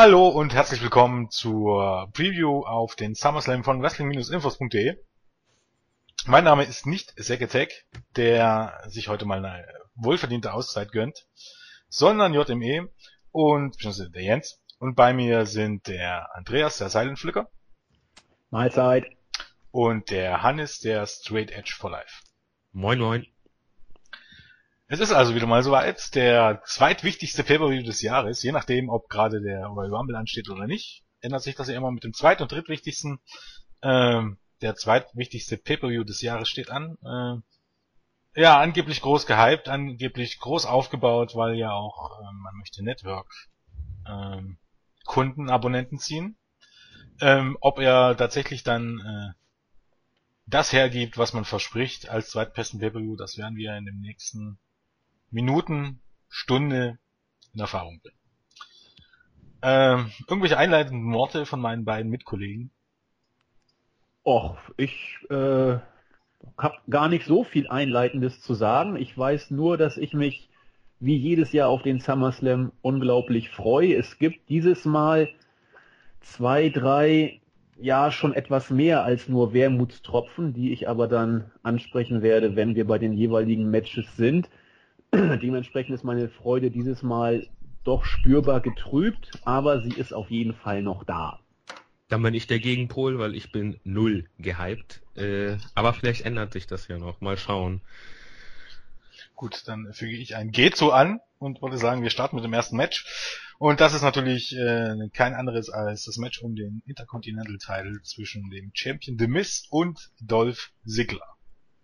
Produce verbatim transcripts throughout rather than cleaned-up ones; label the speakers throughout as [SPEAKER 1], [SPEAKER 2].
[SPEAKER 1] Hallo und herzlich willkommen zur Preview auf den SummerSlam von Wrestling Infos punkt de. Mein Name ist nicht Seketech, der sich heute mal eine wohlverdiente Auszeit gönnt, sondern J M E und beziehungsweise der Jens. Und bei mir sind der Andreas, der Silent Flicker.
[SPEAKER 2] Mahlzeit.
[SPEAKER 1] Und der Hannes, der Straight Edge for Life.
[SPEAKER 3] Moin moin.
[SPEAKER 1] Es ist also wieder mal soweit, der zweitwichtigste Pay-Per-View des Jahres, je nachdem, ob gerade der Royal Rumble ansteht oder nicht, ändert sich das ja immer mit dem zweit- und drittwichtigsten. Ähm, der zweitwichtigste Pay-Per-View des Jahres steht an. Äh, ja, angeblich groß gehypt, angeblich groß aufgebaut, weil ja auch, äh, man möchte Network ähm, Kunden, Abonnenten ziehen. Ähm, ob er tatsächlich dann äh, das hergibt, was man verspricht, als zweitbesten Pay-Per-View, das werden wir in den nächsten Minuten, Stunde in Erfahrung bringen. Ähm, irgendwelche einleitenden Worte von meinen beiden Mitkollegen?
[SPEAKER 2] Och, ich äh, habe gar nicht so viel Einleitendes zu sagen. Ich weiß nur, dass ich mich wie jedes Jahr auf den SummerSlam unglaublich freue. Es gibt dieses Mal zwei, drei, ja schon etwas mehr als nur Wermutstropfen, die ich aber dann ansprechen werde, wenn wir bei den jeweiligen Matches sind. Dementsprechend ist meine Freude dieses Mal doch spürbar getrübt, aber sie ist auf jeden Fall noch da.
[SPEAKER 3] Dann bin ich der Gegenpol, weil ich bin null gehypt. Äh, aber vielleicht ändert sich das ja noch. Mal schauen.
[SPEAKER 1] Gut, dann füge ich ein Geht so an und würde sagen, wir starten mit dem ersten Match. Und das ist natürlich äh, kein anderes als das Match um den Intercontinental Title zwischen dem Champion The Miz und Dolph Ziggler.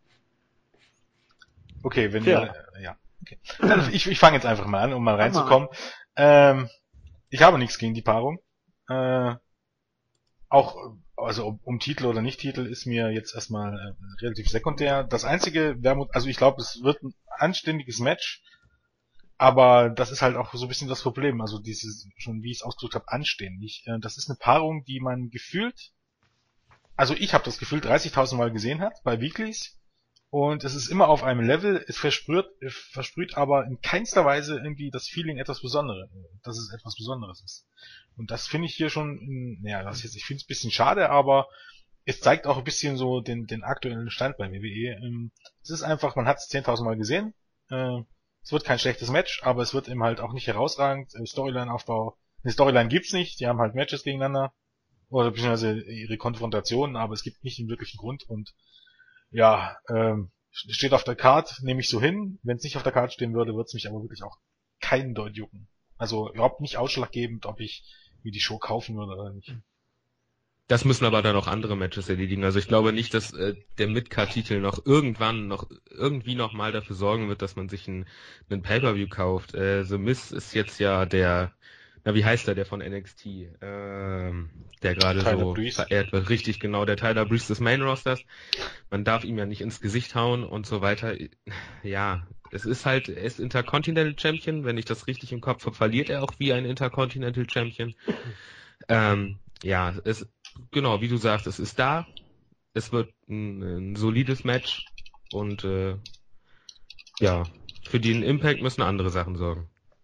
[SPEAKER 1] Okay, wenn
[SPEAKER 2] Tja.
[SPEAKER 1] ihr, äh, ja. Okay. Dann, ich ich fange jetzt einfach mal an, um mal reinzukommen. Ähm, ich habe nichts gegen die Paarung. Äh, auch, also um, um Titel oder nicht Titel ist mir jetzt erstmal äh, relativ sekundär. Das einzige, Wermut, also ich glaube, es wird ein anständiges Match, aber das ist halt auch so ein bisschen das Problem. Also dieses, schon wie ich es ausgedrückt habe, anständig. Äh, das ist eine Paarung, die man gefühlt, also ich habe das Gefühl dreißigtausend Mal gesehen hat bei Weeklies. Und es ist immer auf einem Level, es versprüht, es versprüht aber in keinster Weise irgendwie das Feeling etwas Besonderes, dass es etwas Besonderes ist. Und das finde ich hier schon, naja, das jetzt, ich finde es ein bisschen schade, aber es zeigt auch ein bisschen so den, den aktuellen Stand bei W W E. Es ist einfach, man hat es zehntausend Mal gesehen, es wird kein schlechtes Match, aber es wird eben halt auch nicht herausragend. Storyline-Aufbau, eine Storyline gibt's nicht, die haben halt Matches gegeneinander, oder beziehungsweise ihre Konfrontationen, aber es gibt nicht den wirklichen Grund und ja, ähm, steht auf der Card, nehme ich so hin. Wenn es nicht auf der Card stehen würde, würde es mich aber wirklich auch keinen Deut jucken. Also überhaupt nicht ausschlaggebend, ob ich mir die Show kaufen würde oder nicht.
[SPEAKER 3] Das müssen aber dann auch andere Matches erledigen. Also ich glaube nicht, dass äh, der Mid-Card-Titel noch irgendwann noch irgendwie noch mal dafür sorgen wird, dass man sich einen, einen Pay-Per-View kauft. Äh, The Miz ist jetzt ja der, na wie heißt der, der von N X T, ähm, der gerade so
[SPEAKER 1] Breeze.
[SPEAKER 3] verehrt wird. Richtig, genau, der Tyler Breeze des Main-Rosters. Man darf ihm ja nicht ins Gesicht hauen und so weiter. Ja, es ist halt, er ist Intercontinental Champion. Wenn ich das richtig im Kopf habe, verliert er auch wie ein Intercontinental Champion. Ähm, ja, es, genau, wie du sagst, es ist da. Es wird ein, ein solides Match und äh, ja, für den Impact müssen andere Sachen sorgen.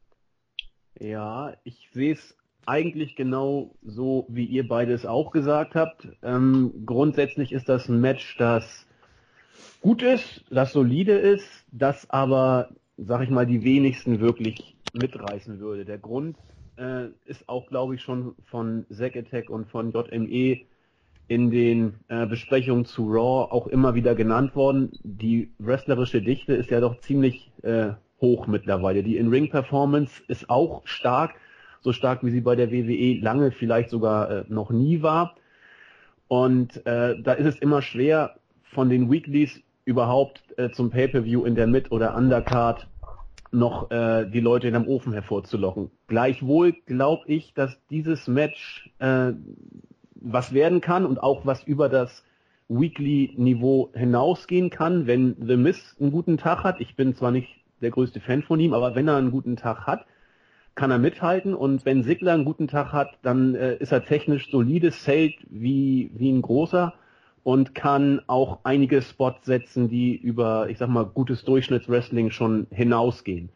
[SPEAKER 2] Ja, ich sehe es eigentlich genau so, wie ihr beides auch gesagt habt. Ähm, grundsätzlich ist das ein Match, das gut ist, das solide ist, das aber, sag ich mal, die wenigsten wirklich mitreißen würde. Der Grund äh, ist auch, glaube ich, schon von Zack Attack und von J M E in den äh, Besprechungen zu Raw auch immer wieder genannt worden. Die wrestlerische Dichte ist ja doch ziemlich äh, hoch mittlerweile. Die In-Ring-Performance ist auch stark, so stark wie sie bei der W W E lange vielleicht sogar äh, noch nie war. Und äh, da ist es immer schwer, von den Weeklies überhaupt äh, zum Pay-Per-View in der Mid- oder Undercard noch äh, die Leute in dem Ofen hervorzulocken. Gleichwohl glaube ich, dass dieses Match äh, was werden kann und auch was über das Weekly-Niveau hinausgehen kann, wenn The Miz einen guten Tag hat. Ich bin zwar nicht der größte Fan von ihm, aber wenn er einen guten Tag hat, kann er mithalten, und wenn Ziggler einen guten Tag hat, dann äh, ist er technisch solides, zählt wie, wie ein großer und kann auch einige Spots setzen, die über, ich sag mal, gutes Durchschnittswrestling schon hinausgehen.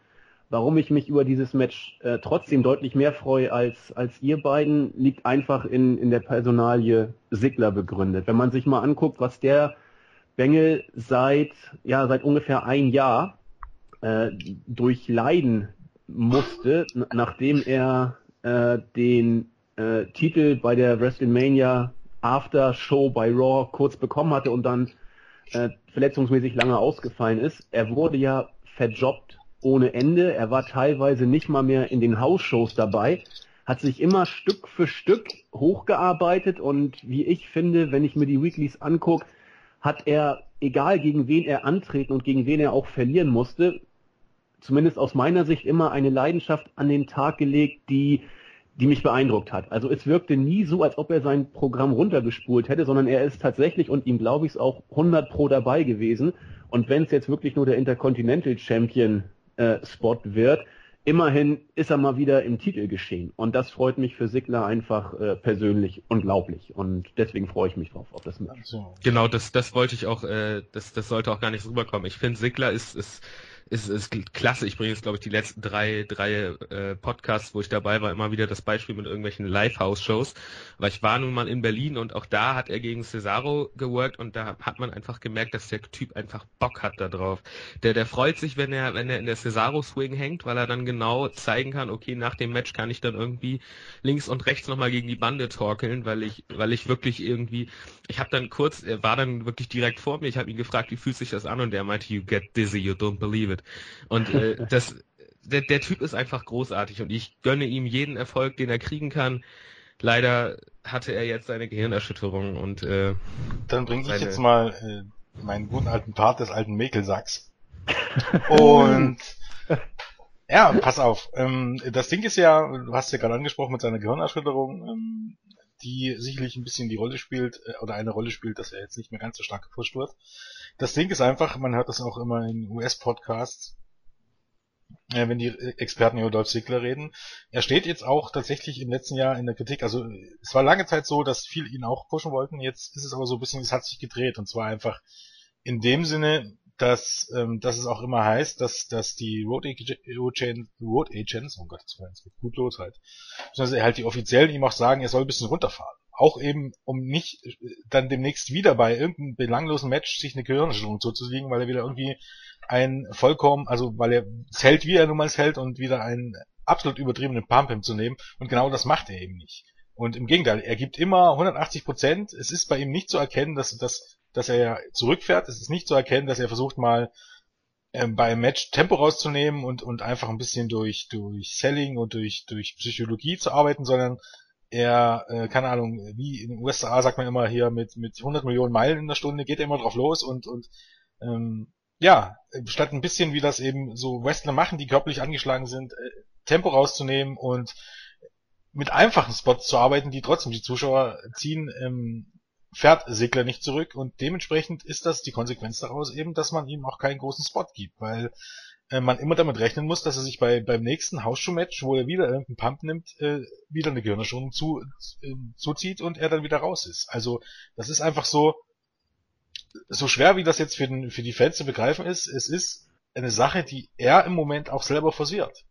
[SPEAKER 2] warum ich mich über dieses Match äh, trotzdem deutlich mehr freue als, als ihr beiden, liegt einfach in, in der Personalie Ziggler begründet. Wenn man sich mal anguckt, was der Bengel seit, ja, seit ungefähr ein Jahr äh, durchleiden musste, n- nachdem er äh, den äh, Titel bei der WrestleMania After Show bei Raw kurz bekommen hatte und dann äh, verletzungsmäßig lange ausgefallen ist. Er wurde ja verjobbt ohne Ende. Er war teilweise nicht mal mehr in den House-Shows dabei, hat sich immer Stück für Stück hochgearbeitet und wie ich finde, wenn ich mir die Weeklies angucke, hat er, egal gegen wen er antreten und gegen wen er auch verlieren musste, zumindest aus meiner Sicht immer eine Leidenschaft an den Tag gelegt, die die mich beeindruckt hat. Also es wirkte nie so, als ob er sein Programm runtergespult hätte, sondern er ist tatsächlich, und ihm glaube ich es auch, hundert pro dabei gewesen. Und wenn es jetzt wirklich nur der Intercontinental Champion äh, Spot wird, immerhin ist er mal wieder im Titel geschehen. Und das freut mich für Ziggler einfach äh, persönlich unglaublich. Und deswegen freue ich mich drauf auf das Match.
[SPEAKER 3] So. Genau, das das wollte ich auch, äh, das das sollte auch gar nicht so rüberkommen. Ich finde, Ziggler ist ist ist ist klasse. Ich bringe jetzt, glaube ich, die letzten drei drei äh, Podcasts, wo ich dabei war, immer wieder das Beispiel mit irgendwelchen Live-House-Shows. Weil ich war nun mal in Berlin und auch da hat er gegen Cesaro geworkt und da hat man einfach gemerkt, dass der Typ einfach Bock hat da drauf. Der der freut sich, wenn er wenn er in der Cesaro-Swing hängt, weil er dann genau zeigen kann, okay, nach dem Match kann ich dann irgendwie links und rechts nochmal gegen die Bande torkeln, weil ich weil ich wirklich irgendwie, ich habe dann kurz, er war dann wirklich direkt vor mir, ich habe ihn gefragt, wie fühlt sich das an und der meinte, you get dizzy, you don't believe it. Und äh, das, der, der Typ ist einfach großartig und ich gönne ihm jeden Erfolg, den er kriegen kann. Leider hatte er jetzt seine Gehirnerschütterung und äh,
[SPEAKER 1] dann bringe
[SPEAKER 3] seine...
[SPEAKER 1] ich jetzt mal äh, meinen guten alten Part des alten Mäkelsacks. Und ja, pass auf. Ähm, das Ding ist ja, du hast ja gerade angesprochen mit seiner Gehirnerschütterung, ähm, die sicherlich ein bisschen die Rolle spielt, äh, oder eine Rolle spielt, dass er jetzt nicht mehr ganz so stark gepusht wird. Das Ding ist einfach, man hört das auch immer in U S-Podcasts, äh, wenn die Experten über Dolph Ziggler reden. Er steht jetzt auch tatsächlich im letzten Jahr in der Kritik. Also es war lange Zeit so, dass viele ihn auch pushen wollten. Jetzt ist es aber so ein bisschen, es hat sich gedreht. Und zwar einfach in dem Sinne, dass, ähm, dass es auch immer heißt, dass, dass die Road Agents, Road Agents, oh Gott, das war jetzt gut los halt, beziehungsweise halt die Offiziellen ihm auch sagen, er soll ein bisschen runterfahren. Auch eben, um nicht dann demnächst wieder bei irgendeinem belanglosen Match sich eine Gehirnerschütterung zuzulegen, weil er wieder irgendwie ein vollkommen, also weil er es hält, wie er nun mal es hält, und wieder einen absolut übertriebenen Pump hinzunehmen. Und genau das macht er eben nicht. Und im Gegenteil, er gibt immer hundertachtzig Prozent. Es ist bei ihm nicht zu erkennen, dass, dass, dass er zurückfährt. Es ist nicht zu erkennen, dass er versucht mal ähm, beim Match Tempo rauszunehmen und, und einfach ein bisschen durch, durch Selling und durch, durch Psychologie zu arbeiten, sondern er, äh, keine Ahnung, wie in den U S A sagt man immer hier, mit, mit hundert Millionen Meilen in der Stunde geht er immer drauf los und, und, ähm, ja, statt ein bisschen, wie das eben so Wrestler machen, die körperlich angeschlagen sind, äh, Tempo rauszunehmen und mit einfachen Spots zu arbeiten, die trotzdem die Zuschauer ziehen, ähm, fährt Ziggler nicht zurück und dementsprechend ist das die Konsequenz daraus eben, dass man ihm auch keinen großen Spot gibt, weil äh, man immer damit rechnen muss, dass er sich bei beim nächsten Hausshow-Match, wo er wieder irgendeinen Pump nimmt, äh, wieder eine Gehirnerschütterung zu, äh, zuzieht und er dann wieder raus ist. Also das ist einfach so, so schwer wie das jetzt für, den, für die Fans zu begreifen ist, es ist eine Sache, die er im Moment auch selber forciert.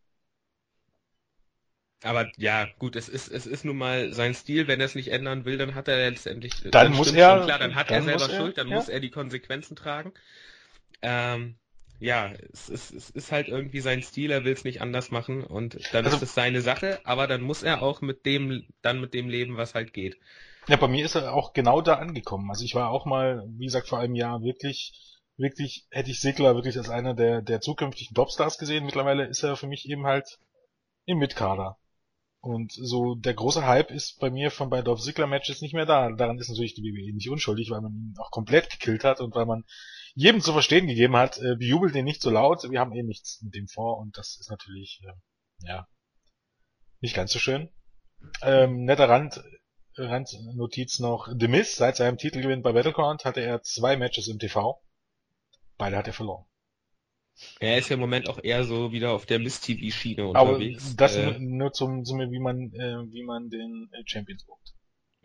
[SPEAKER 3] Aber ja, gut, es ist es ist nun mal sein Stil, wenn er es nicht ändern will, dann hat er letztendlich,
[SPEAKER 1] Dann,
[SPEAKER 3] dann
[SPEAKER 1] muss
[SPEAKER 3] stimmt
[SPEAKER 1] er,
[SPEAKER 3] schon, klar, dann hat
[SPEAKER 1] dann
[SPEAKER 3] er selber
[SPEAKER 1] muss er,
[SPEAKER 3] Schuld, dann
[SPEAKER 1] ja.
[SPEAKER 3] muss er die Konsequenzen tragen. Ähm, ja, es ist, es ist halt irgendwie sein Stil, er will es nicht anders machen und dann
[SPEAKER 1] Also-
[SPEAKER 3] ist es seine Sache, aber dann muss er auch mit dem, dann mit dem leben, was halt geht.
[SPEAKER 1] Ja, bei mir ist er auch genau da angekommen. Also ich war auch mal, wie gesagt, vor einem Jahr wirklich, wirklich, hätte ich Ziggler wirklich als einer der, der zukünftigen Topstars gesehen. Mittlerweile ist er für mich eben halt im Mitkader. Und so der große Hype ist bei mir von bei Dolph Ziggler Matches nicht mehr da. Daran ist natürlich die W W E nicht unschuldig, weil man ihn auch komplett gekillt hat und weil man jedem zu verstehen gegeben hat, äh, bejubelt den nicht so laut, wir haben eh nichts mit dem vor und das ist natürlich, äh, ja, nicht ganz so schön. Ähm, netter Rand, Randnotiz noch, The Miz, seit seinem Titelgewinn bei Battleground hatte er zwei Matches im T V. Beide hat er verloren.
[SPEAKER 3] Er ist ja im Moment auch eher so wieder auf der Miss-T V-Schiene
[SPEAKER 1] Aber
[SPEAKER 3] unterwegs.
[SPEAKER 1] das
[SPEAKER 3] äh,
[SPEAKER 1] nur, nur zum, zum wie man, äh, wie man den äh, Champions bucht.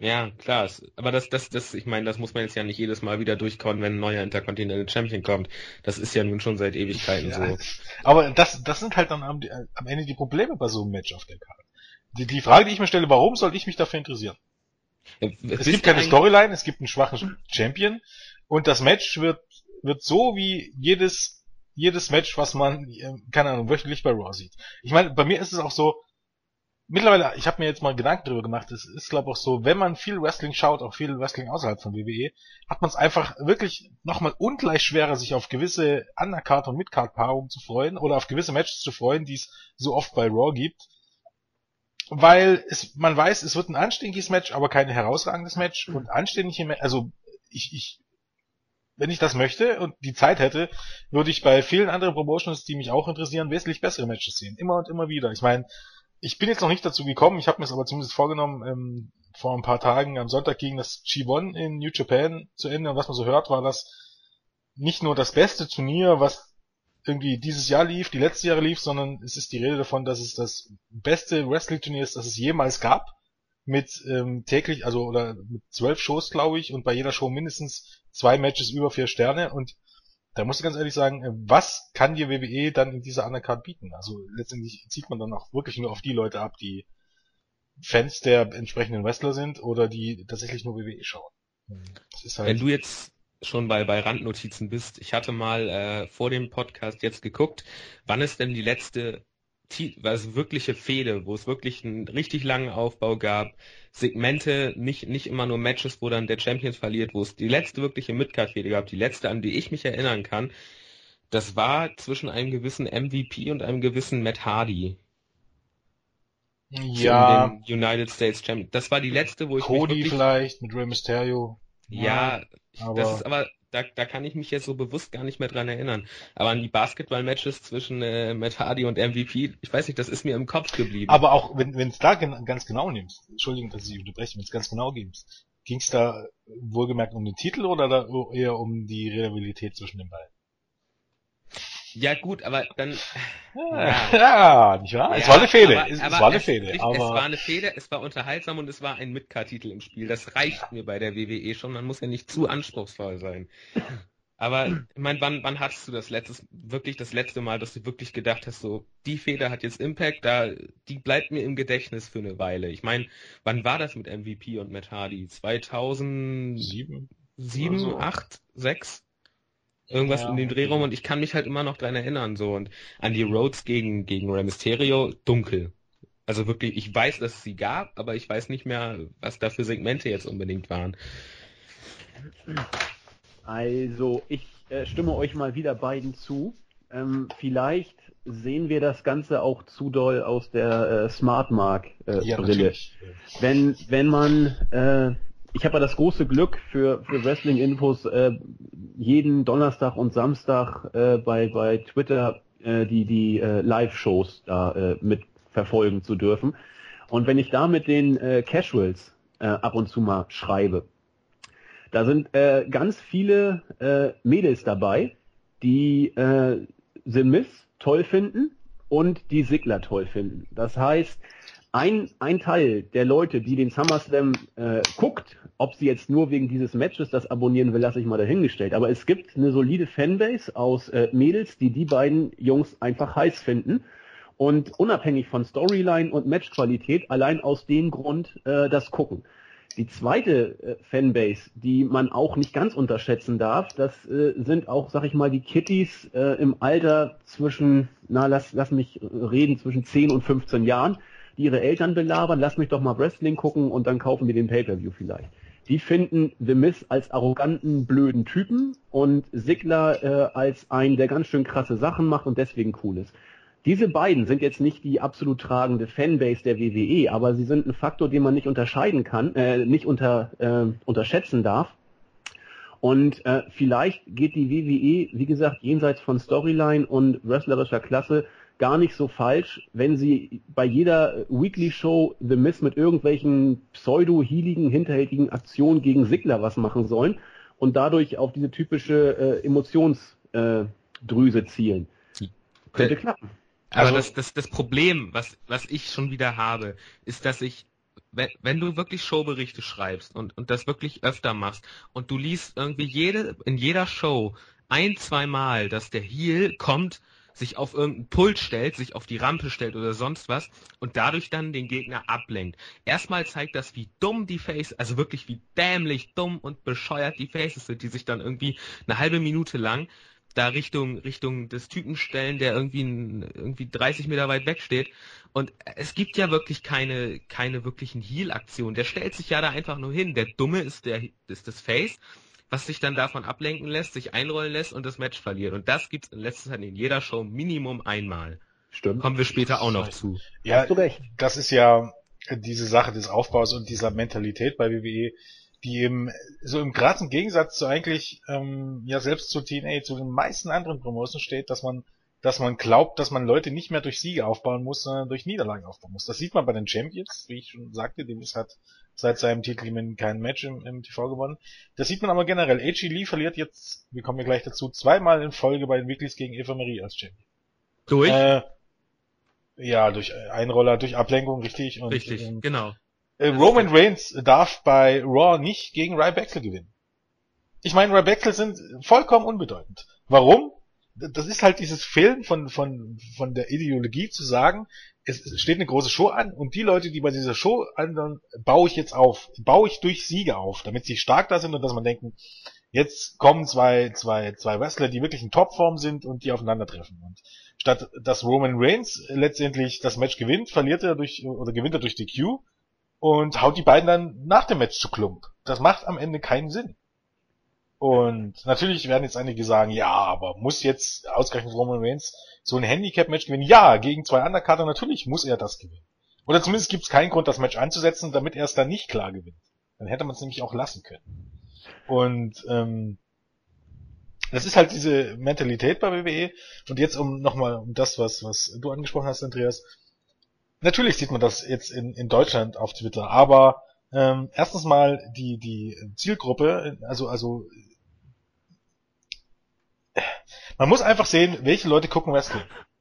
[SPEAKER 3] Ja, klar. Aber das, das, das, ich meine, das muss man jetzt ja nicht jedes Mal wieder durchkauen, wenn ein neuer Intercontinental Champion kommt. Das ist ja nun schon seit Ewigkeiten ja, so.
[SPEAKER 1] Aber das, das sind halt dann am, am Ende die Probleme bei so einem Match auf der Karte. Die, die Frage, die ich mir stelle, warum soll ich mich dafür interessieren? Ja, es gibt keine Storyline, es gibt einen schwachen Champion und das Match wird, wird so wie jedes, jedes Match, was man, keine Ahnung, wöchentlich bei Raw sieht. Ich meine, bei mir ist es auch so, mittlerweile, ich habe mir jetzt mal Gedanken drüber gemacht, es ist glaube ich auch so, wenn man viel Wrestling schaut, auch viel Wrestling außerhalb von W W E, hat man es einfach wirklich nochmal ungleich schwerer, sich auf gewisse Undercard- und Midcard-Paarungen zu freuen oder auf gewisse Matches zu freuen, die es so oft bei Raw gibt. Weil es, man weiß, es wird ein anständiges Match, aber kein herausragendes Match und anständige Match, also ich, ich, wenn ich das möchte und die Zeit hätte, würde ich bei vielen anderen Promotions, die mich auch interessieren, wesentlich bessere Matches sehen. Immer und immer wieder. Ich meine, ich bin jetzt noch nicht dazu gekommen, ich habe mir es aber zumindest vorgenommen, ähm, vor ein paar Tagen, am Sonntag ging das G eins in New Japan zu Ende und was man so hört, war das nicht nur das beste Turnier, was irgendwie dieses Jahr lief, die letzten Jahre lief, sondern es ist die Rede davon, dass es das beste Wrestling-Turnier ist, das es jemals gab, mit ähm, täglich, also oder mit zwölf Shows, glaube ich, und bei jeder Show mindestens zwei Matches über vier Sterne und da musst du ganz ehrlich sagen, was kann dir W W E dann in dieser Undercard bieten? Also letztendlich zieht man dann auch wirklich nur auf die Leute ab, die Fans der entsprechenden Wrestler sind oder die tatsächlich nur W W E schauen.
[SPEAKER 3] Das ist halt Wenn du jetzt schon bei, bei Randnotizen bist, ich hatte mal äh, vor dem Podcast jetzt geguckt, wann ist denn die letzte also wirkliche Fehde, wo es wirklich einen richtig langen Aufbau gab, Segmente, nicht nicht immer nur Matches, wo dann der Champion verliert, wo es die letzte wirkliche Midcard-Fehde gab, die letzte, an die ich mich erinnern kann, das war zwischen einem gewissen M V P und einem gewissen Matt Hardy.
[SPEAKER 1] Ja.
[SPEAKER 3] Um den United States Champion. Das war die letzte, wo ich
[SPEAKER 1] Cody
[SPEAKER 3] mich wirklich...
[SPEAKER 1] vielleicht mit Rey Mysterio.
[SPEAKER 3] Ja, aber... das ist aber... Da, da kann ich mich jetzt so bewusst gar nicht mehr dran erinnern. Aber an die Basketball-Matches zwischen äh, Matt Hardy und M V P, ich weiß nicht, das ist mir im Kopf geblieben.
[SPEAKER 1] Aber auch, wenn wenn es da gen- ganz genau nimmst, Entschuldigung, dass ich unterbreche, wenn es ganz genau nimmst, ging es da wohlgemerkt um den Titel oder da eher um die Rivalität zwischen den beiden?
[SPEAKER 3] Ja gut, aber dann...
[SPEAKER 1] Ja, ja, ja nicht wahr? Ja, es war eine Fehde,
[SPEAKER 3] aber,
[SPEAKER 1] es,
[SPEAKER 3] aber
[SPEAKER 1] es war eine
[SPEAKER 3] es,
[SPEAKER 1] Fehde.
[SPEAKER 3] Es,
[SPEAKER 1] aber...
[SPEAKER 3] es war eine Fehde, es war unterhaltsam und es war ein Midcard-Titel im Spiel. Das reicht mir bei der W W E schon, man muss ja nicht zu anspruchsvoll sein. Aber, ich meine, wann, wann hattest du das letztes, wirklich das letzte Mal, dass du wirklich gedacht hast, so, die Fehde hat jetzt Impact, da, die bleibt mir im Gedächtnis für eine Weile. Ich meine, wann war das mit M V P und Matt Hardy? zweitausendsieben, sieben, acht, sechs? Irgendwas ja, in den Dreh rum und ich kann mich halt immer noch dran erinnern, so, und an die Rhodes gegen, gegen Rey Mysterio, dunkel. Also wirklich, ich weiß, dass es sie gab, aber ich weiß nicht mehr, was da für Segmente jetzt unbedingt waren.
[SPEAKER 2] Also, ich äh, stimme euch mal wieder beiden zu. Ähm, vielleicht sehen wir das Ganze auch zu doll aus der äh, Smart Mark äh, ja, Brille. Wenn, wenn man, äh, ich habe ja das große Glück für, für Wrestling-Infos äh, jeden Donnerstag und Samstag äh, bei, bei Twitter äh, die, die äh, Live-Shows da äh, mit verfolgen zu dürfen. Und wenn ich da mit den äh, Casuals äh, ab und zu mal schreibe, da sind äh, ganz viele äh, Mädels dabei, die äh, The Miz toll finden und die Ziggler toll finden. Das heißt, ein, ein Teil der Leute, die den SummerSlam äh, guckt, ob sie jetzt nur wegen dieses Matches das abonnieren will, lasse ich mal dahingestellt. Aber es gibt eine solide Fanbase aus äh, Mädels, die die beiden Jungs einfach heiß finden. Und unabhängig von Storyline und Matchqualität, allein aus dem Grund äh, das gucken. Die zweite äh, Fanbase, die man auch nicht ganz unterschätzen darf, das äh, sind auch, sag ich mal, die Kitties äh, im Alter zwischen, na lass, lass mich reden, zwischen zehn und fünfzehn Jahren, die ihre Eltern belabern, lass mich doch mal Wrestling gucken und dann kaufen wir den Pay-Per-View vielleicht. Die finden The Miz als arroganten, blöden Typen und Ziggler äh, als einen, der ganz schön krasse Sachen macht und deswegen cool ist. Diese beiden sind jetzt nicht die absolut tragende Fanbase der W W E, aber sie sind ein Faktor, den man nicht unterscheiden kann, äh, nicht unter, äh, unterschätzen darf. Und äh, vielleicht geht die W W E, wie gesagt, jenseits von Storyline und wrestlerischer Klasse gar nicht so falsch, wenn sie bei jeder Weekly Show The Miz mit irgendwelchen pseudo-healigen, hinterhältigen Aktionen gegen Ziggler was machen sollen und dadurch auf diese typische äh, Emotionsdrüse äh, zielen. Könnte klappen.
[SPEAKER 3] Aber also, das, das, das Problem, was, was ich schon wieder habe, ist, dass ich wenn, wenn du wirklich Showberichte schreibst und, und das wirklich öfter machst und du liest irgendwie jede, in jeder Show ein, zwei Mal, dass der Heel kommt, sich auf irgendeinen Pult stellt, sich auf die Rampe stellt oder sonst was und dadurch dann den Gegner ablenkt. Erstmal zeigt das, wie dumm die Faces, also wirklich wie dämlich dumm und bescheuert die Faces sind, die sich dann irgendwie eine halbe Minute lang da Richtung Richtung des Typen stellen, der irgendwie irgendwie dreißig Meter weit weg steht. Und es gibt ja wirklich keine keine wirklichen Heel-Aktionen. Der stellt sich ja da einfach nur hin. Der Dumme ist der ist das Face, was sich dann davon ablenken lässt, sich einrollen lässt und das Match verliert. Und das gibt's in letzter Zeit in jeder Show Minimum einmal.
[SPEAKER 2] Stimmt.
[SPEAKER 3] Kommen wir später auch noch zu.
[SPEAKER 1] Ja,
[SPEAKER 2] hast du recht.
[SPEAKER 1] Das ist ja diese Sache des Aufbaus und dieser Mentalität bei W W E, die eben so im krassen Gegensatz zu eigentlich, ähm, ja selbst zu T N A, zu den meisten anderen Promotions steht, dass man, dass man glaubt, dass man Leute nicht mehr durch Siege aufbauen muss, sondern durch Niederlagen aufbauen muss. Das sieht man bei den Champions, wie ich schon sagte, Demis hat seit seinem Titelgewinn kein Match im, im T V gewonnen. Das sieht man aber generell. A J Lee verliert jetzt, wir kommen ja gleich dazu, zweimal in Folge bei den Weeklies gegen Eva Marie als Champion.
[SPEAKER 3] Durch?
[SPEAKER 1] Äh, ja, durch Einroller, durch Ablenkung, richtig. Und,
[SPEAKER 3] richtig,
[SPEAKER 1] ähm,
[SPEAKER 3] genau.
[SPEAKER 1] Äh, Roman Reigns darf bei Raw nicht gegen Ryback gewinnen. Ich meine, Ryback sind vollkommen unbedeutend. Warum? Das ist halt dieses Fehlen von, von, von der Ideologie zu sagen, es steht eine große Show an und die Leute, die bei dieser Show andern, baue ich jetzt auf, baue ich durch Siege auf, damit sie stark da sind und dass man denken, jetzt kommen zwei, zwei, zwei Wrestler, die wirklich in Topform sind und die aufeinandertreffen. Und statt dass Roman Reigns letztendlich das Match gewinnt, verliert er durch, oder gewinnt er durch D Q und haut die beiden dann nach dem Match zu Klump. Das macht am Ende keinen Sinn. Und natürlich werden jetzt einige sagen, ja, aber muss jetzt ausgerechnet Roman Reigns so ein Handicap-Match gewinnen? Ja, gegen zwei Undercutter, natürlich muss er das gewinnen. Oder zumindest gibt es keinen Grund, das Match anzusetzen, damit er es dann nicht klar gewinnt. Dann hätte man es nämlich auch lassen können. Und ähm, das ist halt diese Mentalität bei W W E. Und jetzt um nochmal um das, was was du angesprochen hast, Andreas. Natürlich sieht man das jetzt in, in Deutschland auf Twitter, aber ähm, erstens mal die die Zielgruppe, also also man muss einfach sehen, welche Leute gucken Wrestling.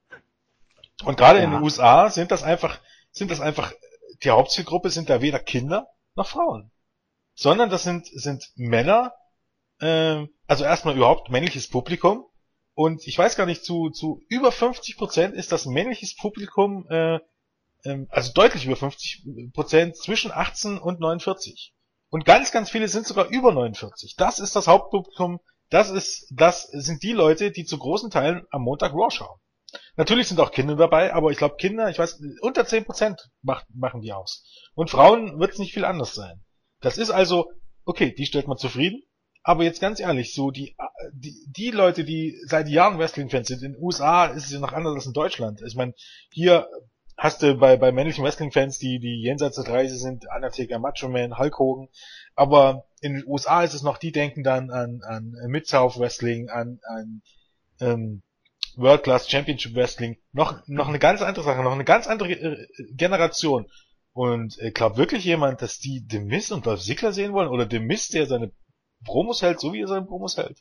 [SPEAKER 1] Und gerade ja. in den U S A sind das einfach sind das einfach die Hauptzielgruppe sind da weder Kinder noch Frauen, sondern das sind sind Männer, äh, also erstmal überhaupt männliches Publikum. Und ich weiß gar nicht, zu zu über fünfzig Prozent ist das männliches Publikum, äh, also deutlich über fünfzig Prozent zwischen achtzehn und neunundvierzig. Und ganz, ganz viele sind sogar über neunundvierzig. Das ist das Hauptpublikum. Das ist, das sind die Leute, die zu großen Teilen am Montag Raw schauen. Natürlich sind auch Kinder dabei, aber ich glaube Kinder, ich weiß, unter zehn Prozent macht, machen die aus. Und Frauen wird es nicht viel anders sein. Das ist also, okay, die stellt man zufrieden. Aber jetzt ganz ehrlich, so die, die, die Leute, die seit Jahren Wrestling-Fans sind, in den U S A ist es ja noch anders als in Deutschland. Ich meine, hier hast du bei, bei männlichen Wrestling-Fans, die, die jenseits der dreißig sind, Undertaker, Macho Man, Hulk Hogan. Aber in den U S A ist es noch, die denken dann an, an Mid-South Wrestling, an, an, ähm, World Class Championship Wrestling. Noch, noch eine ganz andere Sache, noch eine ganz andere äh, Generation. Und äh, glaubt wirklich jemand, dass die The Miz und Dolph Ziggler sehen wollen? Oder The Miz, der seine Promos hält, so wie er seine Promos hält?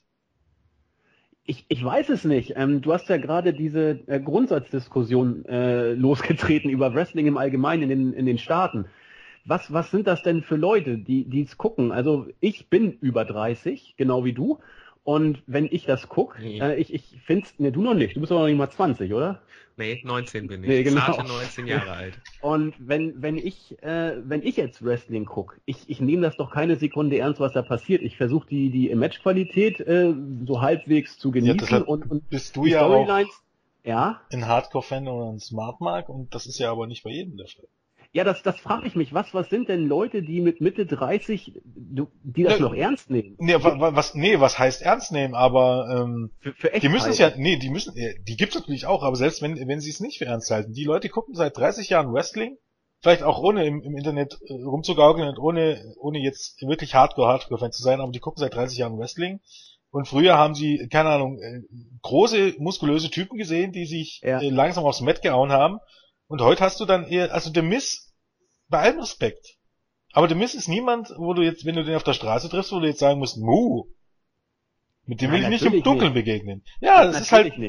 [SPEAKER 2] Ich, ich weiß es nicht. Ähm, du hast ja gerade diese äh, Grundsatzdiskussion äh, losgetreten über Wrestling im Allgemeinen in den, in den Staaten. Was, was sind das denn für Leute, die die es gucken? Also ich bin über dreißig, genau wie du. Und wenn ich das gucke, nee. äh, ich, ich finde es, ne, du noch nicht, du bist aber noch nicht mal zwanzig, oder?
[SPEAKER 3] Nee, neunzehn bin ich.
[SPEAKER 2] Nee, genau.
[SPEAKER 3] Zarte neunzehn Jahre alt.
[SPEAKER 2] Und wenn, wenn ich, äh, wenn ich jetzt Wrestling gucke, ich, ich nehme das doch keine Sekunde ernst, was da passiert. Ich versuche die, die Matchqualität äh, so halbwegs zu genießen
[SPEAKER 1] ja,
[SPEAKER 2] und, und
[SPEAKER 1] bist du ja auch
[SPEAKER 2] ja?
[SPEAKER 1] ein Hardcore-Fan oder ein Smart-Mark und das ist ja aber nicht bei jedem der Fall.
[SPEAKER 2] Ja, das, das frage ich mich. Was, was sind denn Leute, die mit Mitte dreißig, die das ne, noch ernst nehmen?
[SPEAKER 1] Nee, was, nee, was heißt ernst nehmen? Aber ähm,
[SPEAKER 2] für, für
[SPEAKER 1] die müssen es ja, nee, die müssen, die gibt's natürlich auch. Aber selbst wenn, wenn sie es nicht für ernst halten, die Leute gucken seit dreißig Jahren Wrestling, vielleicht auch ohne im, im Internet äh, rumzugaukeln und ohne, ohne jetzt wirklich Hardcore, Hardcore-Fan zu sein, aber die gucken seit dreißig Jahren Wrestling. Und früher haben sie, keine Ahnung, äh, große muskulöse Typen gesehen, die sich ja. äh, langsam aufs Mat gehauen haben. Und heute hast du dann eher, also The Miz, bei allem Respekt. Aber The Miz ist niemand, wo du jetzt, wenn du den auf der Straße triffst, wo du jetzt sagen musst, Mu, mit dem Nein, will ich nicht im Dunkeln nicht. begegnen. Ja, das natürlich ist halt, nicht.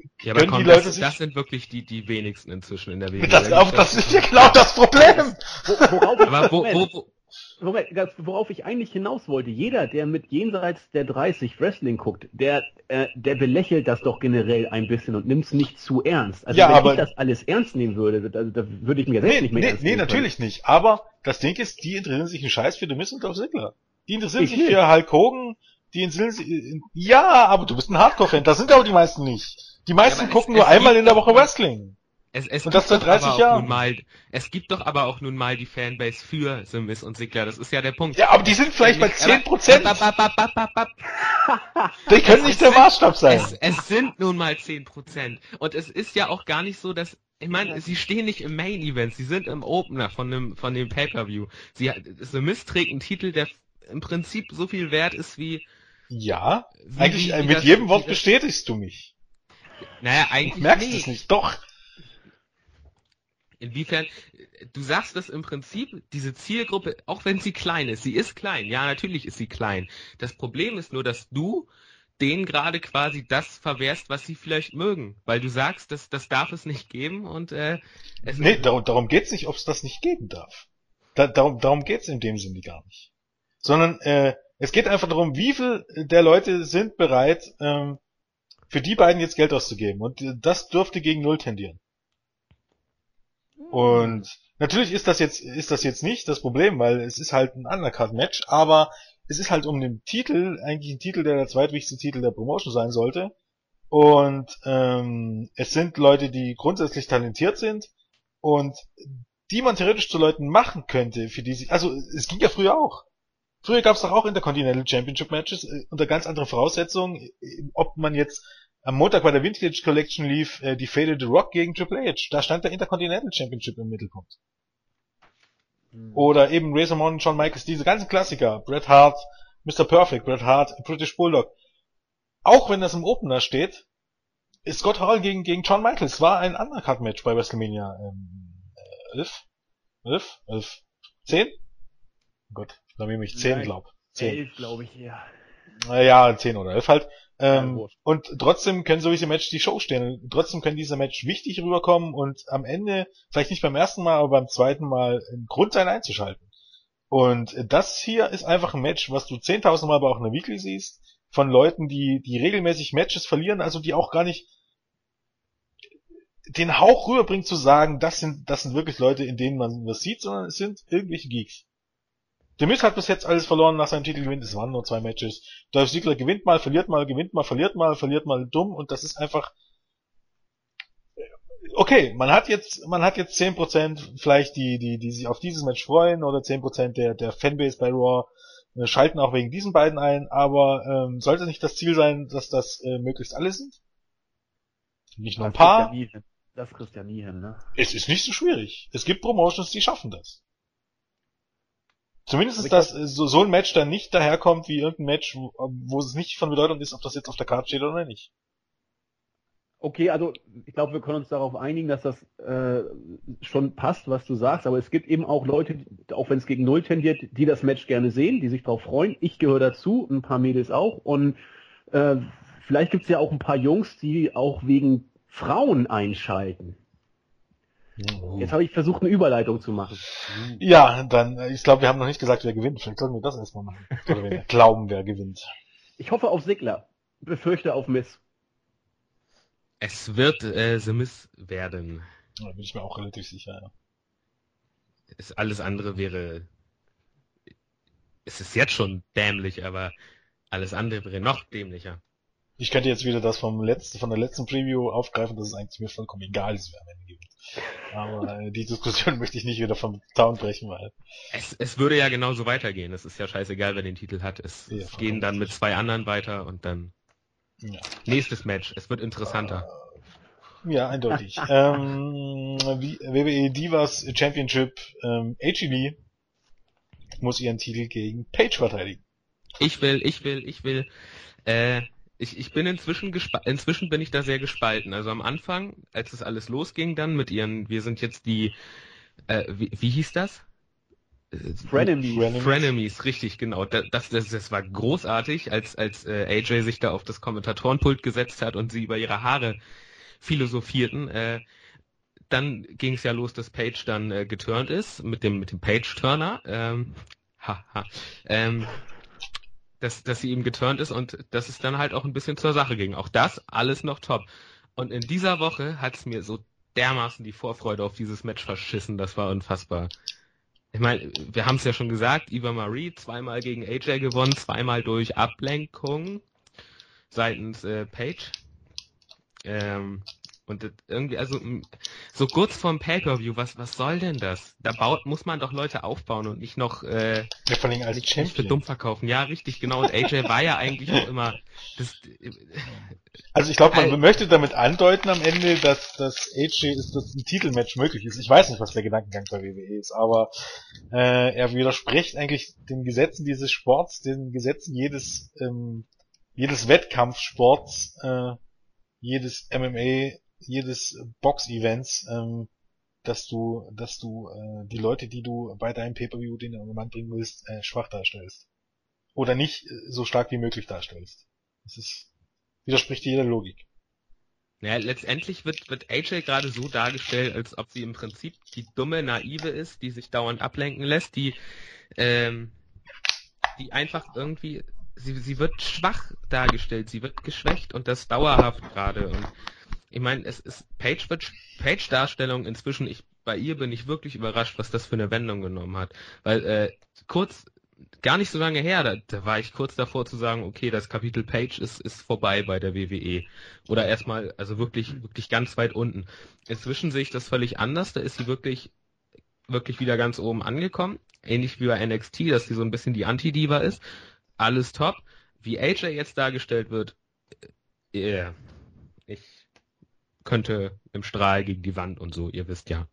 [SPEAKER 3] Ja, aber komm,
[SPEAKER 1] die Leute
[SPEAKER 3] das,
[SPEAKER 1] sich...
[SPEAKER 3] das sind wirklich die, die wenigsten inzwischen in der W W E.
[SPEAKER 1] Das, das, das ist ja genau das Problem!
[SPEAKER 2] Worauf
[SPEAKER 3] aber wo, wo, wo,
[SPEAKER 2] Moment, worauf ich eigentlich hinaus wollte, jeder, der mit jenseits der dreißig Wrestling guckt, der, äh, der belächelt das doch generell ein bisschen und nimmt es nicht zu ernst. Also
[SPEAKER 1] ja,
[SPEAKER 2] wenn
[SPEAKER 1] aber,
[SPEAKER 2] ich das alles ernst nehmen würde, da, da würde ich mir selbst
[SPEAKER 1] nee,
[SPEAKER 2] nicht mehr
[SPEAKER 1] nee,
[SPEAKER 2] ernst
[SPEAKER 1] nee,
[SPEAKER 2] nehmen.
[SPEAKER 1] Nee, natürlich
[SPEAKER 2] können.
[SPEAKER 1] nicht. Aber das Ding ist, die interessieren sich einen Scheiß für The Miz und Dolph Ziggler. Die interessieren
[SPEAKER 2] ich
[SPEAKER 1] sich
[SPEAKER 2] nicht.
[SPEAKER 1] für Hulk Hogan, die interessieren sich... Ja, aber du bist ein Hardcore-Fan, das sind aber die meisten nicht. Die meisten
[SPEAKER 3] ja,
[SPEAKER 1] gucken
[SPEAKER 3] es,
[SPEAKER 1] nur
[SPEAKER 3] es
[SPEAKER 1] einmal in der
[SPEAKER 3] doch,
[SPEAKER 1] Woche Wrestling.
[SPEAKER 3] Es, es
[SPEAKER 1] und das seit dreißig Jahren.
[SPEAKER 3] Mal, es gibt doch aber auch nun mal die Fanbase für The Miz und Ziggler, das ist ja der Punkt.
[SPEAKER 1] Ja, aber die sind vielleicht bei zehn Prozent.
[SPEAKER 3] Aber,
[SPEAKER 1] die können nicht der Maßstab sein.
[SPEAKER 3] Es, es sind nun mal zehn Prozent. Und es ist ja auch gar nicht so, dass, ich meine, sie stehen nicht im Main Event, sie sind im Opener von dem, von dem Pay-Per-View. Sie, The Miz trägt einen Titel, der im Prinzip so viel wert ist wie...
[SPEAKER 1] Ja,
[SPEAKER 3] wie,
[SPEAKER 1] eigentlich
[SPEAKER 3] wie, wie
[SPEAKER 1] mit
[SPEAKER 3] das,
[SPEAKER 1] jedem Wort
[SPEAKER 3] das,
[SPEAKER 1] bestätigst du mich.
[SPEAKER 3] Naja, eigentlich
[SPEAKER 1] du merkst
[SPEAKER 3] nicht.
[SPEAKER 1] es nicht, doch.
[SPEAKER 3] Inwiefern, du sagst das im Prinzip, diese Zielgruppe, auch wenn sie klein ist, sie ist klein, ja, natürlich ist sie klein. Das Problem ist nur, dass du denen gerade quasi das verwehrst, was sie vielleicht mögen, weil du sagst, das, das darf es nicht geben und äh, es
[SPEAKER 1] Nee, darum, darum geht's nicht, ob es das nicht geben darf. Da, darum, darum geht's in dem Sinne gar nicht. Sondern äh, es geht einfach darum, wie viel der Leute sind bereit, ähm, für die beiden jetzt Geld auszugeben. Und äh, das dürfte gegen Null tendieren. Und natürlich ist das jetzt ist das jetzt nicht das Problem, weil es ist halt ein Undercard-Match, aber es ist halt um den Titel, eigentlich ein Titel, der der zweitwichtigste Titel der Promotion sein sollte. Und ähm, es sind Leute, die grundsätzlich talentiert sind und die man theoretisch zu Leuten machen könnte, für die sich, also es ging ja früher auch. Früher gab es doch auch Intercontinental Championship Matches äh, unter ganz anderen Voraussetzungen, ob man jetzt am Montag bei der Vintage Collection lief äh, die Fade The Rock gegen Triple H. Da stand der Intercontinental Championship im Mittelpunkt. Mhm. Oder eben Razor Ramon, Shawn Michaels, diese ganzen Klassiker. Bret Hart, Mister Perfect, Bret Hart, British Bulldog. Auch wenn das im Opener steht, ist Scott Hall gegen, gegen Shawn Michaels. War ein Undercard-Match bei WrestleMania ähm, elf? elf? elf? zehn? Oh Gott, ich nehme mich zehn, glaub. zehn.
[SPEAKER 2] elf, glaube ich, ja.
[SPEAKER 1] Naja, zehn oder elf halt. Ähm,
[SPEAKER 2] ja,
[SPEAKER 1] und trotzdem können solche Matches die Show stehen. Trotzdem können diese Match wichtig rüberkommen und am Ende, vielleicht nicht beim ersten Mal, aber beim zweiten Mal ein Grund sein einzuschalten. Und das hier ist einfach ein Match, was du zehntausend Mal bei auch einer Weekly siehst, von Leuten, die, die regelmäßig Matches verlieren, also die auch gar nicht den Hauch rüberbringt zu sagen, das sind, das sind wirklich Leute, in denen man was sieht, sondern es sind irgendwelche Geeks. The Miz hat bis jetzt alles verloren nach seinem Titelgewinn, es waren nur zwei Matches. Dolph Ziggler gewinnt mal, verliert mal, gewinnt mal, verliert mal, verliert mal dumm und das ist einfach, okay, man hat jetzt, man hat jetzt zehn Prozent vielleicht die, die, die sich auf dieses Match freuen oder zehn Prozent der, der Fanbase bei Raw äh, schalten auch wegen diesen beiden ein, aber ähm, sollte nicht das Ziel sein, dass das äh, möglichst alle sind? Nicht nur ein
[SPEAKER 2] das
[SPEAKER 1] paar?
[SPEAKER 2] Kriegt ja nie hin. Das kriegst ja nie hin, ne?
[SPEAKER 1] Es ist nicht so schwierig. Es gibt Promotions, die schaffen das. Zumindest ist das so, so ein Match dann nicht daherkommt wie irgendein Match, wo, wo es nicht von Bedeutung ist, ob das jetzt auf der Karte steht oder nicht.
[SPEAKER 2] Okay, also ich glaube, wir können uns darauf einigen, dass das äh, schon passt, was du sagst, aber es gibt eben auch Leute, auch wenn es gegen Null tendiert, die das Match gerne sehen, die sich darauf freuen. Ich gehöre dazu, ein paar Mädels auch und äh, vielleicht gibt es ja auch ein paar Jungs, die auch wegen Frauen einschalten. Jetzt habe ich versucht, eine Überleitung zu machen.
[SPEAKER 1] Ja, dann, ich glaube, wir haben noch nicht gesagt, wer gewinnt. Vielleicht sollten wir das erstmal machen. Oder wir glauben, wer gewinnt.
[SPEAKER 2] Ich hoffe auf Ziggler. Befürchte auf Miz.
[SPEAKER 3] Es wird äh, The Miz werden.
[SPEAKER 1] Da bin ich mir auch relativ sicher, ja.
[SPEAKER 3] Es, alles andere wäre... Es ist jetzt schon dämlich, aber alles andere wäre noch dämlicher.
[SPEAKER 1] Ich könnte jetzt wieder das vom letzten, von der letzten Preview aufgreifen, dass es eigentlich mir vollkommen egal ist, wer am Ende gewinnt. Aber äh, die Diskussion möchte ich nicht wieder vom Zaun brechen, weil...
[SPEAKER 3] Es, es würde ja genauso weitergehen. Es ist ja scheißegal, wer den Titel hat. Es,
[SPEAKER 1] ja,
[SPEAKER 3] es gehen dann mit zwei anderen weiter und dann... Ja. Nächstes Match. Es wird interessanter.
[SPEAKER 1] Uh, ja, eindeutig. ähm, W W E Divas Championship, ähm, A J Lee muss ihren Titel gegen Paige verteidigen.
[SPEAKER 3] Ich will, ich will, ich will... Äh, Ich, ich bin inzwischen gespa- inzwischen bin ich da sehr gespalten. Also am Anfang, als es alles losging dann mit ihren, wir sind jetzt die, äh, wie, wie hieß das?
[SPEAKER 2] Frenemies.
[SPEAKER 3] Frenemies. Frenemies, richtig, genau. Das, das, das, das war großartig, als, als äh, A J sich da auf das Kommentatorenpult gesetzt hat und sie über ihre Haare philosophierten. Äh, dann ging es ja los, dass Paige dann äh, geturnt ist mit dem mit dem Page-Turner. Ähm, haha. Ähm, dass, dass sie eben geturnt ist und dass es dann halt auch ein bisschen zur Sache ging. Auch das, alles noch top. Und in dieser Woche hat es mir so dermaßen die Vorfreude auf dieses Match verschissen, das war unfassbar. Ich meine, wir haben es ja schon gesagt, Eva Marie zweimal gegen A J gewonnen, zweimal durch Ablenkung seitens äh, Paige. Ähm, und das irgendwie, also so kurz vorm Pay-Per-View, was was soll denn das? Da baut muss man doch Leute aufbauen und nicht noch äh,
[SPEAKER 1] ja, vor allem als
[SPEAKER 3] nicht,
[SPEAKER 1] Champion.
[SPEAKER 3] nicht für dumm verkaufen. Ja, richtig, genau. Und A J war ja eigentlich auch immer das.
[SPEAKER 1] Also ich glaube, man äh, möchte damit andeuten am Ende, dass das A J ist, dass ein Titelmatch möglich ist. Ich weiß nicht, was der Gedankengang bei W W E ist, aber äh, er widerspricht eigentlich den Gesetzen dieses Sports, den Gesetzen jedes ähm, jedes Wettkampfsports, äh, jedes M M A, jedes Box-Events, ähm, dass du, dass du äh, die Leute, die du bei deinem Pay-Per-View, den du an den Mann bringen willst, äh, schwach darstellst. Oder nicht so stark wie möglich darstellst. Das ist, widerspricht jeder Logik.
[SPEAKER 3] Ja, letztendlich wird, wird A J gerade so dargestellt, als ob sie im Prinzip die dumme Naive ist, die sich dauernd ablenken lässt, die, ähm, die einfach irgendwie, sie, sie wird schwach dargestellt, sie wird geschwächt und das dauerhaft gerade. Und ich meine, es ist Paige wird Paige Darstellung inzwischen, ich bei ihr bin ich wirklich überrascht, was das für eine Wendung genommen hat. Weil äh, kurz, gar nicht so lange her, da, da war ich kurz davor zu sagen, okay, das Kapitel Paige ist ist vorbei bei der W W E. Oder erstmal, also wirklich, wirklich ganz weit unten. Inzwischen sehe ich das völlig anders, da ist sie wirklich, wirklich wieder ganz oben angekommen. Ähnlich wie bei N X T, dass sie so ein bisschen die Anti-Diva ist. Alles top. Wie A J jetzt dargestellt wird, äh, yeah. ich könnte im Strahl gegen die Wand und so, ihr wisst ja.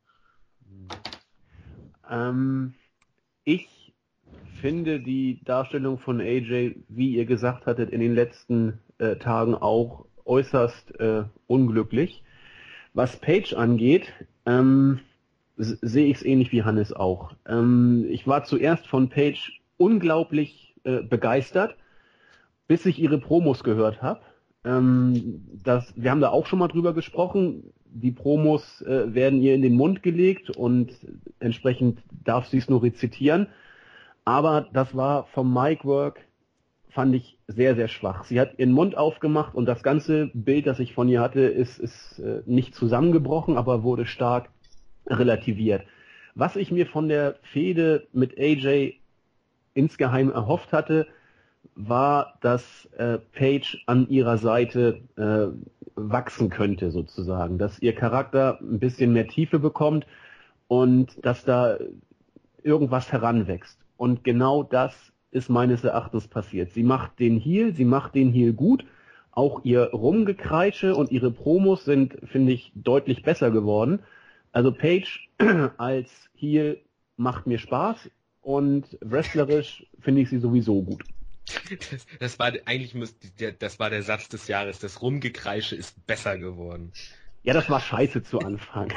[SPEAKER 2] Ähm, ich finde die Darstellung von A J, wie ihr gesagt hattet, in den letzten äh, Tagen auch äußerst äh, unglücklich. Was Paige angeht, ähm, sehe ich es ähnlich wie Hannes auch. Ähm, ich war zuerst von Paige unglaublich äh, begeistert, bis ich ihre Promos gehört habe. Ähm, das, wir haben da auch schon mal drüber gesprochen. Die Promos äh, werden ihr in den Mund gelegt und entsprechend darf sie es nur rezitieren. Aber das war vom Mic-Work, fand ich sehr, sehr schwach. Sie hat ihren Mund aufgemacht und das ganze Bild, das ich von ihr hatte, ist, ist äh, nicht zusammengebrochen, aber wurde stark relativiert. Was ich mir von der Fehde mit A J insgeheim erhofft hatte, war, dass äh, Paige an ihrer Seite äh, wachsen könnte, sozusagen. Dass ihr Charakter ein bisschen mehr Tiefe bekommt und dass da irgendwas heranwächst. Und genau das ist meines Erachtens passiert. Sie macht den Heel, sie macht den Heel gut. Auch ihr Rumgekreische und ihre Promos sind, finde ich, deutlich besser geworden. Also Paige als Heel macht mir Spaß und wrestlerisch finde ich sie sowieso gut.
[SPEAKER 3] Das, das war eigentlich müsste, das war der Satz des Jahres. Das Rumgekreische ist besser geworden.
[SPEAKER 2] Ja, das war scheiße zu Anfang.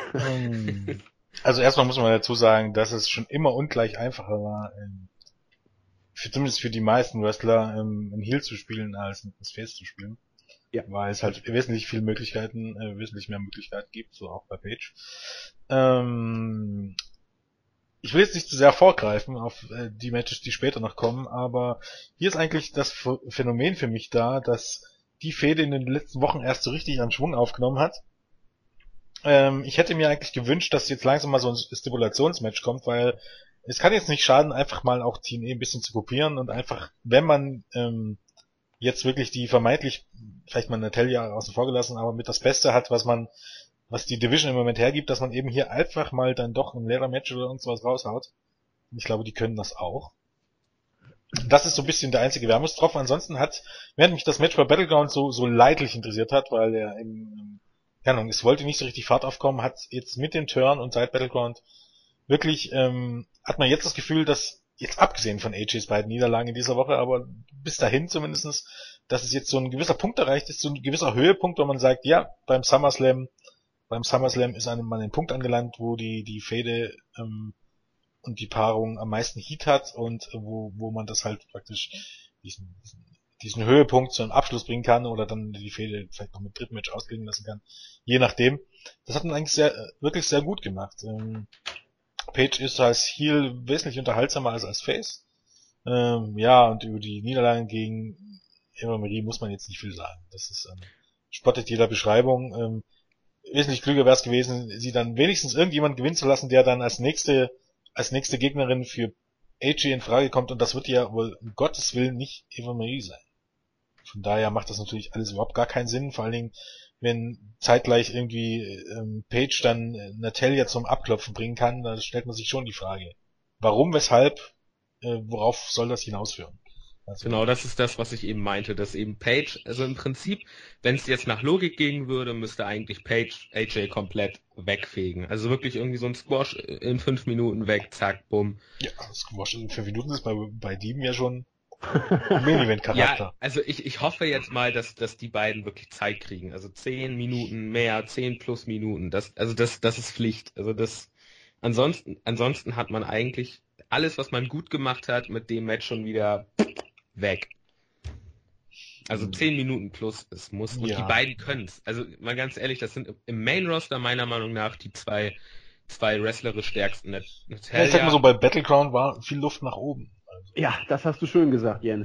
[SPEAKER 1] Also erstmal muss man dazu sagen, dass es schon immer ungleich einfacher war, für, zumindest für die meisten Wrestler, ein Heel zu spielen, als ein Face zu spielen. Ja. Weil es halt wesentlich viele Möglichkeiten, äh, wesentlich mehr Möglichkeiten gibt, so auch bei Paige. Ähm, ich will jetzt nicht zu sehr vorgreifen auf äh, die Matches, die später noch kommen, aber hier ist eigentlich das Phänomen für mich da, dass die Fehde in den letzten Wochen erst so richtig an Schwung aufgenommen hat. Ähm, ich hätte mir eigentlich gewünscht, dass jetzt langsam mal so ein Stipulationsmatch kommt, weil es kann jetzt nicht schaden, einfach mal auch T N A ein bisschen zu kopieren und einfach, wenn man ähm, jetzt wirklich die vermeintlich, vielleicht mal Natalia außen vor gelassen, aber mit das Beste hat, was man, was die Division im Moment hergibt, dass man eben hier einfach mal dann doch ein Leather-Match oder irgendwas raushaut. Und ich glaube, die können das auch. Das ist so ein bisschen der einzige Wermutstropfen. Ansonsten hat, während mich das Match bei Battleground so, so leidlich interessiert hat, weil er im, keine Ahnung, es wollte nicht so richtig Fahrt aufkommen, hat jetzt mit dem Turn und seit Battleground wirklich, ähm, hat man jetzt das Gefühl, dass jetzt abgesehen von A Js beiden Niederlagen in dieser Woche, aber bis dahin zumindestens, dass es jetzt so ein gewisser Punkt erreicht ist, so ein gewisser Höhepunkt, wo man sagt, ja, beim SummerSlam, beim SummerSlam ist einem man den Punkt angelangt, wo die die Fehde ähm, und die Paarung am meisten Heat hat und wo wo man das halt praktisch diesen, diesen diesen Höhepunkt zu einem Abschluss bringen kann oder dann die Fehde vielleicht noch mit dritten Match ausklingen lassen kann. Je nachdem. Das hat man eigentlich sehr, wirklich sehr gut gemacht. Ähm, Page ist als Heel wesentlich unterhaltsamer als als Face. Ähm, ja, und über die Niederlagen gegen Eva Marie muss man jetzt nicht viel sagen. Das ist, ähm, spottet jeder Beschreibung. Ähm, wesentlich klüger wäre es gewesen, sie dann wenigstens irgendjemand gewinnen zu lassen, der dann als nächste, als nächste Gegnerin für A J in Frage kommt, und das wird ja wohl um Gottes Willen nicht Eva Marie sein. Von daher macht das natürlich alles überhaupt gar keinen Sinn, vor allen Dingen, wenn zeitgleich irgendwie ähm, Page dann äh, Natalia zum Abklopfen bringen kann, da stellt man sich schon die Frage, warum, weshalb, äh, worauf soll das hinausführen? Also,
[SPEAKER 3] genau, das ist das, was ich eben meinte, dass eben Page, also im Prinzip, wenn es jetzt nach Logik gehen würde, müsste eigentlich Page A J komplett wegfegen. Also wirklich irgendwie so ein Squash in fünf Minuten weg, zack, bumm.
[SPEAKER 1] Ja, Squash in fünf Minuten ist bei, bei Dieben ja schon Main-Event-Charakter.
[SPEAKER 3] Ja, also ich, ich hoffe jetzt mal, dass, dass die beiden wirklich Zeit kriegen. Also zehn Minuten mehr, zehn plus Minuten. Das, also das, das ist Pflicht. Also das, ansonsten, ansonsten hat man eigentlich alles, was man gut gemacht hat, mit dem Match schon wieder weg. Also zehn Minuten plus, es muss. Und
[SPEAKER 1] Ja.
[SPEAKER 3] die beiden können's. Also mal ganz ehrlich, das sind im Main-Roster meiner Meinung nach die zwei, zwei wrestlerisch stärksten. Natalia,
[SPEAKER 1] Ja, ich sag mal so, bei Battleground war viel Luft nach oben. Also.
[SPEAKER 2] Ja, das hast du schön gesagt, Jens.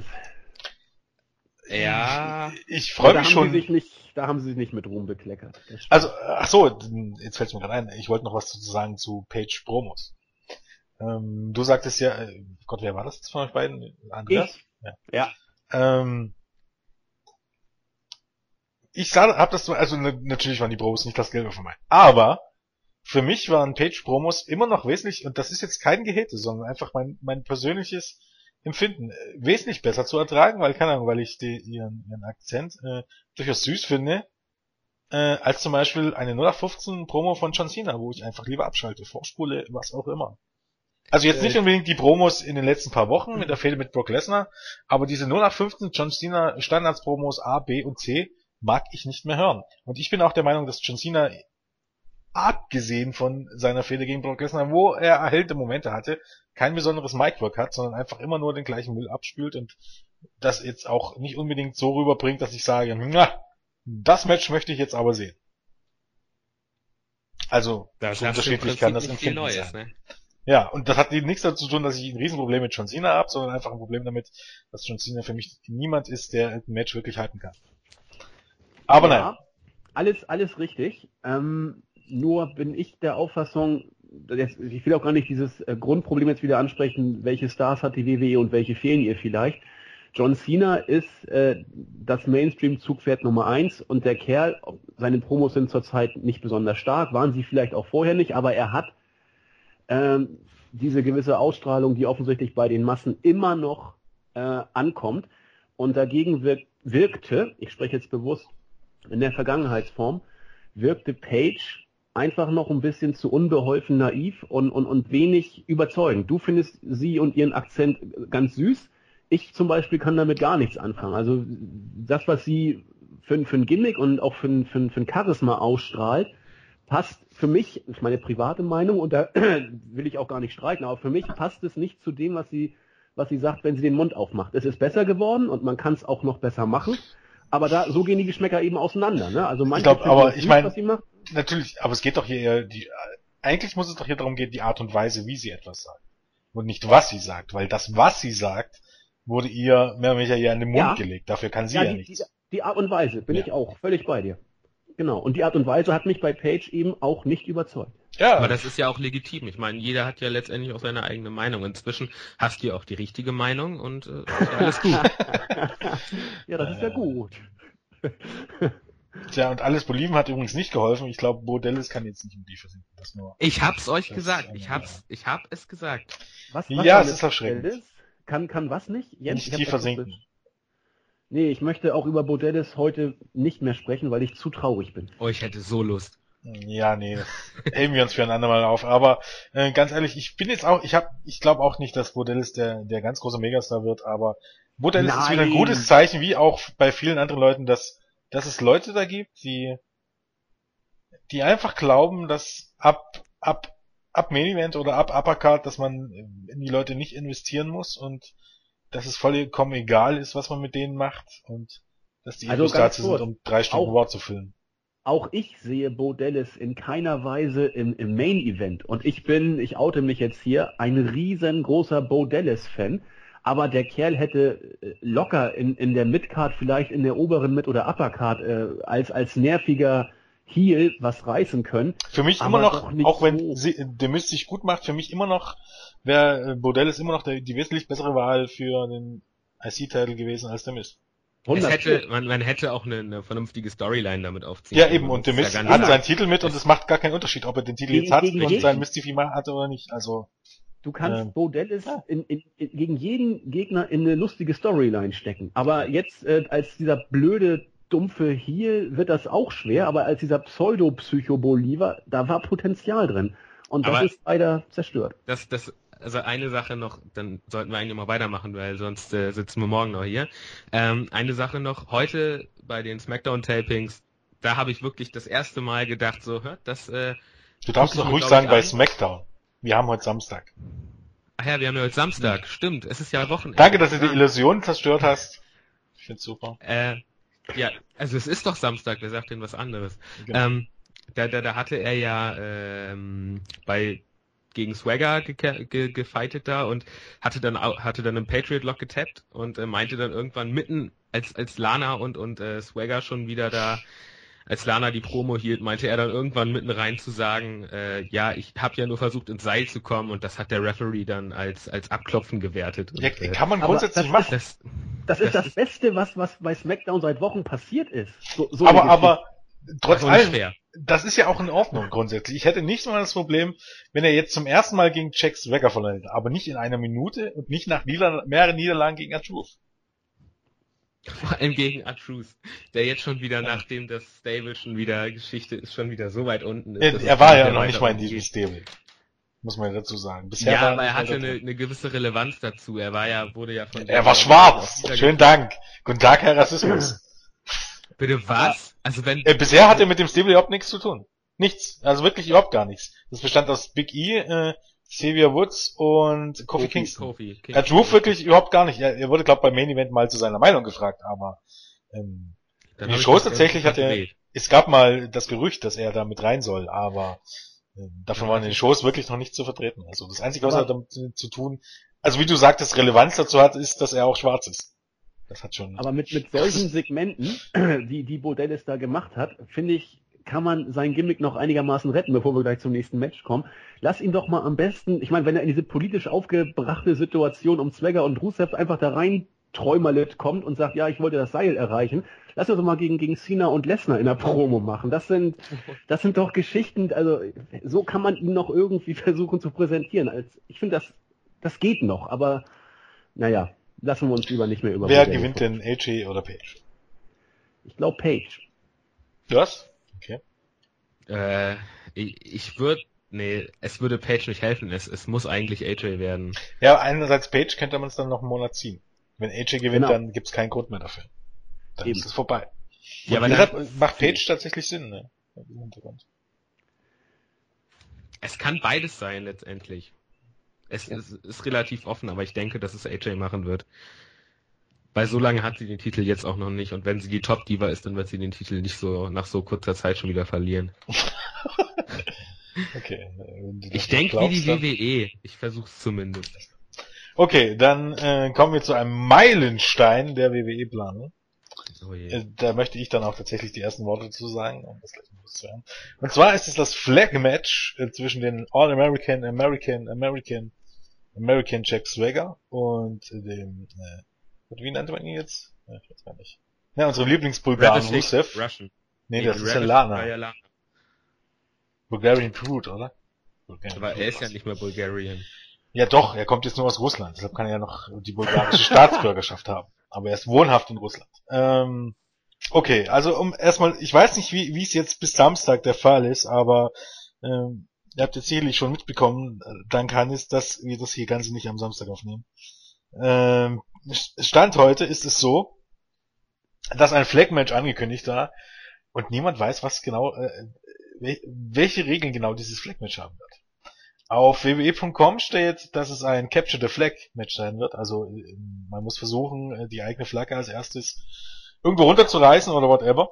[SPEAKER 3] Ja.
[SPEAKER 1] Ich freue mich
[SPEAKER 2] da
[SPEAKER 1] schon.
[SPEAKER 2] Haben sie sich nicht, da haben sie sich nicht mit Ruhm bekleckert.
[SPEAKER 1] Also, ach so, jetzt fällt es mir gerade ein. Ich wollte noch was zu sagen zu Page Promos. Ähm, du sagtest ja, äh, Gott, wer war das jetzt von euch beiden? Andreas?
[SPEAKER 2] Ich?
[SPEAKER 1] Ja.
[SPEAKER 2] Ja.
[SPEAKER 1] Ähm, ich sah, hab das, also ne, natürlich waren die Promos nicht das Gelbe von mir. Aber für mich waren Page Promos immer noch wesentlich, und das ist jetzt kein Gehete, sondern einfach mein, mein persönliches Empfinden, äh, wesentlich besser zu ertragen, weil, keine Ahnung, weil ich die, ihren, ihren Akzent äh, durchaus süß finde, äh, als zum Beispiel eine null acht fünfzehn Promo von John Cena, wo ich einfach lieber abschalte, vorspule, was auch immer. Also jetzt nicht unbedingt die Promos in den letzten paar Wochen mit der Fehde mit Brock Lesnar, aber diese null acht fünfzehn John Cena Standards-Promos A, B und C mag ich nicht mehr hören. Und ich bin auch der Meinung, dass John Cena, abgesehen von seiner Fehde gegen Brock Lesnar, wo er erhellte Momente hatte, kein besonderes Micwork hat, sondern einfach immer nur den gleichen Müll abspült und das jetzt auch nicht unbedingt so rüberbringt, dass ich sage, na, das Match möchte ich jetzt aber sehen. Also,
[SPEAKER 3] das
[SPEAKER 1] so unterschiedlich kann das Empfinden
[SPEAKER 3] Neues,
[SPEAKER 1] sein.
[SPEAKER 3] Ne?
[SPEAKER 1] Ja, und das hat nichts dazu zu tun, dass ich ein Riesenproblem mit John Cena habe, sondern einfach ein Problem damit, dass John Cena für mich niemand ist, der ein Match wirklich halten kann. Aber
[SPEAKER 2] ja,
[SPEAKER 1] nein.
[SPEAKER 2] Alles, alles richtig. Ähm, nur bin ich der Auffassung, jetzt, ich will auch gar nicht dieses äh, Grundproblem jetzt wieder ansprechen, welche Stars hat die W W E und welche fehlen ihr vielleicht. John Cena ist äh, das Mainstream-Zugpferd Nummer eins und der Kerl, seine Promos sind zurzeit nicht besonders stark, waren sie vielleicht auch vorher nicht, aber er hat ähm, diese gewisse Ausstrahlung, die offensichtlich bei den Massen immer noch äh, ankommt, und dagegen wirk wirkte, ich spreche jetzt bewusst in der Vergangenheitsform, wirkte Page einfach noch ein bisschen zu unbeholfen naiv und, und, und wenig überzeugend. Du findest sie und ihren Akzent ganz süß. Ich zum Beispiel kann damit gar nichts anfangen. Also das, was sie für, für ein Gimmick und auch für, für, für ein Charisma ausstrahlt, passt für mich, das ist meine private Meinung, und da will ich auch gar nicht streiten, aber für mich passt es nicht zu dem, was sie, was sie sagt, wenn sie den Mund aufmacht. Es ist besser geworden und man kann es auch noch besser machen, aber da, so gehen die Geschmäcker eben auseinander, ne? Also manche,
[SPEAKER 1] ich glaube, aber ich meine,
[SPEAKER 2] was sie macht.
[SPEAKER 1] Natürlich, aber es geht doch hier eher, die, eigentlich muss es doch hier darum gehen, die Art und Weise, wie sie etwas sagt. Und nicht, was sie sagt, weil das, was sie sagt, wurde ihr mehr oder weniger ja in den Mund
[SPEAKER 2] Ja.
[SPEAKER 1] gelegt. Dafür kann sie
[SPEAKER 2] Ja,
[SPEAKER 1] ja,
[SPEAKER 2] die,
[SPEAKER 1] nichts.
[SPEAKER 2] die, die Art und Weise, bin
[SPEAKER 1] Ja.
[SPEAKER 2] ich auch völlig bei dir. Genau. Und die Art und Weise hat mich bei Page eben auch nicht überzeugt.
[SPEAKER 1] Ja,
[SPEAKER 3] Aber das ist ja auch legitim. Ich meine, jeder hat ja letztendlich auch seine eigene Meinung. Inzwischen hast du ja auch die richtige Meinung und äh, ist ja alles gut.
[SPEAKER 2] Ja, das ist ja gut.
[SPEAKER 1] Tja, und alles Belieben hat übrigens nicht geholfen. Ich glaube, Bo Dallas kann jetzt nicht im Tiefe sinken. Das nur.
[SPEAKER 3] Ich hab's euch
[SPEAKER 1] Das,
[SPEAKER 3] gesagt.
[SPEAKER 1] ähm,
[SPEAKER 3] Ich hab's, ich hab es gesagt.
[SPEAKER 2] Was,
[SPEAKER 1] Ja,
[SPEAKER 2] was
[SPEAKER 1] es
[SPEAKER 2] war
[SPEAKER 1] ist
[SPEAKER 2] das?
[SPEAKER 1] erschreckend.
[SPEAKER 2] Kann, kann was nicht? Jens,
[SPEAKER 1] Nicht
[SPEAKER 2] ich hab's
[SPEAKER 1] tiefer
[SPEAKER 2] akustisch.
[SPEAKER 1] sinken.
[SPEAKER 2] Nee, ich möchte auch über Bodellis heute nicht mehr sprechen, weil ich zu traurig bin.
[SPEAKER 3] Oh, ich hätte so Lust.
[SPEAKER 1] Ja, nee, das heben wir uns für ein andermal auf. Aber äh, ganz ehrlich, ich bin jetzt auch, ich hab, ich glaube auch nicht, dass Bo Dallas der, der ganz große Megastar wird, aber Bo Dallas ist wieder ein
[SPEAKER 2] Nein.
[SPEAKER 1] gutes Zeichen, wie auch bei vielen anderen Leuten, dass, dass es Leute da gibt, die, die einfach glauben, dass ab, ab, ab Main Event oder ab Uppercard, dass man in die Leute nicht investieren muss und dass es vollkommen egal ist, was man mit denen macht und dass die
[SPEAKER 2] Also
[SPEAKER 1] Egos
[SPEAKER 2] ganz
[SPEAKER 1] dazu
[SPEAKER 2] kurz,
[SPEAKER 1] sind, um drei Stunden
[SPEAKER 2] auch-
[SPEAKER 1] War zu füllen.
[SPEAKER 2] Auch ich sehe Bo Dallas in keiner Weise im, im Main Event. Und ich bin, ich oute mich jetzt hier, ein riesengroßer Bo Dallas Fan. Aber der Kerl hätte äh, locker in, in der Midcard, vielleicht in der oberen Mid- oder Uppercard, äh, als, als nerviger Heel was reißen können.
[SPEAKER 1] Für mich
[SPEAKER 2] aber
[SPEAKER 1] immer
[SPEAKER 2] doch
[SPEAKER 1] noch,
[SPEAKER 2] nicht
[SPEAKER 1] auch wenn
[SPEAKER 2] so.
[SPEAKER 1] sie, der Mist sich gut macht, für mich immer noch wäre äh, Bo Dallas immer noch der, die wesentlich bessere Wahl für den I C-Title gewesen als der Mist.
[SPEAKER 3] Es hätte, man, man hätte auch eine, eine vernünftige Storyline damit aufziehen
[SPEAKER 1] Ja,
[SPEAKER 3] können.
[SPEAKER 1] eben, und der
[SPEAKER 3] Das ist
[SPEAKER 1] Mist
[SPEAKER 3] ja ganz
[SPEAKER 1] hat
[SPEAKER 3] klar.
[SPEAKER 1] seinen Titel mit und es macht gar keinen Unterschied, ob er den Titel
[SPEAKER 2] Gegen-
[SPEAKER 1] jetzt hat
[SPEAKER 2] gegen
[SPEAKER 1] und
[SPEAKER 2] jeden-
[SPEAKER 1] sein Mystify hatte oder nicht. Also,
[SPEAKER 2] Du kannst
[SPEAKER 1] Ähm,
[SPEAKER 2] Bo Dallas
[SPEAKER 1] ja.
[SPEAKER 2] in, in, in, gegen jeden Gegner in eine lustige Storyline stecken. Aber jetzt äh, als dieser blöde, dumpfe Heel wird das auch schwer, aber als dieser Pseudo-Psycho-Bolivar, da war Potenzial drin. Und das
[SPEAKER 3] Aber-
[SPEAKER 2] ist leider zerstört.
[SPEAKER 3] Das, das, also eine Sache noch, dann sollten wir eigentlich mal weitermachen, weil sonst äh, sitzen wir morgen noch hier. Ähm, eine Sache noch, heute bei den Smackdown-Tapings, da habe ich wirklich das erste Mal gedacht, so, hört, das, äh,
[SPEAKER 1] du darfst
[SPEAKER 3] guck ich
[SPEAKER 1] doch
[SPEAKER 3] mir,
[SPEAKER 1] ruhig
[SPEAKER 3] glaub
[SPEAKER 1] sagen
[SPEAKER 3] ich,
[SPEAKER 1] bei
[SPEAKER 3] an.
[SPEAKER 1] SmackDown. Wir haben heute Samstag.
[SPEAKER 3] Ach ja, wir haben ja heute Samstag, stimmt, es ist ja Wochenende.
[SPEAKER 1] Danke, dass du die Illusion zerstört hast. Ich find's super.
[SPEAKER 3] Äh, ja, also es ist doch Samstag, wer sagt denn was anderes?
[SPEAKER 1] Genau.
[SPEAKER 3] Ähm, da, da, da hatte er ja ähm, bei gegen Swagger ge ge gefightet da und hatte dann au- hatte dann einen Patriot Lock getappt und äh, meinte dann irgendwann mitten als als Lana und und äh, Swagger schon wieder da, als Lana die Promo hielt, meinte er dann irgendwann mitten rein zu sagen, äh, ja, ich habe ja nur versucht ins Seil zu kommen und das hat der Referee dann als als Abklopfen gewertet. Und,
[SPEAKER 1] Ja,
[SPEAKER 3] äh,
[SPEAKER 1] kann man
[SPEAKER 2] aber
[SPEAKER 1] grundsätzlich
[SPEAKER 2] das
[SPEAKER 1] machen.
[SPEAKER 3] das,
[SPEAKER 2] Das ist
[SPEAKER 3] Das
[SPEAKER 2] das,
[SPEAKER 3] ist-
[SPEAKER 2] Beste, was, was bei SmackDown seit Wochen passiert ist. So, so
[SPEAKER 1] aber,
[SPEAKER 2] eine
[SPEAKER 1] aber, trotz
[SPEAKER 3] das war nicht
[SPEAKER 1] allem,
[SPEAKER 3] fair.
[SPEAKER 1] das ist ja auch in Ordnung grundsätzlich. Ich hätte nicht mal das Problem, wenn er jetzt zum ersten Mal gegen Jack Swagger verloren hätte, aber nicht in einer Minute und nicht nach Nieder mehreren Niederlagen gegen R-Truth.
[SPEAKER 3] Vor allem gegen R-Truth, der jetzt schon wieder, nachdem das Stable schon wieder Geschichte ist, schon wieder so weit unten ist.
[SPEAKER 1] Er,
[SPEAKER 3] dass
[SPEAKER 1] er
[SPEAKER 3] es
[SPEAKER 1] war
[SPEAKER 3] gar
[SPEAKER 1] ja
[SPEAKER 3] mehr
[SPEAKER 1] noch
[SPEAKER 3] weiter
[SPEAKER 1] nicht mal in
[SPEAKER 3] unten
[SPEAKER 1] diesem
[SPEAKER 3] geht.
[SPEAKER 1] Stable. Muss man ja dazu sagen. Bisher
[SPEAKER 3] Ja,
[SPEAKER 1] war
[SPEAKER 3] aber er
[SPEAKER 1] nicht
[SPEAKER 3] hatte
[SPEAKER 1] mal
[SPEAKER 3] eine,
[SPEAKER 1] drin.
[SPEAKER 3] eine gewisse Relevanz dazu. Er war ja, wurde ja von...
[SPEAKER 1] Er war schwarz. Schönen Dank. Guten Tag, Herr Rassismus.
[SPEAKER 3] Bitte was? Also wenn...
[SPEAKER 1] Äh, bisher hat er mit dem Stable überhaupt nichts zu tun. Nichts. Also wirklich überhaupt gar nichts. Das bestand aus Big E, äh, Xavier Woods und Kofi, Kingston.
[SPEAKER 3] Kofi,
[SPEAKER 1] Er Drew wirklich überhaupt gar nicht. Er, er wurde, glaube ich, beim Main Event mal zu seiner Meinung gefragt, aber ähm,
[SPEAKER 3] Dann
[SPEAKER 1] die
[SPEAKER 3] hab ich
[SPEAKER 1] Shows
[SPEAKER 3] das
[SPEAKER 1] tatsächlich hat er,
[SPEAKER 3] verdreht.
[SPEAKER 1] es gab mal das Gerücht, dass er da mit rein soll, aber ähm, davon
[SPEAKER 3] Ja,
[SPEAKER 1] waren in den Shows wirklich noch nicht zu vertreten. Also das Einzige, was
[SPEAKER 2] Aber-
[SPEAKER 1] er damit zu, zu tun, also wie du sagtest, Relevanz dazu hat, ist, dass er auch schwarz ist. Das hat schon...
[SPEAKER 2] Aber mit, mit solchen Segmenten, die, die Bo Dallas da gemacht hat, finde ich, kann man sein Gimmick noch einigermaßen retten, bevor wir gleich zum nächsten Match kommen. Lass ihn doch mal am besten, ich meine, wenn er in diese politisch aufgebrachte Situation um Swagger und Rusev einfach da rein träumerlet kommt und sagt, ja, ich wollte das Seil erreichen, lass uns doch mal gegen, gegen Cena und Lesnar in der Promo machen. Das sind, das sind doch Geschichten, also so kann man ihn noch irgendwie versuchen zu präsentieren. Als, ich finde, das, das geht noch, aber naja, lassen wir uns lieber nicht mehr über
[SPEAKER 1] Wer
[SPEAKER 2] Bo Dallas
[SPEAKER 1] gewinnt denn, A J oder Page?
[SPEAKER 2] Ich glaube Page.
[SPEAKER 1] Was? Okay.
[SPEAKER 3] Äh, ich, ich würde... Nee, es würde Page nicht helfen. Es, es muss eigentlich A J werden.
[SPEAKER 1] Ja, einerseits Page könnte man es dann noch einen Monat ziehen. Wenn A J gewinnt,
[SPEAKER 2] Genau.
[SPEAKER 1] dann gibt's keinen Grund mehr dafür. Dann
[SPEAKER 2] Eben.
[SPEAKER 1] ist es vorbei.
[SPEAKER 3] Ja,
[SPEAKER 1] Und
[SPEAKER 3] aber
[SPEAKER 1] deshalb
[SPEAKER 3] dann,
[SPEAKER 1] macht Page tatsächlich Sinn, ne? Im Hintergrund.
[SPEAKER 3] es kann beides sein letztendlich. Es
[SPEAKER 2] Ja.
[SPEAKER 3] ist, ist relativ offen, aber ich denke, dass es A J machen wird. Weil so lange hat sie den Titel jetzt auch noch nicht und wenn sie die Top-Diva ist, dann wird sie den Titel nicht so nach so kurzer Zeit schon wieder verlieren.
[SPEAKER 1] Okay. wenn du das
[SPEAKER 3] Ich denke wie
[SPEAKER 1] glaubst,
[SPEAKER 3] die
[SPEAKER 1] dann-
[SPEAKER 3] W W E. Ich versuch's zumindest.
[SPEAKER 1] Okay, dann äh, kommen wir zu einem Meilenstein der W W E-Planung.
[SPEAKER 3] Oh je.
[SPEAKER 1] Äh, da möchte ich dann auch tatsächlich die ersten Worte zu sagen, um das gleich mal loszuhören. Und zwar ist es das Flag-Match äh, zwischen den All-American, American, American, American Jack Swagger und äh, dem, äh, wie nannte man ihn jetzt? Ja, ich weiß gar nicht. Ja, unsere Lieblingsbulgaren
[SPEAKER 3] Ravishing
[SPEAKER 1] Rusev.
[SPEAKER 3] Russian.
[SPEAKER 1] Nee, das ist ja
[SPEAKER 3] Ravishing
[SPEAKER 1] Lana.
[SPEAKER 3] war ja Lana.
[SPEAKER 1] Bulgarian Brute, oder? Bulgarian
[SPEAKER 3] Aber er
[SPEAKER 1] Brute
[SPEAKER 3] ist ja
[SPEAKER 1] war's.
[SPEAKER 3] nicht mehr Bulgarian.
[SPEAKER 1] Ja doch, er kommt jetzt nur aus Russland, deshalb kann er ja noch die bulgarische Staatsbürgerschaft haben. Aber er ist wohnhaft in Russland. Ähm, okay, also um erstmal, ich weiß nicht, wie wie es jetzt bis Samstag der Fall ist, aber ähm, ihr habt jetzt sicherlich schon mitbekommen, äh, dank Hannes, dass wir das hier Ganze nicht am Samstag aufnehmen. Ähm, Stand heute ist es so, dass ein Flag-Match angekündigt war und niemand weiß, was genau, äh, wel- welche Regeln genau dieses Flag-Match haben wird. Auf w w e punkt com steht, dass es ein Capture the Flag Match sein wird. Also man muss versuchen, die eigene Flagge als erstes irgendwo runterzureißen oder whatever.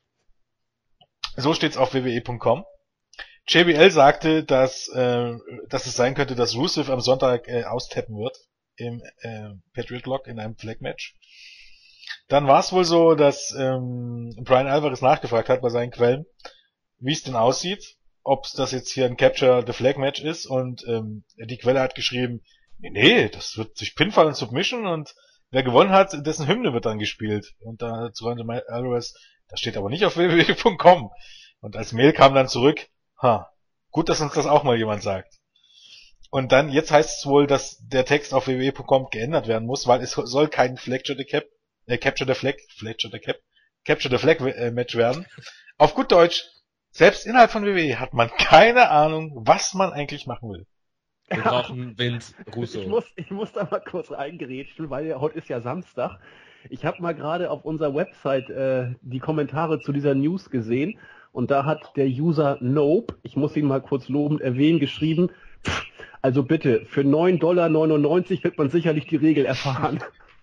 [SPEAKER 1] So steht's auf w w e punkt com. J B L sagte, dass, äh, dass es sein könnte, dass Rusev am Sonntag äh, austappen wird im äh, Patriot Lock in einem Flag Match. Dann war es wohl so, dass ähm, Brian Alvarez nachgefragt hat bei seinen Quellen, wie es denn aussieht, ob das jetzt hier ein Capture the Flag Match ist, und ähm, die Quelle hat geschrieben, nee, nee, das wird durch Pinfall und Submission, und wer gewonnen hat, dessen Hymne wird dann gespielt. Und da zu Alvarez, das steht aber nicht auf w w e punkt com. Und als Mail kam dann zurück, ha, gut, dass uns das auch mal jemand sagt. Und dann, jetzt heißt es wohl, dass der Text auf w w e punkt com geändert werden muss, weil es soll kein Capture the Cap, äh, Capture the Flag, Capture the Cap, Capture the Flag äh, Match werden. Auf gut Deutsch, selbst innerhalb von W W E hat man keine Ahnung, was man eigentlich machen will.
[SPEAKER 3] Wir brauchen Vince Russo.
[SPEAKER 2] Ich muss, ich muss da mal kurz eingerätschen, weil ja, heute ist ja Samstag. Ich habe mal gerade auf unserer Website äh, die Kommentare zu dieser News gesehen, und da hat der User Nope, ich muss ihn mal kurz lobend erwähnen, geschrieben, pff, also bitte, für neun Komma neunundneunzig Dollar wird man sicherlich die Regel erfahren.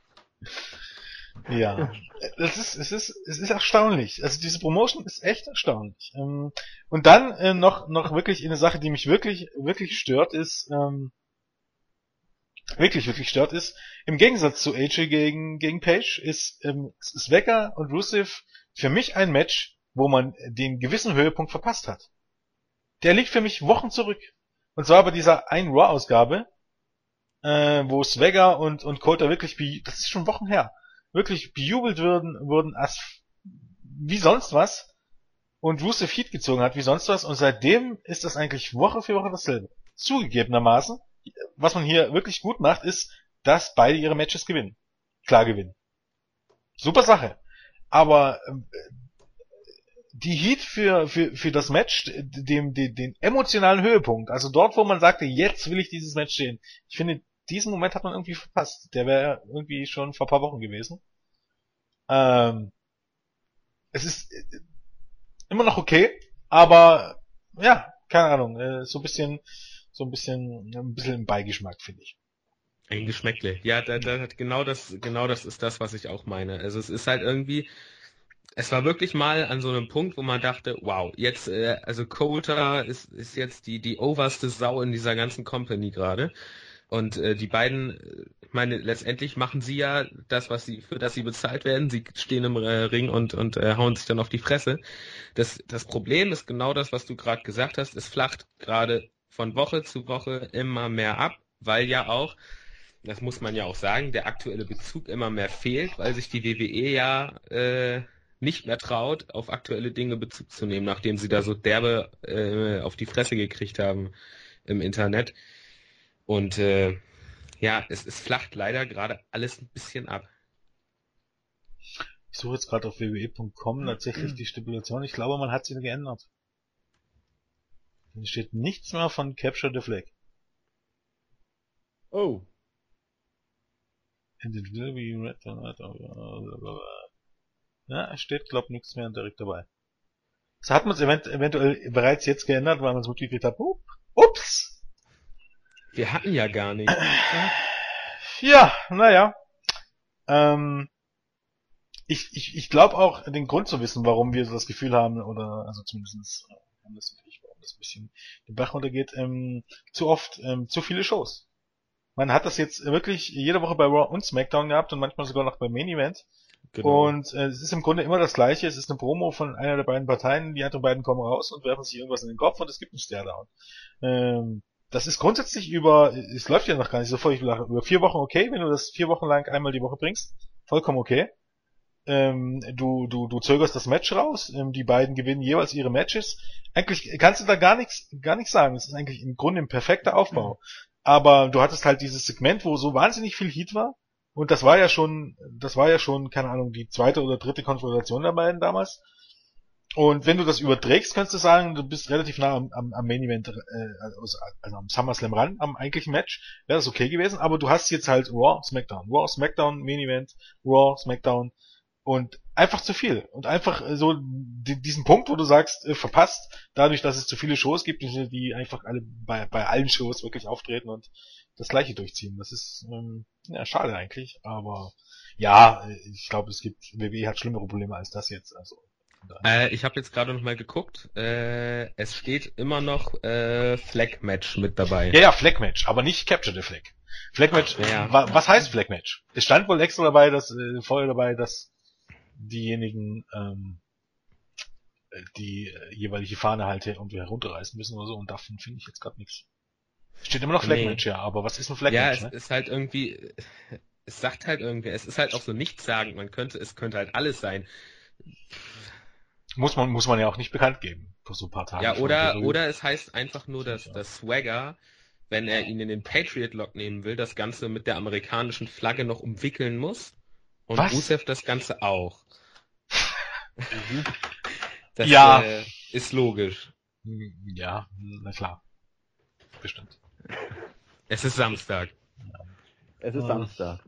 [SPEAKER 1] Ja, es ist, es ist, es ist erstaunlich. Also diese Promotion ist echt erstaunlich. Und dann äh, noch, noch wirklich eine Sache, die mich wirklich, wirklich stört, ist, ähm, wirklich, wirklich stört, ist, im Gegensatz zu A J gegen, gegen Page, ist, ähm, ist Vega und Rusev für mich ein Match, wo man den gewissen Höhepunkt verpasst hat. Der liegt für mich Wochen zurück. Und zwar bei dieser einen Raw-Ausgabe, äh, wo Swagger und, und Coulter wirklich, be- das ist schon Wochen her, wirklich bejubelt würden, wurden als wie sonst was, und Rusev Heat gezogen hat wie sonst was, und seitdem ist das eigentlich Woche für Woche dasselbe. Zugegebenermaßen, was man hier wirklich gut macht, ist, dass beide ihre Matches gewinnen. Klar gewinnen. Super Sache. Aber äh, die Heat für, für, für das Match, dem, den, den emotionalen Höhepunkt, also dort, wo man sagte, jetzt will ich dieses Match sehen. Ich finde, diesen Moment hat man irgendwie verpasst. Der wäre irgendwie schon vor ein paar Wochen gewesen. Ähm, es ist immer noch okay, aber, ja, keine Ahnung, äh, so ein bisschen, so ein bisschen, ein bisschen im Beigeschmack, finde ich.
[SPEAKER 3] Ein Geschmäckle. Ja, da, da, genau das, genau das ist das, was ich auch meine. Also es ist halt irgendwie, es war wirklich mal an so einem Punkt, wo man dachte, wow, jetzt, äh, also Coulter ist, ist jetzt die, die oberste Sau in dieser ganzen Company gerade. Und äh, die beiden, ich meine, letztendlich machen sie ja das, was sie, für das sie bezahlt werden. Sie stehen im äh, Ring und, und äh, hauen sich dann auf die Fresse. Das, das Problem ist genau das, was du gerade gesagt hast. Es flacht gerade von Woche zu Woche immer mehr ab, weil ja auch, das muss man ja auch sagen, der aktuelle Bezug immer mehr fehlt, weil sich die W W E ja äh, nicht mehr traut, auf aktuelle Dinge Bezug zu nehmen, nachdem sie da so derbe äh, auf die Fresse gekriegt haben im Internet. Und äh, ja, es, es flacht leider gerade alles ein bisschen ab.
[SPEAKER 1] Ich suche jetzt gerade auf w w e punkt com tatsächlich die Stipulation. Ich glaube, man hat sie geändert. Hier steht nichts mehr von Capture the Flag.
[SPEAKER 2] Oh.
[SPEAKER 1] And it will be red. Ja, es steht, glaub, nichts mehr direkt dabei. Das hat man es event- eventuell bereits jetzt geändert, weil man es mitgekriegt hat. Ups!
[SPEAKER 3] Wir hatten ja gar nichts.
[SPEAKER 1] Ja, naja. Ähm, ich ich, ich glaube auch, den Grund zu wissen, warum wir so das Gefühl haben, oder also zumindest haben das natürlich, warum das ein bisschen den Bach runtergeht, ähm, zu oft, ähm, zu viele Shows. Man hat das jetzt wirklich jede Woche bei Raw und SmackDown gehabt und manchmal sogar noch beim Main Event. Genau. Und äh, es ist im Grunde immer das Gleiche. Es ist eine Promo von einer der beiden Parteien. Die anderen beiden kommen raus und werfen sich irgendwas in den Kopf und es gibt einen Staredown. Ähm, das ist grundsätzlich über, es läuft ja noch gar nicht so voll, über vier Wochen okay, wenn du das vier Wochen lang einmal die Woche bringst. Vollkommen okay. Ähm, du, du, du zögerst das Match raus. Ähm, die beiden gewinnen jeweils ihre Matches. Eigentlich kannst du da gar nichts, gar nichts sagen. Es ist eigentlich im Grunde ein perfekter Aufbau. Mhm. Aber du hattest halt dieses Segment, wo so wahnsinnig viel Heat war. Und das war ja schon, das war ja schon, keine Ahnung, die zweite oder dritte Konfrontation der beiden damals. Und wenn du das überträgst, kannst du sagen, du bist relativ nah am, am, am Main Event, äh, also, also am SummerSlam ran, am eigentlichen Match, wäre das okay gewesen. Aber du hast jetzt halt Raw, SmackDown, Raw, SmackDown, Main Event, Raw, SmackDown. Und einfach zu viel. Und einfach so die, diesen Punkt, wo du sagst, äh, verpasst, dadurch, dass es zu viele Shows gibt, die einfach alle bei, bei allen Shows wirklich auftreten und das Gleiche durchziehen. Das ist ähm, ja schade eigentlich, aber ja, ich glaube, es gibt, W W E hat schlimmere Probleme als das jetzt. Also
[SPEAKER 3] Äh, ich habe jetzt gerade noch mal geguckt. Äh, es steht immer noch äh, Flag Match mit dabei.
[SPEAKER 1] Ja, ja, Flag Match, aber nicht Capture the Flag. Flag Match,
[SPEAKER 3] Ja.
[SPEAKER 1] wa- was heißt Flag Match? Es stand wohl extra dabei, dass äh, vorher dabei, dass diejenigen, ähm, die äh, jeweilige Fahne halt irgendwie herunterreißen müssen oder so, und davon finde ich jetzt gerade nichts. Steht immer noch Flag
[SPEAKER 3] Nee.
[SPEAKER 1] Match, ja, aber was ist ein Flag
[SPEAKER 3] Ja,
[SPEAKER 1] Match?
[SPEAKER 3] es
[SPEAKER 1] Ne?
[SPEAKER 3] ist halt irgendwie, es sagt halt irgendwie, es ist halt auch so nichtssagend. Man könnte, es könnte halt alles sein.
[SPEAKER 1] Muss man, muss man ja auch nicht bekannt geben, für so ein paar Tage.
[SPEAKER 3] Ja,
[SPEAKER 1] vor
[SPEAKER 3] oder,
[SPEAKER 1] Berühmt.
[SPEAKER 3] oder es heißt einfach nur, dass der Swagger, wenn er ihn in den Patriot Lock nehmen will, das Ganze mit der amerikanischen Flagge noch umwickeln muss. Und
[SPEAKER 1] Was?
[SPEAKER 3] Rusev das Ganze auch. Das
[SPEAKER 1] Ja.
[SPEAKER 3] äh, ist logisch.
[SPEAKER 1] Ja, na klar. Bestimmt.
[SPEAKER 3] Es ist Samstag.
[SPEAKER 2] Es ist
[SPEAKER 1] Ah.
[SPEAKER 2] Samstag.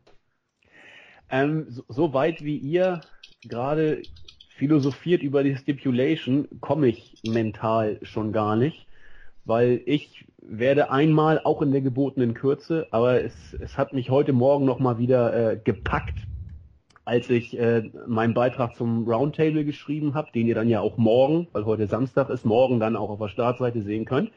[SPEAKER 2] Ähm, so, so weit wie ihr gerade philosophiert über die Stipulation, komme ich mental schon gar nicht, weil ich werde einmal auch in der gebotenen Kürze, aber es, es hat mich heute Morgen nochmal wieder äh, gepackt, als ich äh, meinen Beitrag zum Roundtable geschrieben habe, den ihr dann ja auch morgen, weil heute Samstag ist, morgen dann auch auf der Startseite sehen könnt.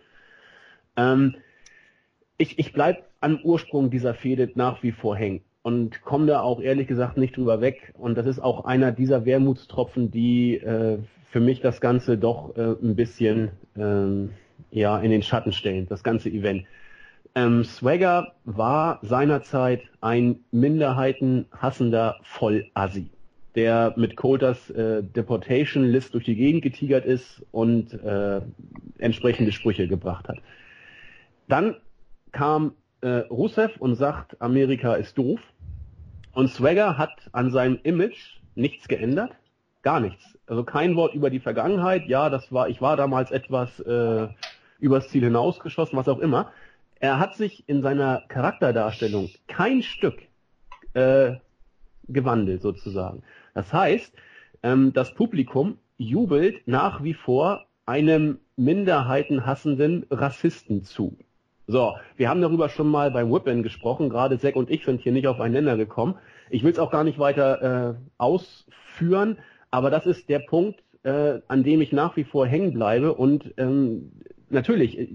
[SPEAKER 2] Ähm, ich ich bleibe am Ursprung dieser Fehde nach wie vor hängen und komme da auch ehrlich gesagt nicht drüber weg. Und das ist auch einer dieser Wermutstropfen, die äh, für mich das Ganze doch äh, ein bisschen ähm, ja in den Schatten stellen, das ganze Event. Ähm, Swagger war seinerzeit ein minderheitenhassender Vollassi, der mit Coulters äh, Deportation List durch die Gegend getigert ist und äh, entsprechende Sprüche gebracht hat. Dann kam äh, Rusev und sagt, Amerika ist doof. Und Swagger hat an seinem Image nichts geändert, gar nichts. Also kein Wort über die Vergangenheit. Ja, das war, ich war damals etwas äh, übers Ziel hinausgeschossen, was auch immer. Er hat sich in seiner Charakterdarstellung kein Stück äh, gewandelt sozusagen. Das heißt, ähm, das Publikum jubelt nach wie vor einem minderheitenhassenden Rassisten zu. So, wir haben darüber schon mal beim Whip-In gesprochen, gerade Zack und ich sind hier nicht aufeinander gekommen. Ich will es auch gar nicht weiter äh, ausführen, aber das ist der Punkt, äh, an dem ich nach wie vor hängen bleibe und ähm, natürlich,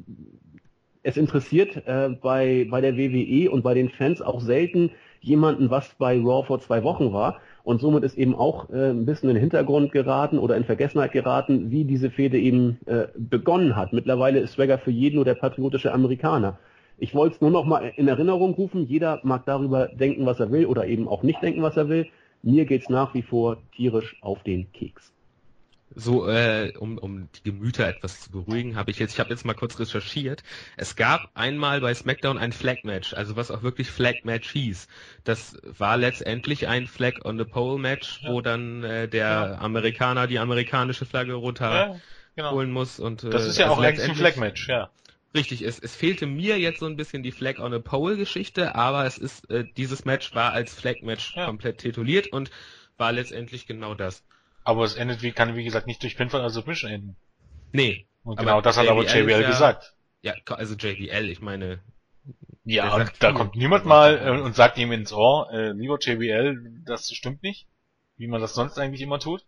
[SPEAKER 2] es interessiert äh, bei, bei der W W E und bei den Fans auch selten jemanden, was bei Raw vor zwei Wochen war. Und somit ist eben auch äh, ein bisschen in den Hintergrund geraten oder in Vergessenheit geraten, wie diese Fehde eben äh, begonnen hat. Mittlerweile ist Swagger für jeden nur der patriotische Amerikaner. Ich wollte es nur noch mal in Erinnerung rufen. Jeder mag darüber denken, was er will oder eben auch nicht denken, was er will. Mir geht's nach wie vor tierisch auf den Keks.
[SPEAKER 3] So, äh, um, um die Gemüter etwas zu beruhigen, habe ich jetzt, ich habe jetzt mal kurz recherchiert. Es gab einmal bei SmackDown ein Flag Match, also was auch wirklich Flag Match hieß. Das war letztendlich ein Flag on the Pole Match, ja. wo dann äh, der ja. Amerikaner die amerikanische Flagge runterholen ja, genau. muss. Und äh,
[SPEAKER 1] das ist ja
[SPEAKER 3] also
[SPEAKER 1] auch eigentlich ein Flag Match, ja.
[SPEAKER 3] Richtig, es, es fehlte mir jetzt so ein bisschen die Flag on the Pole Geschichte, aber es ist äh, dieses Match war als Flag Match ja. komplett tituliert und war letztendlich genau das.
[SPEAKER 1] Aber es endet, wie kann wie gesagt nicht durch Pinfall oder Submission enden.
[SPEAKER 3] Nee.
[SPEAKER 1] Und genau das hat aber J B L ja, gesagt.
[SPEAKER 3] Ja, also J B L, ich meine.
[SPEAKER 1] Ja, und da kommt niemand mal äh, und sagt ihm ins Ohr, äh, lieber J B L, das stimmt nicht, wie man das sonst eigentlich immer tut.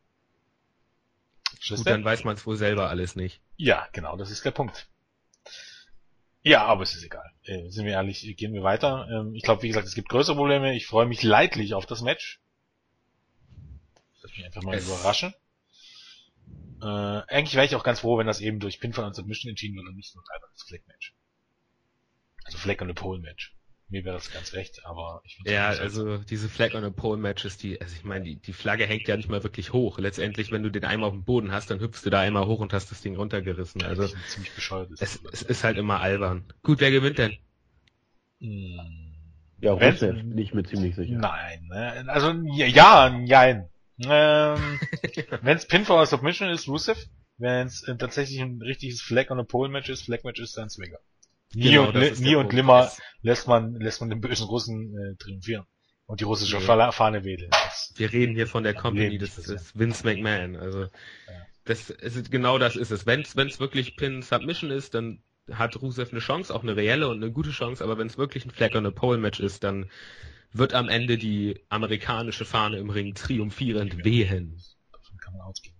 [SPEAKER 3] Gut, dann weiß man es wohl selber alles nicht.
[SPEAKER 1] Ja, genau, das ist der Punkt. Ja, aber es ist egal. Äh, sind wir ehrlich, gehen wir weiter. Ähm, ich glaube, wie gesagt, es gibt größere Probleme. Ich freue mich leidlich auf das Match. Lass mich einfach mal es überraschen. Äh, eigentlich wäre ich auch ganz froh, wenn das eben durch Pinfall und Submission entschieden wird und nicht nur einfach das Flag-Match. Also Flag on the Pole-Match. Mir wäre das ganz recht, aber ich
[SPEAKER 3] finde ja, also diese Flag on the Pole-Matches, die, also ich meine, die, die Flagge hängt ja nicht mal wirklich hoch. Letztendlich, wenn du den einmal auf dem Boden hast, dann hüpfst du da einmal hoch und hast das Ding runtergerissen. Also
[SPEAKER 1] ja, ziemlich bescheuert ist
[SPEAKER 3] es, es ist halt immer albern. Gut, wer gewinnt denn?
[SPEAKER 2] Hm. Ja, Rusev, bin ich mir ziemlich sicher.
[SPEAKER 1] Nein, ne? Also ja, ja, nein. Ähm, wenn es Pinfall oder Submission ist, Rusev. Wenn es äh, tatsächlich ein richtiges Flag on a Pole Match ist, Flag Match ist dann Swagger. Nie, genau, und, nie und nimmer lässt man lässt man den bösen Russen äh, triumphieren. Und die russische nee. Fahne wedeln. Das
[SPEAKER 3] Wir reden hier von der Company des, des Vince McMahon. Also ja. das ist genau das ist es. Wenn es wirklich Pin Submission ist, dann hat Rusev eine Chance, auch eine reelle und eine gute Chance. Aber wenn es wirklich ein Flag on a Pole Match ist, dann wird am Ende die amerikanische Fahne im Ring triumphierend wehen.
[SPEAKER 1] Davon kann man ausgehen.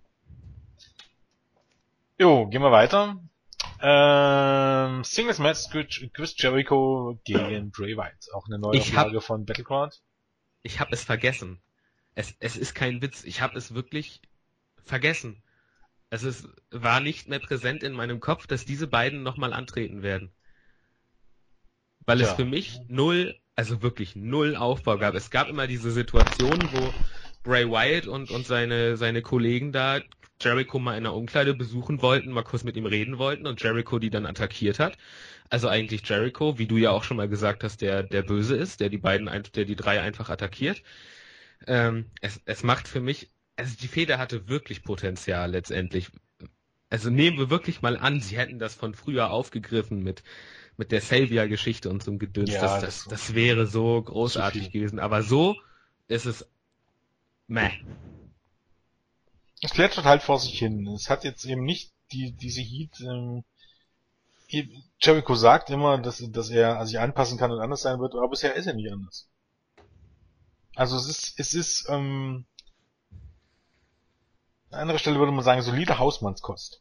[SPEAKER 1] Jo, gehen wir weiter. Ähm, Singles Match Chris Jericho gegen Bray Wyatt. Auch eine neue Auflage von Battleground.
[SPEAKER 3] Ich habe es vergessen. Es, es ist kein Witz. Ich habe es wirklich vergessen. Es ist, war nicht mehr präsent in meinem Kopf, dass diese beiden nochmal antreten werden. Weil ja. es für mich null, also wirklich null Aufbau gab. Es gab immer diese Situation, wo Bray Wyatt und, und seine, seine Kollegen da Jericho mal in der Umkleide besuchen wollten, mal kurz mit ihm reden wollten und Jericho die dann attackiert hat. Also eigentlich Jericho, wie du ja auch schon mal gesagt hast, der der Böse ist, der die beiden, der die drei einfach attackiert. Ähm, es, es macht für mich, also die Fehde hatte wirklich Potenzial letztendlich. Also nehmen wir wirklich mal an, sie hätten das von früher aufgegriffen mit mit der Savior-Geschichte und so einem Gedöns. Ja, das, das, das wäre so großartig gewesen. Aber so ist es meh.
[SPEAKER 1] Es plätschert halt vor sich hin. Es hat jetzt eben nicht die diese Heat. Ähm, Jericho sagt immer, dass, dass er sich anpassen kann und anders sein wird, aber bisher ist er nicht anders. Also es ist, es ist, ähm, an anderer Stelle würde man sagen, solide Hausmannskost.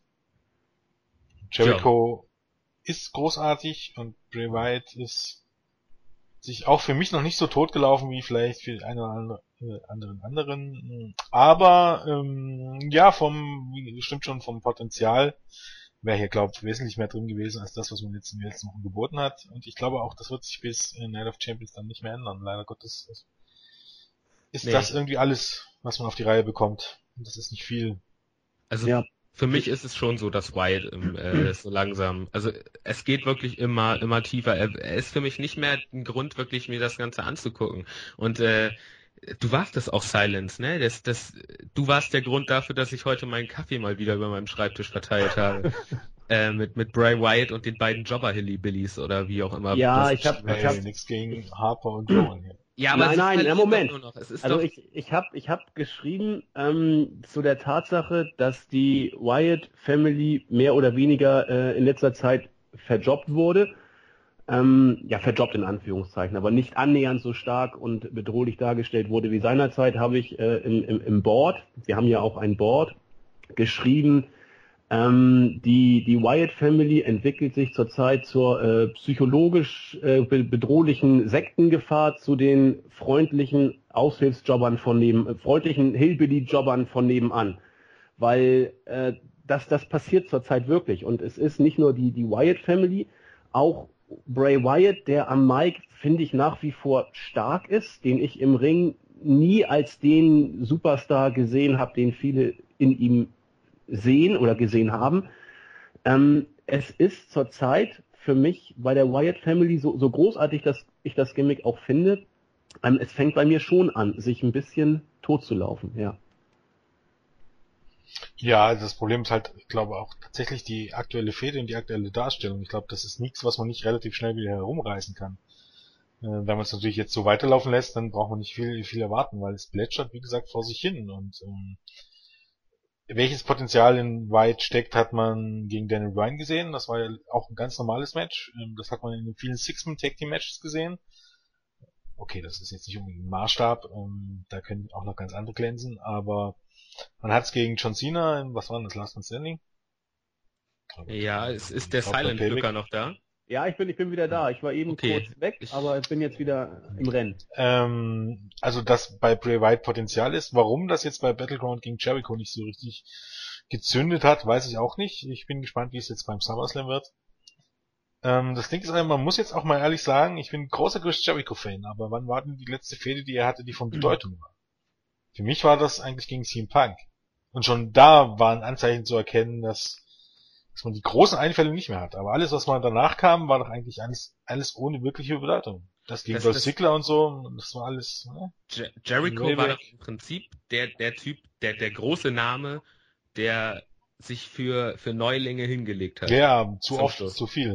[SPEAKER 1] Jericho ja. ist großartig und Bray Wyatt ist sich auch für mich noch nicht so totgelaufen wie vielleicht für einen oder andere, äh, anderen anderen. Aber ähm, ja, vom stimmt schon vom Potenzial wäre hier, glaube ich, wesentlich mehr drin gewesen als das, was man jetzt in den letzten Wochen geboten hat. Und ich glaube auch, das wird sich bis in Night of Champions dann nicht mehr ändern. Leider Gottes ist, ist nee. das irgendwie alles, was man auf die Reihe bekommt. Und das ist nicht viel.
[SPEAKER 3] Also ja. Für mich ist es schon so, dass Wyatt im, äh, so langsam, also es geht wirklich immer immer tiefer. Er, er ist für mich nicht mehr ein Grund, wirklich mir das Ganze anzugucken. Und äh, du warst das auch, Silence, ne? Das, das, du warst der Grund dafür, dass ich heute meinen Kaffee mal wieder über meinem Schreibtisch verteilt habe. äh, mit mit Bray Wyatt und den beiden Jobber-Hillbillies oder wie auch immer.
[SPEAKER 2] Ja, ich hab,
[SPEAKER 1] hey,
[SPEAKER 2] ich hab
[SPEAKER 1] nichts gegen Harper und Rowan hier.
[SPEAKER 3] Ja, aber
[SPEAKER 2] nein, nein, Moment.
[SPEAKER 3] Nur noch. Es ist
[SPEAKER 2] also
[SPEAKER 3] doch...
[SPEAKER 2] ich, ich habe ich hab geschrieben ähm, zu der Tatsache, dass die Wyatt Family mehr oder weniger äh, in letzter Zeit verjobbt wurde. Ähm, ja, verjobbt in Anführungszeichen, aber nicht annähernd so stark und bedrohlich dargestellt wurde wie seinerzeit, habe ich äh, im, im, im Board, wir haben ja auch ein Board, geschrieben, ähm, die, die Wyatt Family entwickelt sich zurzeit zur äh, psychologisch äh, bedrohlichen Sektengefahr zu den freundlichen Aushilfsjobbern von neben, äh, freundlichen Hillbilly-Jobbern von nebenan. Weil äh, das, das passiert zurzeit wirklich. Und es ist nicht nur die, die Wyatt Family, auch Bray Wyatt, der am Mic, finde ich, nach wie vor stark ist, den ich im Ring nie als den Superstar gesehen habe, den viele in ihm sehen oder gesehen haben. Ähm, es ist zurzeit für mich bei der Wyatt Family so, so großartig, dass ich das Gimmick auch finde. Ähm, es fängt bei mir schon an, sich ein bisschen tot zu laufen, ja.
[SPEAKER 1] Ja, das Problem ist halt, ich glaube auch tatsächlich die aktuelle Fehde und die aktuelle Darstellung. Ich glaube, das ist nichts, was man nicht relativ schnell wieder herumreißen kann. Äh, wenn man es natürlich jetzt so weiterlaufen lässt, dann braucht man nicht viel, viel erwarten, weil es plätschert, wie gesagt, vor sich hin. Und ähm, welches Potenzial in Wyatt steckt, hat man gegen Daniel Bryan gesehen. Das war ja auch ein ganz normales Match. Das hat man in vielen Six-Man-Tag-Team-Matches gesehen. Okay, das ist jetzt nicht unbedingt ein Maßstab. Da können auch noch ganz andere glänzen. Aber man hat es gegen John Cena in, was war denn das, Last Man Standing?
[SPEAKER 3] Ja, es ist der Silent Glücker noch da.
[SPEAKER 2] Ja, ich bin, ich bin wieder da. Ich war eben okay. kurz weg, ich, aber ich bin jetzt wieder im Rennen.
[SPEAKER 1] Ähm, also, dass bei Bray Wyatt Potenzial ist. Warum das jetzt bei Battleground gegen Jericho nicht so richtig gezündet hat, weiß ich auch nicht. Ich bin gespannt, wie es jetzt beim SummerSlam wird. Ähm, das Ding ist einfach, man muss jetzt auch mal ehrlich sagen, ich bin ein großer Chris Jericho-Fan, aber wann war denn die letzte Fehde, die er hatte, die von Bedeutung war? Für mich war das eigentlich gegen C M Punk. Und schon da waren Anzeichen zu erkennen, dass dass man die großen Einfälle nicht mehr hat. Aber alles, was mal danach kam, war doch eigentlich alles, alles ohne wirkliche Bedeutung. Das gegen Dolph Ziggler und so, das war alles... Ne?
[SPEAKER 3] Jer- Jericho war doch im Prinzip der, der Typ, der, der große Name, der sich für, für Neulinge hingelegt hat.
[SPEAKER 1] Ja, zu oft, Schluss. Zu viel.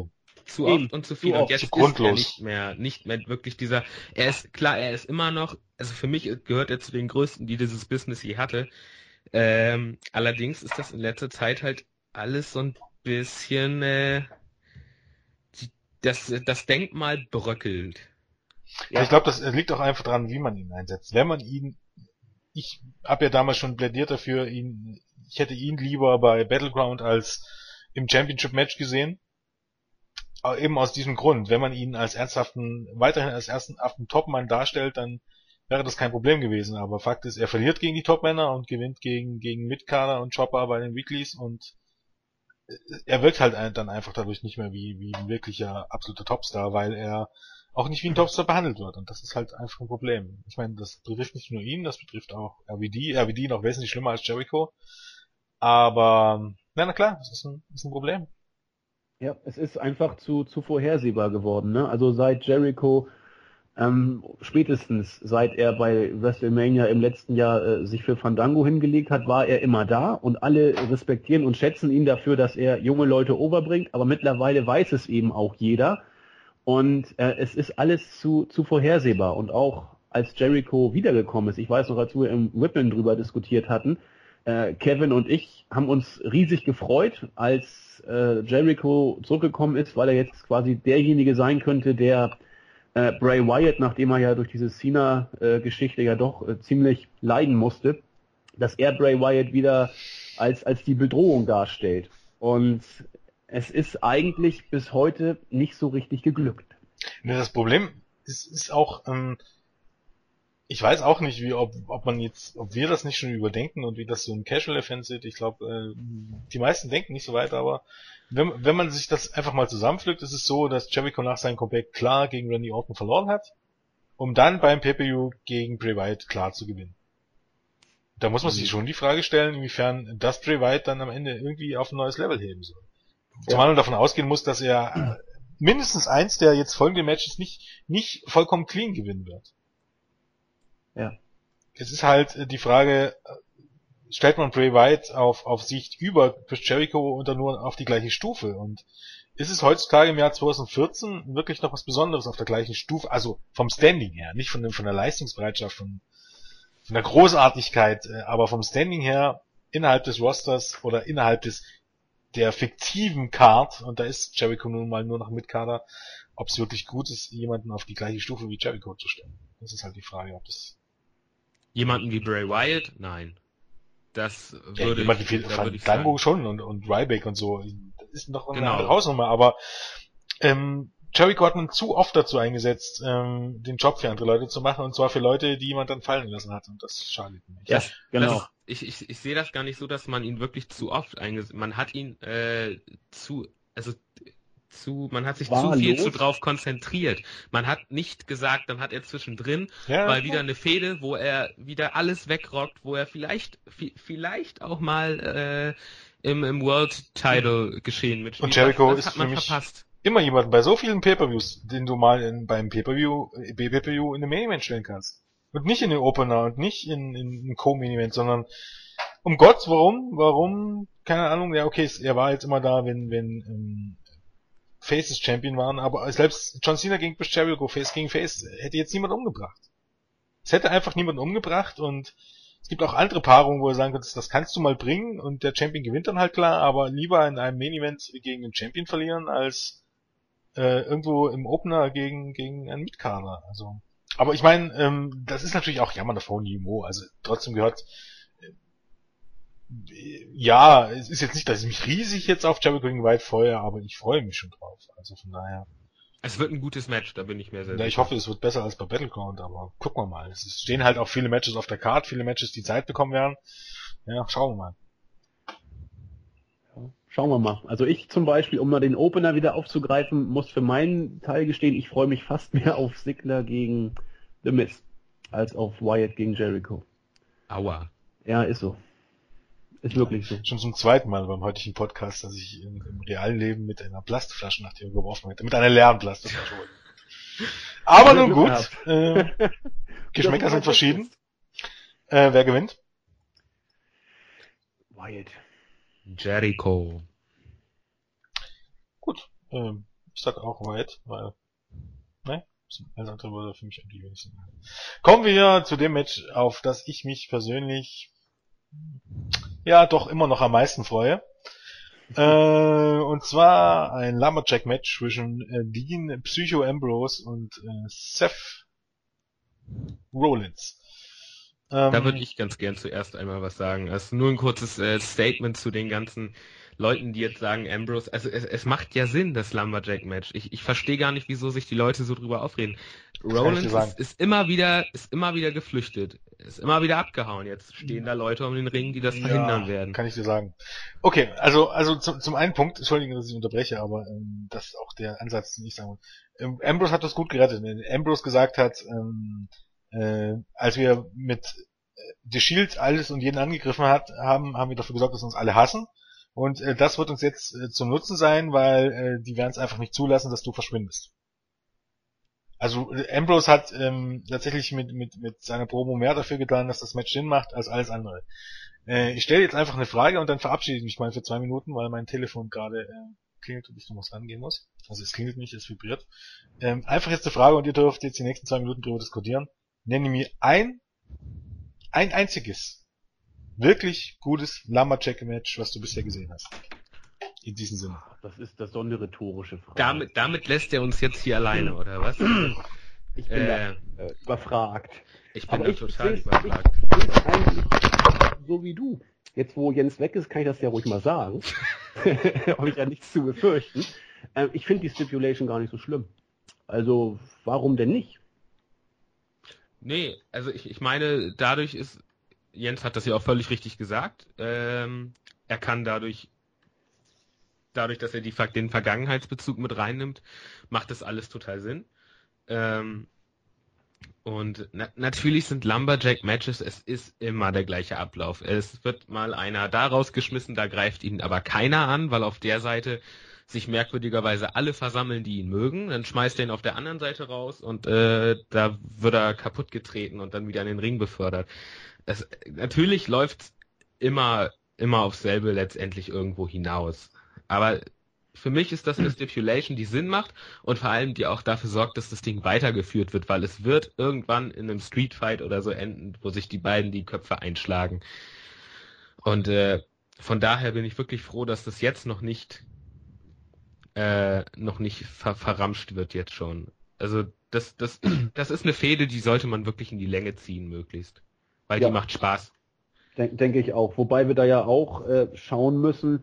[SPEAKER 3] zu Eben, oft und zu viel.
[SPEAKER 1] Zu
[SPEAKER 3] und jetzt
[SPEAKER 1] ist
[SPEAKER 3] er nicht mehr, nicht mehr wirklich dieser, er ist, klar, er ist immer noch, also für mich gehört er zu den Größten, die dieses Business je hatte. Ähm, allerdings ist das in letzter Zeit halt alles so ein bisschen, äh, die, das, das Denkmal bröckelt.
[SPEAKER 1] Ja. Ich glaube, das liegt auch einfach dran, wie man ihn einsetzt. Wenn man ihn, ich habe ja damals schon plädiert dafür, ihn, ich hätte ihn lieber bei Battleground als im Championship-Match gesehen. Aber eben aus diesem Grund, wenn man ihn als ernsthaften, weiterhin als ernsthaften Topmann darstellt, dann wäre das kein Problem gewesen. Aber Fakt ist, er verliert gegen die Topmänner und gewinnt gegen, gegen Midcarder und Chopper bei den Weeklies und er wirkt halt dann einfach dadurch nicht mehr wie, wie ein wirklicher absoluter Topstar, weil er auch nicht wie ein Topstar behandelt wird. Und das ist halt einfach ein Problem. Ich meine, das betrifft nicht nur ihn, das betrifft auch R V D. R V D noch wesentlich schlimmer als Jericho. Aber, na, na klar, das ist ein, das ist ein Problem.
[SPEAKER 2] Ja, es ist einfach zu, zu vorhersehbar geworden, ne? Also seit Jericho, ähm, spätestens seit er bei WrestleMania im letzten Jahr äh, sich für Fandango hingelegt hat, war er immer da und alle respektieren und schätzen ihn dafür, dass er junge Leute overbringt, aber mittlerweile weiß es eben auch jeder und äh, es ist alles zu, zu vorhersehbar und auch als Jericho wiedergekommen ist, ich weiß noch, als wir im Whippin drüber diskutiert hatten, äh, Kevin und ich haben uns riesig gefreut, als äh, Jericho zurückgekommen ist, weil er jetzt quasi derjenige sein könnte, der äh, Bray Wyatt, nachdem er ja durch diese Cena-Geschichte ja doch äh, ziemlich leiden musste, dass er Bray Wyatt wieder als, als die Bedrohung darstellt. Und es ist eigentlich bis heute nicht so richtig geglückt.
[SPEAKER 1] Ne, das Problem ist, ist auch, ähm, ich weiß auch nicht, wie, ob, ob man jetzt, ob wir das nicht schon überdenken und wie das so ein Casual-Fan sieht. Ich glaube, äh, die meisten denken nicht so weit, aber wenn, wenn man sich das einfach mal zusammenpflückt, ist es so, dass Jericho nach seinem Comeback klar gegen Randy Orton verloren hat, um dann beim Pay-Per-View gegen Bray Wyatt klar zu gewinnen. Da muss man mhm. sich schon die Frage stellen, inwiefern das Bray Wyatt dann am Ende irgendwie auf ein neues Level heben soll. Ja. Zumal man davon ausgehen muss, dass er äh, mindestens eins der jetzt folgenden Matches nicht, nicht vollkommen clean gewinnen wird.
[SPEAKER 2] Ja.
[SPEAKER 1] Es ist halt die Frage, stellt man Bray Wyatt auf, auf Sicht über Chris Jericho und dann nur auf die gleiche Stufe? Und ist es heutzutage im Jahr zwanzig vierzehn wirklich noch was Besonderes auf der gleichen Stufe? Also vom Standing her, nicht von, dem, von der Leistungsbereitschaft, von, von der Großartigkeit, aber vom Standing her innerhalb des Rosters oder innerhalb des der fiktiven Card, und da ist Jericho nun mal nur noch Mitkader, ob es wirklich gut ist, jemanden auf die gleiche Stufe wie Jericho zu stellen. Das ist halt die Frage, ob das
[SPEAKER 3] jemanden wie Bray Wyatt? Nein. Das
[SPEAKER 1] ja,
[SPEAKER 3] würde
[SPEAKER 1] jemand
[SPEAKER 3] ich,
[SPEAKER 1] wie Fandango schon und, und Ryback und so. Das ist noch eine
[SPEAKER 3] genau.
[SPEAKER 1] andere Hausnummer, aber ähm, Jericho hat man zu oft dazu eingesetzt, ähm, den Job für andere Leute zu machen, und zwar für Leute, die jemand dann fallen lassen hat, und das schadet nicht.
[SPEAKER 3] Ja, genau. Ist, ich, ich, ich sehe das gar nicht so, dass man ihn wirklich zu oft eingesetzt, man hat ihn äh, zu, also zu, man hat sich War zu viel los? zu drauf konzentriert. Man hat nicht gesagt, dann hat er zwischendrin ja, mal wieder eine Fehde, wo er wieder alles wegrockt, wo er vielleicht, vielleicht auch mal äh, im, im World Title geschehen mitspielt.
[SPEAKER 1] Und Jericho
[SPEAKER 3] das, das
[SPEAKER 1] ist für mich verpasst. Immer jemand bei so vielen Pay-Per-Views, den du mal in, beim Pay-Per-View, Pay-Per-View in den Main-Event stellen kannst. Und nicht in den Opener und nicht in, in, in Co-Main-Event, sondern um Gott, warum, warum, keine Ahnung, ja okay, er war jetzt immer da, wenn, wenn, ähm, Faces Champion waren, aber selbst John Cena gegen Chris Jericho, Face gegen Face, hätte jetzt niemand umgebracht. Es hätte einfach niemanden umgebracht, und es gibt auch andere Paarungen, wo er sagen könnte, das kannst du mal bringen und der Champion gewinnt dann halt klar, aber lieber in einem Main Event gegen den Champion verlieren, als äh, irgendwo im Opener gegen gegen einen Midcarder. Also, aber ich meine, ähm, das ist natürlich auch Jammer davon Niveau, also trotzdem gehört ja, es ist jetzt nicht, dass ich mich riesig jetzt auf Jericho gegen Wyatt freue, aber ich freue mich schon drauf. Also von daher.
[SPEAKER 3] Es wird ein gutes Match, da bin ich mir sehr
[SPEAKER 1] sicher. Ja, ich hoffe, es wird besser als bei Battleground, aber gucken wir mal. Es stehen halt auch viele Matches auf der Card, viele Matches, die Zeit bekommen werden. Ja, schauen wir mal.
[SPEAKER 2] Ja, schauen wir mal. Also ich zum Beispiel, um mal den Opener wieder aufzugreifen, muss für meinen Teil gestehen, ich freue mich fast mehr auf Ziggler gegen The Miz, als auf Wyatt gegen Jericho.
[SPEAKER 3] Aua.
[SPEAKER 2] Ja, ist so. Ist wirklich so.
[SPEAKER 1] Schon zum zweiten Mal beim heutigen Podcast, dass ich im, im realen Leben mit einer Plastikflasche nach dir geworfen hätte. Mit einer leeren Plastikflasche. Aber nun gut. Äh, Geschmäcker sind verschieden. Äh, wer gewinnt?
[SPEAKER 2] Wyatt.
[SPEAKER 3] Jericho.
[SPEAKER 1] Gut. Äh, Ich sag auch Wyatt, weil, ne? Alles andere würde für mich eigentlich wenig Sinn machen. Kommen wir zu dem Match, auf das ich mich persönlich ja doch immer noch am meisten freue. Äh, und zwar ein Lumberjack-Match zwischen äh, Dean, Psycho Ambrose und äh, Seth Rollins. Ähm,
[SPEAKER 3] da würde ich ganz gern zuerst einmal was sagen. Also nur ein kurzes äh, Statement zu den ganzen Leuten, die jetzt sagen, Ambrose, also es, es macht ja Sinn, das Lumberjack-Match. Ich, ich verstehe gar nicht, wieso sich die Leute so drüber aufreden. Rollins ist, ist immer wieder, ist immer wieder geflüchtet, ist immer wieder abgehauen. Jetzt stehen da Leute um den Ring, die das verhindern
[SPEAKER 1] ja,
[SPEAKER 3] werden.
[SPEAKER 1] Kann ich dir sagen. Okay, also also zum, zum einen Punkt, Entschuldigung, dass ich unterbreche, aber ähm, das ist auch der Ansatz, den ich sagen will. Ähm, Ambrose hat das gut gerettet, wenn Ambrose gesagt hat, ähm, äh, als wir mit The Shield alles und jeden angegriffen hat, haben, haben wir dafür gesorgt, dass uns alle hassen. Und äh, das wird uns jetzt äh, zum Nutzen sein, weil äh, die werden es einfach nicht zulassen, dass du verschwindest. Also äh, Ambrose hat ähm, tatsächlich mit, mit, mit seiner Promo mehr dafür getan, dass das Match Sinn macht, als alles andere. Äh, ich stelle jetzt einfach eine Frage und dann verabschiede ich mich mal für zwei Minuten, weil mein Telefon gerade äh, klingelt und ich noch was rangehen muss. Also es klingelt nicht, es vibriert. Ähm, einfach jetzt eine Frage und ihr dürft jetzt die nächsten zwei Minuten drüber diskutieren. Nenne mir ein, ein einziges wirklich gutes Lumberjack-Match, was du bisher gesehen hast. In diesem Sinne.
[SPEAKER 2] Das ist das so eine rhetorische Frage.
[SPEAKER 3] Damit, damit lässt er uns jetzt hier alleine, oder was?
[SPEAKER 2] Ich bin
[SPEAKER 3] äh,
[SPEAKER 2] da äh, überfragt.
[SPEAKER 3] Ich bin
[SPEAKER 2] Aber
[SPEAKER 3] da
[SPEAKER 2] ich
[SPEAKER 3] total
[SPEAKER 2] seh's,
[SPEAKER 3] überfragt.
[SPEAKER 2] Ich, ich sehe eigentlich so wie du. Jetzt, wo Jens weg ist, kann ich das ja ruhig mal sagen. Habe ich ja nichts zu befürchten. Äh, ich finde die Stipulation gar nicht so schlimm. Also, warum denn nicht?
[SPEAKER 3] Nee, also ich, ich meine, dadurch ist, Jens hat das ja auch völlig richtig gesagt, ähm, er kann dadurch, dadurch, dass er die, den Vergangenheitsbezug mit reinnimmt, macht das alles total Sinn. Ähm, und na, natürlich sind Lumberjack-Matches, es ist immer der gleiche Ablauf. Es wird mal einer da rausgeschmissen, da greift ihn aber keiner an, weil auf der Seite sich merkwürdigerweise alle versammeln, die ihn mögen. Dann schmeißt er ihn auf der anderen Seite raus und äh, da wird er kaputt getreten und dann wieder in den Ring befördert. Es, natürlich läuft immer, immer aufs selbe letztendlich irgendwo hinaus. Aber für mich ist das eine Stipulation, die Sinn macht und vor allem die auch dafür sorgt, dass das Ding weitergeführt wird, weil es wird irgendwann in einem Streetfight oder so enden, wo sich die beiden die Köpfe einschlagen. Und äh, von daher bin ich wirklich froh, dass das jetzt noch nicht äh, noch nicht ver- verramscht wird jetzt schon. Also das, das, das ist eine Fehde, die sollte man wirklich in die Länge ziehen, möglichst. Weil
[SPEAKER 2] Ja.
[SPEAKER 3] die macht Spaß.
[SPEAKER 2] Denk, denke ich auch. Wobei wir da ja auch äh, schauen müssen,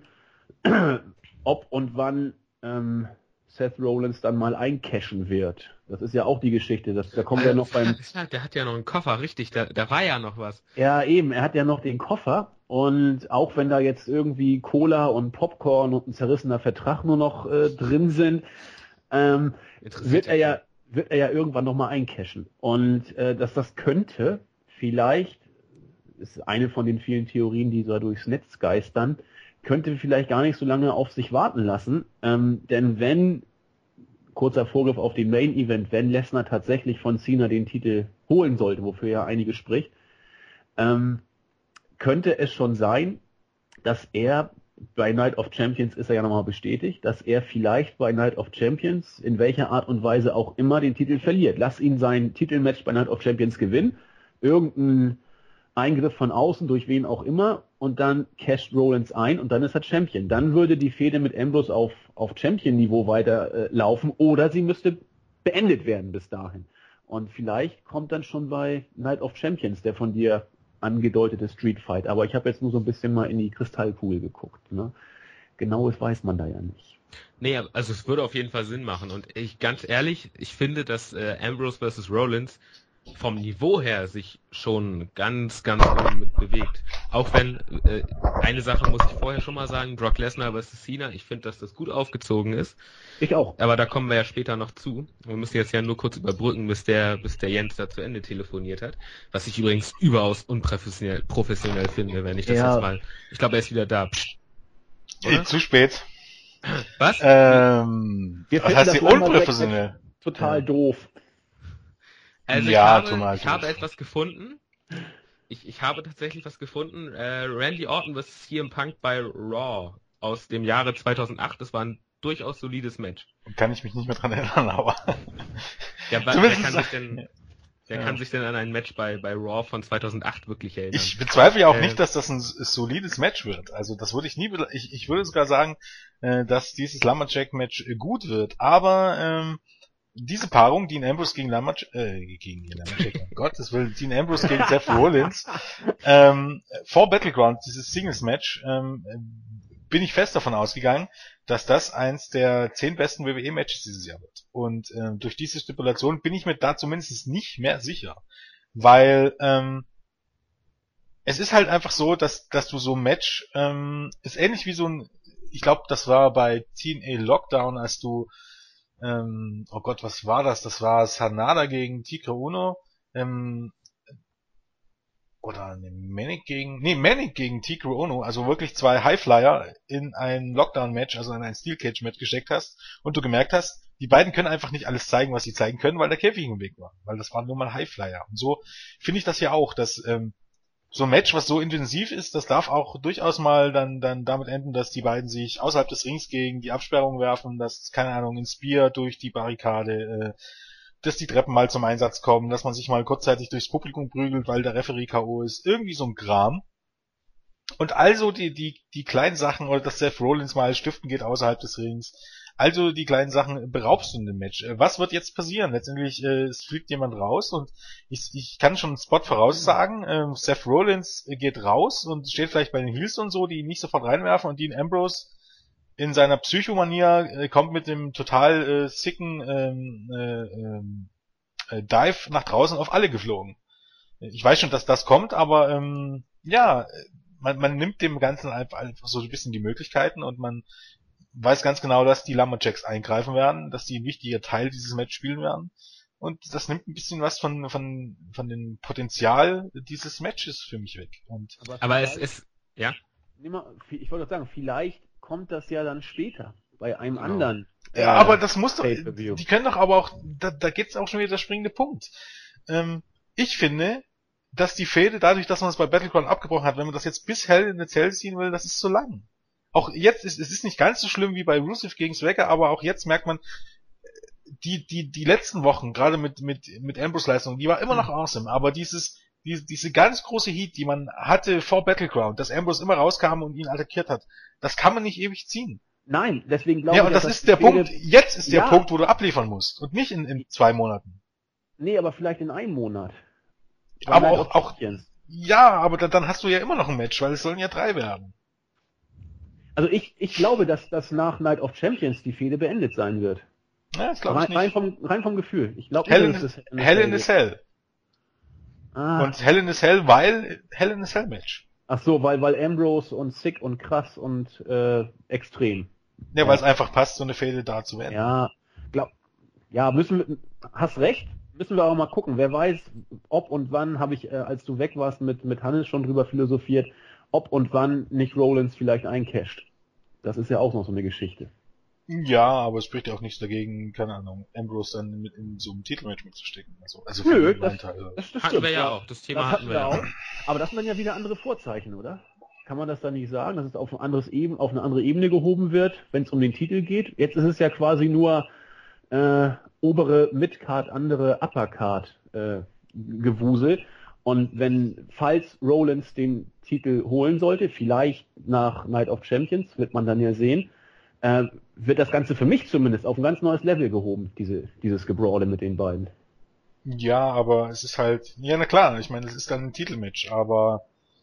[SPEAKER 2] ob und wann ähm, Seth Rollins dann mal eincashen wird. Das ist ja auch die Geschichte. Das, da kommen wir noch beim...
[SPEAKER 3] Der hat ja noch einen Koffer, richtig. Da, da war ja noch was.
[SPEAKER 2] Ja, eben. Er hat ja noch den Koffer. Und auch wenn da jetzt irgendwie Cola und Popcorn und ein zerrissener Vertrag nur noch äh, drin sind, ähm, wird er ja wird er ja irgendwann nochmal eincashen. Und äh, dass das könnte, vielleicht, ist eine von den vielen Theorien, die so durchs Netz geistern, könnte vielleicht gar nicht so lange auf sich warten lassen. Ähm, denn wenn, kurzer Vorgriff auf den Main Event, wenn Lesnar tatsächlich von Cena den Titel holen sollte, wofür ja einige spricht, ähm, könnte es schon sein, dass er bei Night of Champions ist er ja nochmal bestätigt, dass er vielleicht bei Night of Champions in welcher Art und Weise auch immer den Titel verliert. Lass ihn sein Titelmatch bei Night of Champions gewinnen, irgendein Eingriff von außen, durch wen auch immer, und dann casht Rollins ein und dann ist er Champion. Dann würde die Fehde mit Ambrose auf, auf Champion-Niveau weiter äh, laufen oder sie müsste beendet werden bis dahin. Und vielleicht kommt dann schon bei Night of Champions der von dir angedeutete Street Fight. Aber ich habe jetzt nur so ein bisschen mal in die Kristallkugel geguckt. Ne? Genaues weiß man da ja nicht.
[SPEAKER 3] Nee, also es würde auf jeden Fall Sinn machen. Und ich ganz ehrlich, ich finde, dass äh, Ambrose versus Rollins vom Niveau her sich schon ganz, ganz oben mit bewegt. Auch wenn, äh, eine Sache muss ich vorher schon mal sagen, Brock Lesnar versus Cena, ich finde, dass das gut aufgezogen ist.
[SPEAKER 2] Ich auch.
[SPEAKER 3] Aber da kommen wir ja später noch zu. Wir müssen jetzt ja nur kurz überbrücken, bis der, bis der Jens da zu Ende telefoniert hat. Was ich übrigens überaus unprofessionell professionell finde, wenn ich das
[SPEAKER 2] Ja.
[SPEAKER 3] jetzt mal... Ich glaube, er ist wieder da. Psst.
[SPEAKER 1] Hey, zu spät.
[SPEAKER 3] Was?
[SPEAKER 1] Ähm,
[SPEAKER 2] Wir
[SPEAKER 1] was
[SPEAKER 2] finden
[SPEAKER 1] heißt
[SPEAKER 2] das
[SPEAKER 1] hier
[SPEAKER 2] Lumberjack
[SPEAKER 1] unprofessionell?
[SPEAKER 2] Total
[SPEAKER 1] Ja.
[SPEAKER 2] doof.
[SPEAKER 3] Also
[SPEAKER 1] Ja,
[SPEAKER 3] ich habe,
[SPEAKER 1] total
[SPEAKER 3] ich habe
[SPEAKER 1] doof.
[SPEAKER 3] etwas gefunden. Ich, ich habe tatsächlich was gefunden. Äh, Randy Orton versus C M Punk bei Raw aus dem Jahre zweitausendacht. Das war ein durchaus solides Match.
[SPEAKER 1] Kann ich mich nicht mehr dran erinnern, aber...
[SPEAKER 3] ja, wer, wer kann sich denn... Wer ja. kann sich denn an ein Match bei, bei Raw von zweitausendacht wirklich erinnern?
[SPEAKER 1] Ich bezweifle ja auch äh, nicht, dass das ein solides Match wird. Also das würde ich nie, ich, ich würde sogar sagen, äh, dass dieses Lumberjack-Match gut wird. Aber ähm, diese Paarung, Dean Ambrose gegen Lumberjack, äh, gegen Lumberjack, um Gottes Willen, Dean Ambrose gegen Seth Rollins, ähm, vor Battleground, dieses Singles-Match, ähm, bin ich fest davon ausgegangen, dass das eins der zehn besten W W E-Matches dieses Jahr wird. Und äh, durch diese Stipulation bin ich mir da zumindest nicht mehr sicher. Weil ähm, es ist halt einfach so, dass dass du so ein Match, ähm, ist ähnlich wie so ein, ich glaube, das war bei T N A Lockdown, als du, ähm, oh Gott, was war das? Das war Sanada gegen Tigre Uno, ähm, oder ne, Manic gegen, nee, Manic gegen Tigre Uno, also wirklich zwei Highflyer in ein Lockdown-Match, also in ein Steel Cage-Match gesteckt hast und du gemerkt hast, die beiden können einfach nicht alles zeigen, was sie zeigen können, weil der Käfig im Weg war, weil das waren nur mal Highflyer. Und so finde ich das ja auch, dass ähm, so ein Match, was so intensiv ist, das darf auch durchaus mal dann dann damit enden, dass die beiden sich außerhalb des Rings gegen die Absperrung werfen, dass, keine Ahnung, ein Spear durch die Barrikade, äh, dass die Treppen mal zum Einsatz kommen, dass man sich mal kurzzeitig durchs Publikum prügelt, weil der Referee K O ist, irgendwie so ein Kram. Und also die die die kleinen Sachen, oder dass Seth Rollins mal stiften geht außerhalb des Rings, also die kleinen Sachen beraubst du in dem Match. Was wird jetzt passieren? Letztendlich äh, es fliegt jemand raus und ich ich kann schon einen Spot voraussagen, ähm, Seth Rollins geht raus und steht vielleicht bei den Heels und so, die ihn nicht sofort reinwerfen, und Dean Ambrose in seiner Psychomanier äh, kommt mit dem total äh, sicken ähm, äh, äh, Dive nach draußen auf alle geflogen. Ich weiß schon, dass das kommt, aber ähm, ja, man, man nimmt dem Ganzen einfach, einfach so ein bisschen die Möglichkeiten, und man weiß ganz genau, dass die Lumberjacks eingreifen werden, dass die ein wichtiger Teil dieses Match spielen werden, und das nimmt ein bisschen was von von von dem Potenzial dieses Matches für mich weg. Und
[SPEAKER 3] aber, aber es ist, ja?
[SPEAKER 2] Ich wollte sagen, vielleicht kommt das ja dann später bei einem genau. anderen.
[SPEAKER 1] Ja, äh, aber das muss doch, die können doch aber auch, da, da geht's auch schon wieder der springende Punkt. Ähm, ich finde, dass die Fehde, dadurch, dass man es bei Battleground abgebrochen hat, wenn man das jetzt bis Hell in the Cell ziehen will, das ist zu lang. Auch jetzt ist es ist nicht ganz so schlimm wie bei Rusev gegen Swagger, aber auch jetzt merkt man, die die die letzten Wochen, gerade mit mit mit Ambrose Leistung, die war immer noch awesome, aber dieses Die, diese ganz große Heat, die man hatte vor Battleground, dass Ambrose immer rauskam und ihn attackiert hat, das kann man nicht ewig ziehen.
[SPEAKER 2] Nein, deswegen glaube
[SPEAKER 1] ja,
[SPEAKER 2] ich...
[SPEAKER 1] Ja, und das, das ist der Punkt, jetzt ist der ja. Punkt, wo du abliefern musst, und nicht in, in zwei Monaten.
[SPEAKER 2] Nee, aber vielleicht in einem Monat.
[SPEAKER 1] Aber auch, auch, ja, aber dann, dann hast du ja immer noch ein Match, weil es sollen ja drei werden.
[SPEAKER 2] Also ich, ich glaube, dass das nach Night of Champions die Fehde beendet sein wird.
[SPEAKER 1] Ja, das glaube ich nicht.
[SPEAKER 2] Rein vom, rein vom Gefühl. Ich glaube,
[SPEAKER 1] Hell, in, Hell in a Cell. Ah. Und Hell in a Cell, weil Hell in a Cell Match.
[SPEAKER 2] Ach so, weil weil Ambrose und Sick und krass und äh, extrem.
[SPEAKER 1] Ja, weil es einfach passt, so eine Fehde da zu werden.
[SPEAKER 2] Ja, glaub, ja, müssen wir, hast recht, müssen wir auch mal gucken. Wer weiß, ob und wann, habe ich, äh, als du weg warst, mit mit Hannes schon drüber philosophiert, ob und wann nicht Rollins vielleicht eincasht. Das ist ja auch noch so eine Geschichte.
[SPEAKER 1] Ja, aber es spricht ja auch nichts dagegen, keine Ahnung, Ambrose dann mit in so einem Titelmatch mitzustecken. Also, also
[SPEAKER 2] Nö, das, das,
[SPEAKER 3] das stimmt. Hatten wir ja auch, das Thema
[SPEAKER 2] das
[SPEAKER 3] hatten wir ja
[SPEAKER 2] auch. Aber das sind dann ja wieder andere Vorzeichen, oder? Kann man das dann nicht sagen, dass es auf ein anderes Eben, auf eine andere Ebene gehoben wird, wenn es um den Titel geht? Jetzt ist es ja quasi nur äh, obere Midcard, andere Uppercard äh, Gewusel. Und wenn, falls Rollins den Titel holen sollte, vielleicht nach Night of Champions, wird man dann ja sehen, äh, wird das Ganze für mich zumindest auf ein ganz neues Level gehoben, diese, dieses Gebrawle mit den beiden.
[SPEAKER 1] Ja, aber es ist halt, ja na klar, ich meine, es ist dann ein Titelmatch, aber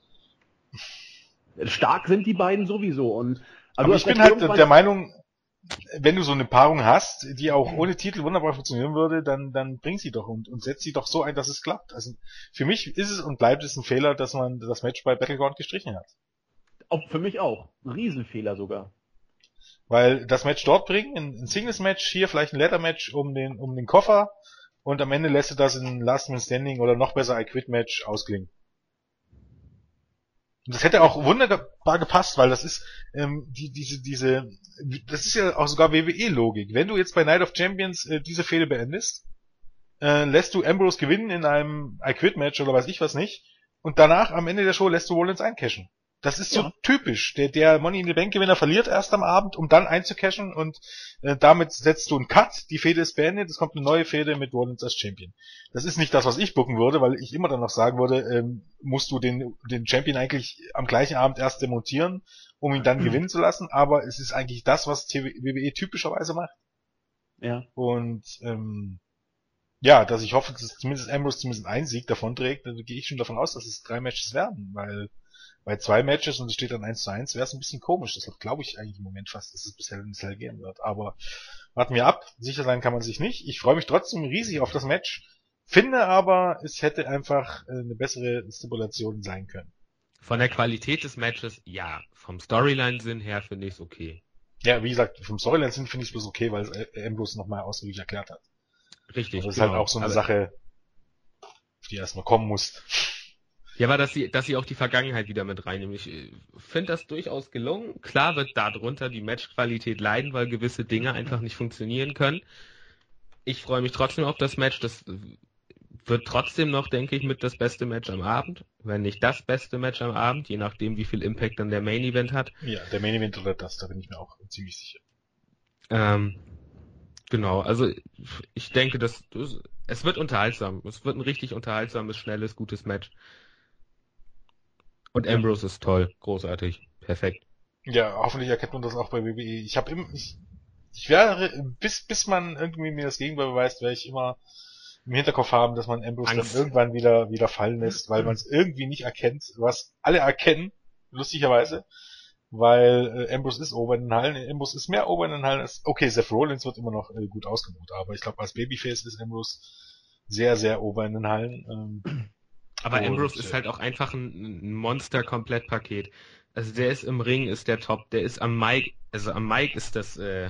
[SPEAKER 2] stark sind die beiden sowieso. Und
[SPEAKER 1] aber ich bin halt der Meinung, wenn du so eine Paarung hast, die auch ohne Titel wunderbar funktionieren würde, dann dann bring sie doch und, und setz sie doch so ein, dass es klappt. Also für mich ist es und bleibt es ein Fehler, dass man das Match bei Battleground gestrichen hat.
[SPEAKER 2] Auch für mich auch. Ein Riesenfehler sogar.
[SPEAKER 1] Weil das Match dort bringen, ein Singles-Match, hier vielleicht ein Ladder-Match um den um den Koffer, und am Ende lässt du das in Last Man Standing oder noch besser I Quit Match ausklingen. Und das hätte auch wunderbar gepasst, weil das ist ähm, die diese diese das ist ja auch sogar W W E-Logik. Wenn du jetzt bei Night of Champions äh, diese Fehde beendest, äh, lässt du Ambrose gewinnen in einem I Quit Match oder weiß ich was nicht, und danach am Ende der Show lässt du Rollins eincashen. Das ist so ja. typisch. Der, der Money in the Bank Gewinner verliert erst am Abend, um dann einzucashen und äh, damit setzt du einen Cut. Die Fehde ist beendet. Es kommt eine neue Fehde mit Rollins als Champion. Das ist nicht das, was ich booken würde, weil ich immer dann noch sagen würde, ähm, musst du den, den Champion eigentlich am gleichen Abend erst demontieren, um ihn dann mhm. gewinnen zu lassen. Aber es ist eigentlich das, was W W E typischerweise macht.
[SPEAKER 2] Ja.
[SPEAKER 1] Und ähm, ja, dass ich hoffe, dass zumindest Ambrose zumindest einen Sieg davon trägt, dann gehe ich schon davon aus, dass es drei Matches werden, weil bei zwei Matches und es steht dann eins zu eins, wäre es ein bisschen komisch. Deshalb glaube ich eigentlich im Moment fast, dass es bis Hell in Cell gehen wird. Aber warten wir ab. Sicher sein kann man sich nicht. Ich freue mich trotzdem riesig auf das Match. Finde aber, es hätte einfach eine bessere Stipulation sein können.
[SPEAKER 3] Von der Qualität des Matches, ja. Vom Storyline-Sinn her finde ich es okay.
[SPEAKER 1] Ja, wie gesagt, vom Storyline-Sinn finde ich es bloß okay, weil es Ambrose nochmal ausdrücklich erklärt hat.
[SPEAKER 3] Richtig.
[SPEAKER 1] Also das
[SPEAKER 3] genau.
[SPEAKER 1] ist halt auch so eine aber Sache, die erstmal kommen muss.
[SPEAKER 3] Ja, aber dass sie, dass sie auch die Vergangenheit wieder mit reinnehmen. Ich finde das durchaus gelungen. Klar wird darunter die Matchqualität leiden, weil gewisse Dinge einfach nicht funktionieren können. Ich freue mich trotzdem auf das Match. Das wird trotzdem noch, denke ich, mit das beste Match am Abend. Wenn nicht das beste Match am Abend, je nachdem, wie viel Impact dann der Main Event hat.
[SPEAKER 1] Ja, der Main Event oder das, da bin ich mir auch ziemlich sicher.
[SPEAKER 3] Ähm, genau, also ich denke, dass es wird unterhaltsam. Es wird ein richtig unterhaltsames, schnelles, gutes Match. Und Ambrose ist toll, großartig, perfekt.
[SPEAKER 1] Ja, hoffentlich erkennt man das auch bei W W E. Ich habe immer, ich, ich wäre, bis bis man irgendwie mir das Gegenteil beweist, werde ich immer im Hinterkopf haben, dass man Ambrose Angst. dann irgendwann wieder wieder fallen lässt, weil man es irgendwie nicht erkennt, was alle erkennen, lustigerweise, weil äh, Ambrose ist ober in den Hallen, Ambrose ist mehr ober in den Hallen als, okay, Seth Rollins wird immer noch äh, gut ausgebucht, aber ich glaube, als Babyface ist Ambrose sehr, sehr ober in den Hallen. Ähm,
[SPEAKER 3] Aber und, Ambrose ist halt auch einfach ein, ein Monster-Komplettpaket. Also der ist im Ring, ist der Top, der ist am Mic, also am Mic ist das, äh,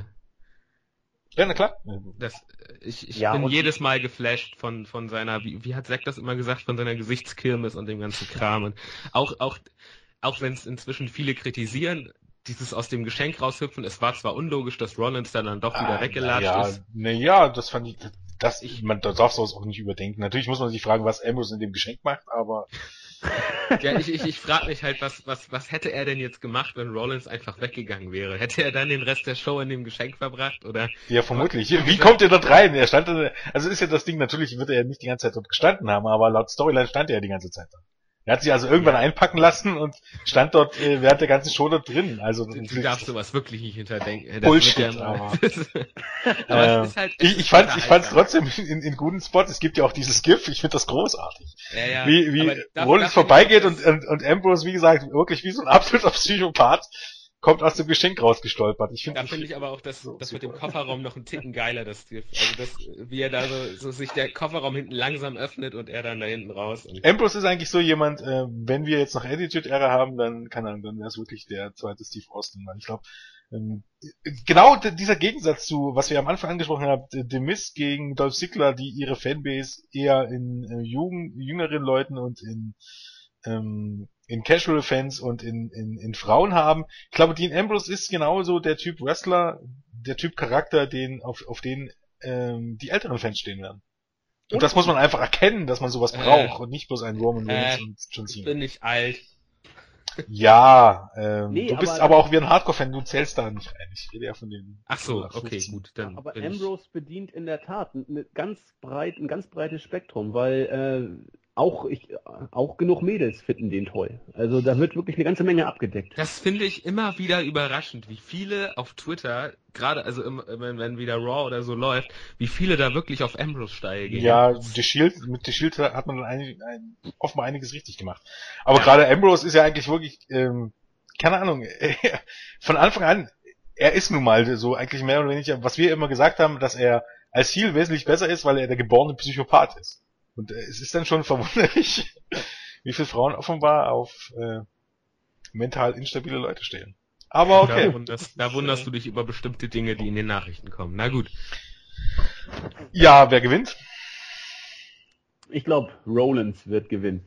[SPEAKER 1] ja, na klar.
[SPEAKER 3] Das, ich ich
[SPEAKER 2] ja,
[SPEAKER 3] bin jedes Mal geflasht von von seiner, wie, wie hat Zack das immer gesagt, von seiner Gesichtskirmes und dem ganzen Kram. Und auch, auch, auch wenn es inzwischen viele kritisieren, dieses aus dem Geschenk raushüpfen, es war zwar unlogisch, dass Rollins dann, dann doch wieder ah, weggelatscht
[SPEAKER 1] ja,
[SPEAKER 3] ist.
[SPEAKER 1] Naja, das fand ich, das, ich, man da darf sowas auch nicht überdenken. Natürlich muss man sich fragen, was Ambrose in dem Geschenk macht, aber...
[SPEAKER 3] ja, ich, ich, ich frage mich halt, was, was, was hätte er denn jetzt gemacht, wenn Rollins einfach weggegangen wäre? Hätte er dann den Rest der Show in dem Geschenk verbracht, oder?
[SPEAKER 1] Ja, vermutlich. Wie kommt er dort rein? Er stand, also ist ja das Ding, natürlich wird er ja nicht die ganze Zeit dort gestanden haben, aber laut Storyline stand er ja die ganze Zeit da. Er hat sich also irgendwann ja. einpacken lassen und stand dort äh, während der ganzen Show dort drin. Also
[SPEAKER 3] du, du darfst sowas wirklich nicht hinterdenken.
[SPEAKER 1] Bullshit. Ja aber aber äh, es ist halt, ich, ich fand ich fand's trotzdem in, in guten Spots. Es gibt ja auch dieses GIF. Ich finde das großartig.
[SPEAKER 3] Ja, ja.
[SPEAKER 1] Wie wie Rollins vorbeigeht und, und und Ambrose, wie gesagt, wirklich wie so ein absoluter Psychopath kommt aus dem Geschenk rausgestolpert. Ich finde
[SPEAKER 3] da finde ich aber auch, dass so das mit dem Kofferraum noch einen Ticken geiler, das GIF. Also das, wie er da so, so sich der Kofferraum hinten langsam öffnet und er dann da hinten raus. Und
[SPEAKER 1] Ambrose ist eigentlich so jemand, äh, wenn wir jetzt noch Attitude-Ära haben, dann kann er, dann wäre es wirklich der zweite Steve Austin, weil ich glaube, ähm, genau d- dieser Gegensatz zu, was wir am Anfang angesprochen haben, The Miz gegen Dolph Ziggler, die ihre Fanbase eher in äh, jungen, jüngeren Leuten und in ähm, in Casual-Fans und in, in, in Frauen haben. Ich glaube, Dean Ambrose ist genauso der Typ Wrestler, der Typ Charakter, den, auf, auf den ähm, die älteren Fans stehen werden. Und, und das muss man einfach erkennen, dass man sowas braucht äh, und nicht bloß einen Roman Reigns äh, und John Cena.
[SPEAKER 3] Ich bin nicht alt.
[SPEAKER 1] Ja, ähm, nee, du bist aber,
[SPEAKER 2] aber
[SPEAKER 1] auch wie ein Hardcore-Fan, du zählst da nicht rein. Ich rede ja von den...
[SPEAKER 3] Ach so, okay, gut. Dann
[SPEAKER 2] aber Ambrose ich... bedient in der Tat ein ganz breit, ein ganz breites Spektrum, weil äh, auch ich auch genug Mädels finden den toll. Also da wird wirklich eine ganze Menge abgedeckt.
[SPEAKER 3] Das finde ich immer wieder überraschend, wie viele auf Twitter, gerade also im, wenn, wenn wieder Raw oder so läuft, wie viele da wirklich auf Ambrose Style gehen.
[SPEAKER 1] Ja, The Shield, mit The Shield hat man dann ein, ein, offenbar einiges richtig gemacht. Aber ja. Gerade Ambrose ist ja eigentlich wirklich, ähm, keine Ahnung, von Anfang an, er ist nun mal so eigentlich mehr oder weniger, was wir immer gesagt haben, dass er als Heel wesentlich besser ist, weil er der geborene Psychopath ist. Und äh, es ist dann schon verwunderlich, wie viele Frauen offenbar auf äh, mental instabile Leute stehen. Aber okay.
[SPEAKER 3] Da wunderst, da wunderst du dich über bestimmte Dinge, die in den Nachrichten kommen. Na gut.
[SPEAKER 1] Ja, wer gewinnt?
[SPEAKER 2] Ich glaube, Rollins wird gewinnen.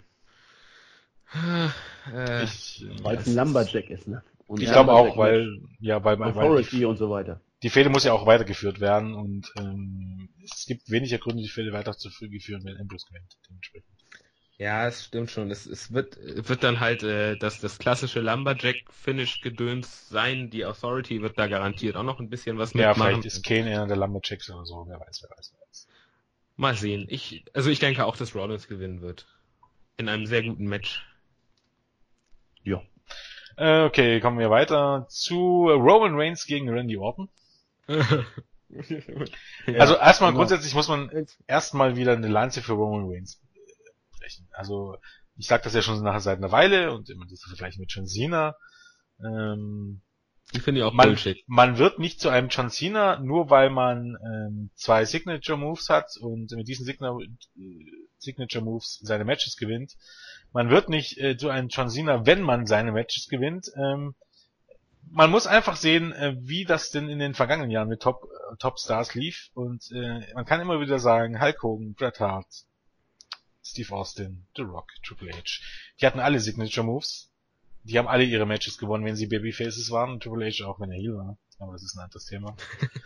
[SPEAKER 3] Äh,
[SPEAKER 2] ich, weil es ein Lumberjack ist, ne?
[SPEAKER 1] Und ich glaube auch, weil, ja, weil, weil,
[SPEAKER 2] weil die, und so weiter.
[SPEAKER 1] Die Fehde muss ja auch weitergeführt werden und ähm, es gibt weniger Gründe, die Fehde weiter zu früh führen, wenn Ambrose gewinnt. Dementsprechend.
[SPEAKER 3] Ja, es stimmt schon. Es, es wird, wird dann halt äh, das, das klassische Lumberjack-Finish-Gedöns sein. Die Authority wird da garantiert auch noch ein bisschen was
[SPEAKER 1] ja,
[SPEAKER 3] mitmachen.
[SPEAKER 1] Ja, vielleicht ist Kane einer der Lumberjacks oder so. Wer weiß, wer weiß, wer weiß.
[SPEAKER 3] Mal sehen. Ich, also ich denke auch, dass Rollins gewinnen wird. In einem sehr guten Match.
[SPEAKER 1] Ja. Äh, okay, kommen wir weiter zu Roman Reigns gegen Randy Orton. Ja, also erstmal genau. Grundsätzlich muss man erstmal wieder eine Lanze für Roman Reigns brechen. Also ich sag das ja schon nachher seit einer Weile und immer das Vergleich mit John Cena. Ähm,
[SPEAKER 3] ich finde ja auch
[SPEAKER 1] man,
[SPEAKER 3] Bullshit.
[SPEAKER 1] Man wird nicht zu einem John Cena, nur weil man ähm, zwei Signature Moves hat und mit diesen Signa- Signature Moves seine Matches gewinnt. Man wird nicht äh, zu einem John Cena, wenn man seine Matches gewinnt. Ähm, man muss einfach sehen, äh, wie das denn in den vergangenen Jahren mit Top äh, Top Stars lief und äh, man kann immer wieder sagen, Hulk Hogan, Bret Hart, Steve Austin, The Rock, Triple H, die hatten alle Signature Moves. Die haben alle ihre Matches gewonnen, wenn sie Babyfaces waren und Triple H auch, wenn er Heel war. Aber das ist ein anderes Thema.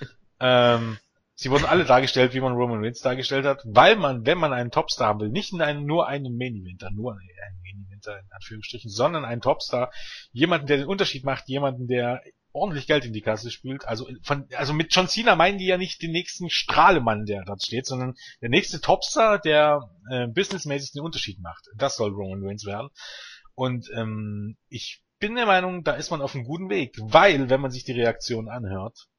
[SPEAKER 1] ähm, sie wurden alle dargestellt, wie man Roman Reigns dargestellt hat, weil man, wenn man einen Topstar haben will, nicht in einen, nur einen Main-Eventer, nur einen Main-Eventer in Anführungsstrichen, sondern einen Topstar, jemanden, der den Unterschied macht, jemanden, der ordentlich Geld in die Kasse spült. Also von, also mit John Cena meinen die ja nicht den nächsten Strahlemann, der dort steht, sondern der nächste Topstar, der äh, businessmäßig den Unterschied macht. Das soll Roman Reigns werden. Und ähm, ich bin der Meinung, da ist man auf einem guten Weg, weil, wenn man sich die Reaktion anhört,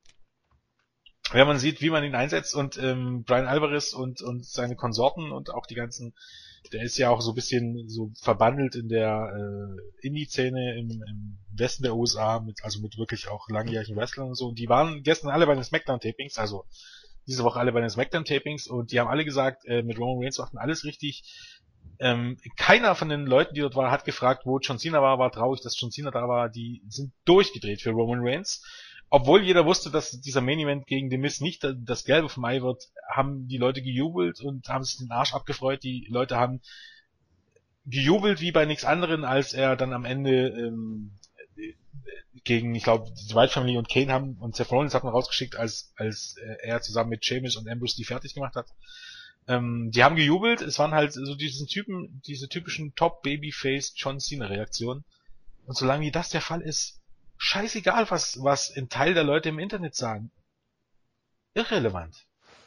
[SPEAKER 1] wenn man sieht, wie man ihn einsetzt und ähm, Brian Alvarez und und seine Konsorten und auch die ganzen, der ist ja auch so ein bisschen so verbandelt in der äh, Indie-Szene im, im Westen der U S A, mit also mit wirklich auch langjährigen Wrestlern und so. Und die waren gestern alle bei den Smackdown-Tapings, also diese Woche alle bei den Smackdown-Tapings und die haben alle gesagt, äh, mit Roman Reigns machten alles richtig. Ähm, keiner von den Leuten, die dort waren, hat gefragt, wo John Cena war, war traurig, dass John Cena da war. Die sind durchgedreht für Roman Reigns. Obwohl jeder wusste, dass dieser Main Event gegen The Miz nicht das Gelbe vom Ei wird, haben die Leute gejubelt und haben sich den Arsch abgefreut. Die Leute haben gejubelt wie bei nichts anderem, als er dann am Ende ähm, gegen, ich glaube, die White Family und Kane haben und Seth Rollins hat man rausgeschickt, als als er zusammen mit Sheamus und Ambrose die fertig gemacht hat. Ähm, die haben gejubelt, es waren halt so diesen Typen, diese typischen Top-Babyface John Cena-Reaktionen. Und solange wie das der Fall ist, scheißegal, was, was ein Teil der Leute im Internet sagen. Irrelevant.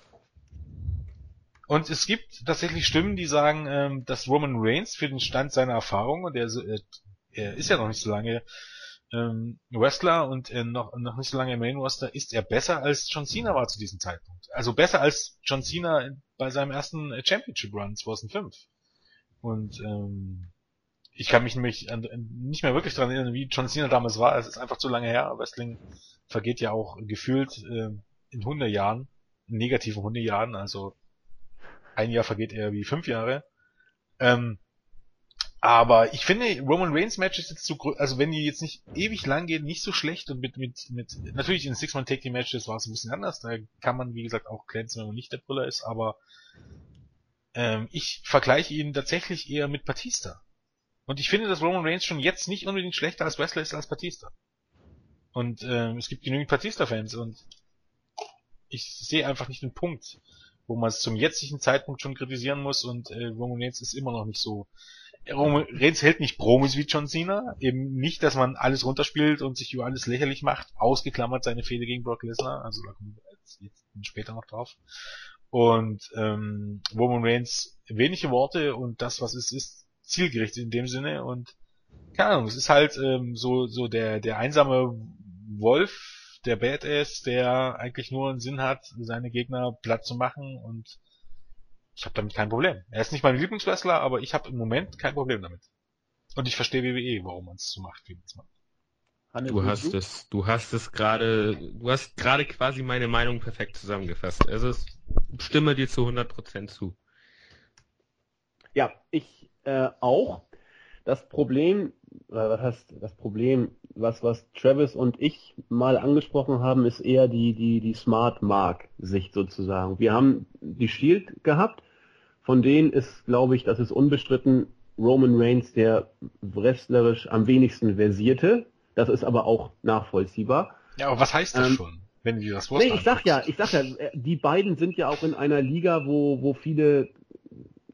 [SPEAKER 1] Und es gibt tatsächlich Stimmen, die sagen, ähm, dass Roman Reigns für den Stand seiner Erfahrung, und er, äh, er ist ja noch nicht so lange ähm, Wrestler und äh, noch, noch nicht so lange im Main Roster, ist er besser als John Cena war zu diesem Zeitpunkt. Also besser als John Cena bei seinem ersten Championship Run zweitausendfünf. Und ähm, ich kann mich nämlich an, nicht mehr wirklich daran erinnern, wie John Cena damals war. Es ist einfach zu lange her. Wrestling vergeht ja auch gefühlt äh, in hundert Jahren, in negativen hundert Jahren. Also ein Jahr vergeht eher wie fünf Jahre. Ähm, aber ich finde, Roman Reigns Match ist jetzt so, also wenn die jetzt nicht ewig lang gehen, nicht so schlecht und mit, mit, mit, natürlich in Six-Man-Take-Team-Matches war es ein bisschen anders, da kann man, wie gesagt, auch glänzen, wenn man nicht der Brüller ist, aber ähm, ich vergleiche ihn tatsächlich eher mit Batista. Und ich finde, dass Roman Reigns schon jetzt nicht unbedingt schlechter als Wrestler ist als Batista. Und ähm, es gibt genügend Batista-Fans und ich sehe einfach nicht den Punkt, wo man es zum jetzigen Zeitpunkt schon kritisieren muss und äh, Roman Reigns ist immer noch nicht so. Roman Reigns hält nicht Promis wie John Cena, eben nicht, dass man alles runterspielt und sich über alles lächerlich macht, ausgeklammert seine Fehde gegen Brock Lesnar, also da kommen wir jetzt, jetzt später noch drauf. Und ähm, Roman Reigns wenige Worte und das, was es ist, zielgerichtet in dem Sinne und keine Ahnung, es ist halt ähm, so so der der einsame Wolf, der Badass, der eigentlich nur einen Sinn hat, seine Gegner platt zu machen und ich habe damit kein Problem. Er ist nicht mein Lieblingswrestler, aber ich habe im Moment kein Problem damit. Und ich verstehe W W E, warum man es so macht, wie man es macht.
[SPEAKER 3] Du hast es, du hast es gerade, du hast gerade quasi meine Meinung perfekt zusammengefasst. Also ich stimme dir zu hundert Prozent zu.
[SPEAKER 2] Ja, ich äh, auch. Das Problem, äh, was heißt das Problem, was was Travis und ich mal angesprochen haben, ist eher die die die Smart Mark Sicht sozusagen. Wir haben die Shield gehabt, von denen ist, glaube ich, das ist unbestritten Roman Reigns der wrestlerisch am wenigsten versierte. Das ist aber auch nachvollziehbar.
[SPEAKER 1] Ja, aber was heißt das ähm, schon, wenn du das Wort
[SPEAKER 2] Nee, ich sag ja, ich sag ja, die beiden sind ja auch in einer Liga, wo wo viele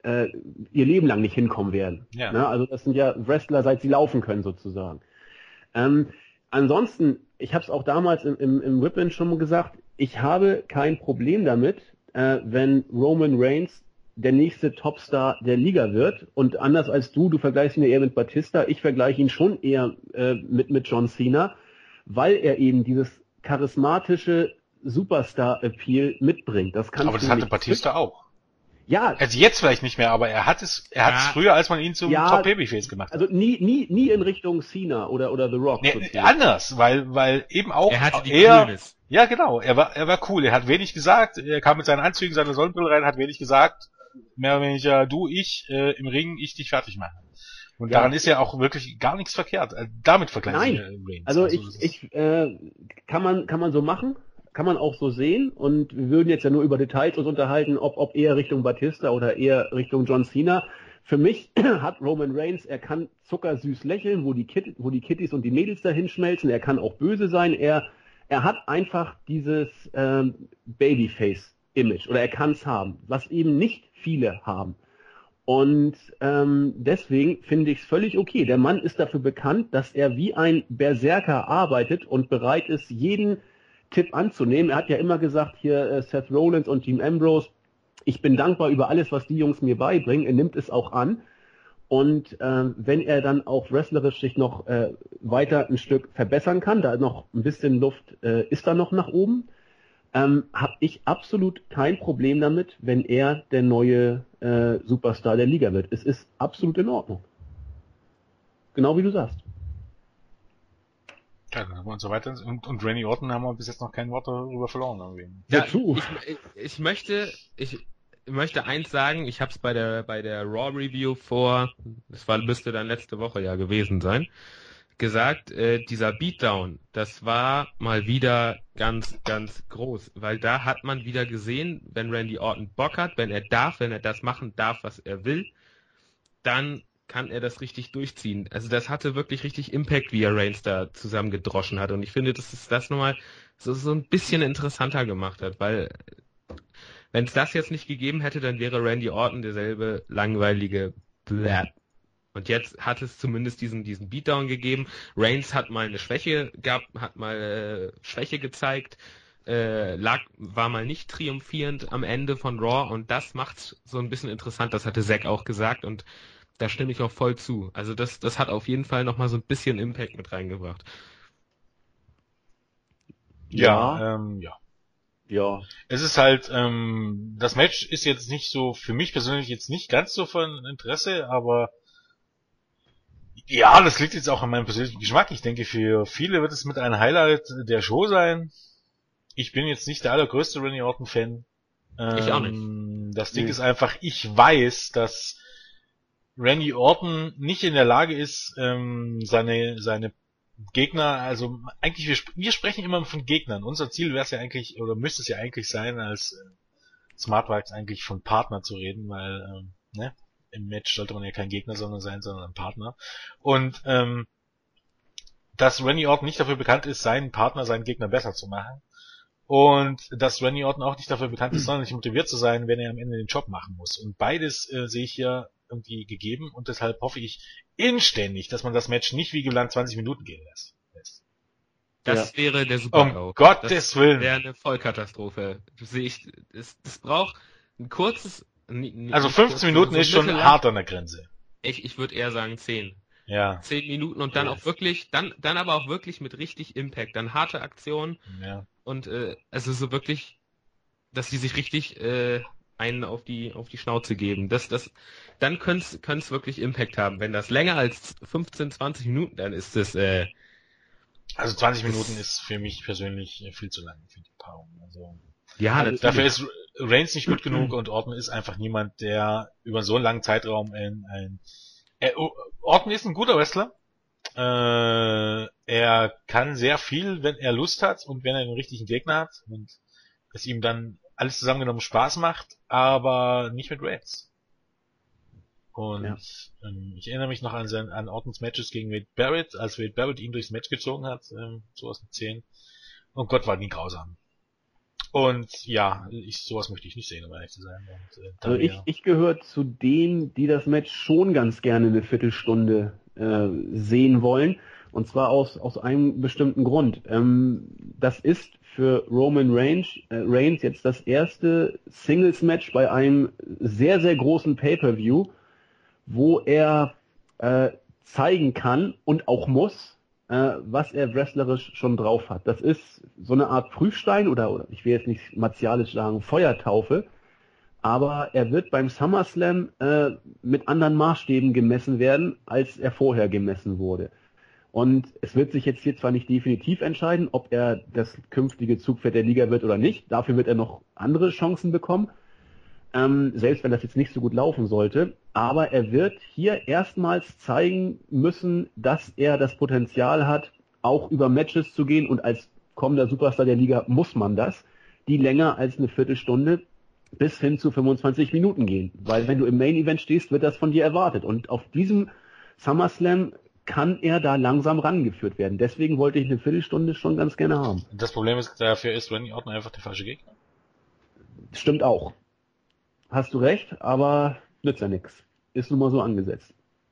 [SPEAKER 2] äh, ihr Leben lang nicht hinkommen werden.
[SPEAKER 1] Ja.
[SPEAKER 2] Ne? Also das sind ja Wrestler, seit sie laufen können sozusagen. Ähm, ansonsten, ich habe es auch damals im, im, im Whip-In schon mal gesagt, ich habe kein Problem damit, äh, wenn Roman Reigns der nächste Topstar der Liga wird. Und anders als du, du vergleichst ihn eher mit Batista, ich vergleiche ihn schon eher äh, mit, mit John Cena, weil er eben dieses charismatische Superstar-Appeal mitbringt. Das kannst
[SPEAKER 1] aber das
[SPEAKER 2] du
[SPEAKER 1] hatte
[SPEAKER 2] nicht
[SPEAKER 1] Batista
[SPEAKER 2] switchen.
[SPEAKER 1] auch.
[SPEAKER 2] Ja.
[SPEAKER 1] Also jetzt vielleicht nicht mehr, aber er hat es, er hat es
[SPEAKER 3] Ja.
[SPEAKER 1] früher, als man ihn zum
[SPEAKER 2] Ja,
[SPEAKER 1] Top-Babyface gemacht hat.
[SPEAKER 2] Also nie, nie, nie in Richtung Cena oder, oder The Rock.
[SPEAKER 1] Nee,
[SPEAKER 2] sozusagen.
[SPEAKER 1] anders, weil, weil eben auch
[SPEAKER 3] Er hatte die
[SPEAKER 1] er,
[SPEAKER 3] Coolness.
[SPEAKER 1] ja genau, er war, er war cool, er hat wenig gesagt, er kam mit seinen Anzügen, seiner Sonnenbrille rein, hat wenig gesagt, mehr oder weniger du, ich, äh, im Ring, ich dich fertig machen. Und
[SPEAKER 2] Ja.
[SPEAKER 1] daran ist ja auch wirklich gar nichts verkehrt. Äh, damit vergleichen
[SPEAKER 2] Nein.
[SPEAKER 1] wir äh, Reigns.
[SPEAKER 2] Also
[SPEAKER 1] das
[SPEAKER 2] ich,
[SPEAKER 1] ist-
[SPEAKER 2] ich äh, kann man kann man so machen, kann man auch so sehen und wir würden jetzt ja nur über Details uns unterhalten, ob ob eher Richtung Batista oder eher Richtung John Cena. Für mich hat Roman Reigns, er kann zuckersüß lächeln, wo die Kid, wo die Kitties und die Mädels dahin schmelzen, er kann auch böse sein, er er hat einfach dieses ähm, Babyface-Image oder er kann es haben, was eben nicht viele haben. Und ähm, deswegen finde ich es völlig okay. Der Mann ist dafür bekannt, dass er wie ein Berserker arbeitet und bereit ist, jeden Tipp anzunehmen. Er hat ja immer gesagt, hier äh, Seth Rollins und Dean Ambrose, ich bin dankbar über alles, was die Jungs mir beibringen. Er nimmt es auch an. Und äh, wenn er dann auch wrestlerisch sich noch äh, weiter ein Stück verbessern kann, da noch ein bisschen Luft äh, ist da noch nach oben, ähm, habe ich absolut kein Problem damit, wenn er der neue äh, Superstar der Liga wird. Es ist absolut in Ordnung. Genau wie du sagst.
[SPEAKER 1] Ja, dann haben wir uns so weiter. Und, und Randy Orton haben wir bis jetzt noch kein Wort darüber verloren. Irgendwie.
[SPEAKER 3] Ja,
[SPEAKER 2] Wozu?
[SPEAKER 3] ich, ich, ich möchte, ich möchte eins sagen, ich habe es bei der bei der Raw Review vor, das war müsste dann letzte Woche ja gewesen sein, gesagt, äh, dieser Beatdown, das war mal wieder ganz, ganz groß, weil da hat man wieder gesehen, wenn Randy Orton Bock hat, wenn er darf, wenn er das machen darf, was er will, dann kann er das richtig durchziehen. Also das hatte wirklich richtig Impact, wie er Reigns da zusammengedroschen hat. Und ich finde, dass es das nochmal so, so ein bisschen interessanter gemacht hat, weil wenn es das jetzt nicht gegeben hätte, dann wäre Randy Orton derselbe langweilige Blab. Und jetzt hat es zumindest diesen diesen Beatdown gegeben. Reigns hat mal eine Schwäche gehabt, hat mal äh, Schwäche gezeigt, äh, lag war mal nicht triumphierend am Ende von Raw und das macht's so ein bisschen interessant. Das hatte Zack auch gesagt und da stimme ich auch voll zu. Also das das hat auf jeden Fall noch mal so ein bisschen Impact mit reingebracht.
[SPEAKER 1] Ja, ja. Ähm, ja.
[SPEAKER 2] Ja.
[SPEAKER 1] Es ist halt, ähm, das Match ist jetzt nicht so, für mich persönlich jetzt nicht ganz so von Interesse, aber ja, das liegt jetzt auch an meinem persönlichen Geschmack. Ich denke, für viele wird es mit einem Highlight der Show sein. Ich bin jetzt nicht der allergrößte Randy Orton-Fan. Ähm,
[SPEAKER 3] Ich auch nicht.
[SPEAKER 1] Das Ding
[SPEAKER 2] Nee.
[SPEAKER 1] ist einfach, ich weiß, dass Randy Orton nicht in der Lage ist, ähm, seine seine Gegner, also eigentlich, wir, sp- wir sprechen immer von Gegnern. Unser Ziel wäre es ja eigentlich, oder müsste es ja eigentlich sein, als äh, Smartwatch eigentlich von Partner zu reden, weil, ähm, ne, im Match sollte man ja kein Gegner sondern sein, sondern ein Partner. Und ähm, dass Randy Orton nicht dafür bekannt ist, seinen Partner, seinen Gegner besser zu machen. Und dass Randy Orton auch nicht dafür bekannt ist, sonderlich motiviert zu sein, wenn er am Ende den Job machen muss. Und beides äh, sehe ich hier irgendwie gegeben und deshalb hoffe ich inständig, dass man das Match nicht wie geplant zwanzig Minuten gehen lässt.
[SPEAKER 3] Das wäre der Super-GAU.
[SPEAKER 1] Um Gottes
[SPEAKER 3] Das
[SPEAKER 1] Willen.
[SPEAKER 3] wäre eine Vollkatastrophe. Das sehe ich, das, das braucht ein kurzes... n- n-
[SPEAKER 1] Also
[SPEAKER 3] nicht
[SPEAKER 1] fünfzehn
[SPEAKER 3] kurz,
[SPEAKER 1] Minuten
[SPEAKER 3] so
[SPEAKER 1] ist schon
[SPEAKER 3] mittellang.
[SPEAKER 1] hart an der Grenze.
[SPEAKER 3] Ich, ich würde eher sagen zehn.
[SPEAKER 1] Ja,
[SPEAKER 3] Zehn Minuten und dann
[SPEAKER 1] Ja.
[SPEAKER 3] auch wirklich, dann, dann aber auch wirklich mit richtig Impact. Dann harte Aktionen
[SPEAKER 1] ja.
[SPEAKER 3] und äh, also so wirklich, dass die sich richtig äh, einen auf die auf die Schnauze geben. Das, das, dann könnte es wirklich Impact haben. Wenn das länger als fünfzehn, zwanzig Minuten, dann ist das äh,
[SPEAKER 1] Also zwanzig Minuten ist für mich persönlich äh, viel zu lang für die Paarung. Also
[SPEAKER 3] ja,
[SPEAKER 2] Also
[SPEAKER 3] natürlich.
[SPEAKER 1] dafür ist Reigns nicht gut genug und Orton ist einfach niemand, der über so einen langen Zeitraum ein, ein er, Orton ist ein guter Wrestler. Äh, er kann sehr viel, wenn er Lust hat und wenn er den richtigen Gegner hat und es ihm dann alles zusammengenommen Spaß macht, aber nicht mit Reigns. Und
[SPEAKER 2] Ja.
[SPEAKER 1] ähm, ich erinnere mich noch an sein, an Ortons Matches gegen Wade Barrett, als Wade Barrett ihn durchs Match gezogen hat, ähm, so aus den zehn. Und Gott, war die grausam. Und ja, ich, sowas möchte ich nicht sehen, um ehrlich zu sein. Und, äh,
[SPEAKER 2] also ich, ich gehöre zu denen, die das Match schon ganz gerne eine Viertelstunde äh, sehen wollen. Und zwar aus, aus einem bestimmten Grund. Ähm, das ist für Roman Reigns, äh, Reigns jetzt das erste Singles-Match bei einem sehr, sehr großen Pay-Per-View, wo er äh, zeigen kann und auch muss, äh, was er wrestlerisch schon drauf hat. Das ist so eine Art Prüfstein oder, oder ich will jetzt nicht martialisch sagen, Feuertaufe, aber er wird beim SummerSlam äh, mit anderen Maßstäben gemessen werden, als er vorher gemessen wurde. Und es wird sich jetzt hier zwar nicht definitiv entscheiden, ob er das künftige Zugpferd der Liga wird oder nicht. Dafür wird er noch andere Chancen bekommen, ähm, selbst wenn das jetzt nicht so gut laufen sollte. Aber er wird hier erstmals zeigen müssen, dass er das Potenzial hat, auch über Matches zu gehen. Und als kommender Superstar der Liga muss man das, die länger als eine Viertelstunde bis hin zu fünfundzwanzig Minuten gehen. Weil wenn du im Main Event stehst, wird das von dir erwartet. Und auf diesem SummerSlam kann er da langsam rangeführt werden. Deswegen wollte ich eine Viertelstunde schon ganz gerne haben.
[SPEAKER 1] Das Problem ist, dafür ist Randy Orton einfach der falsche Gegner.
[SPEAKER 2] Stimmt auch. Hast du recht, aber nützt ja nichts. Ist nun mal so angesetzt.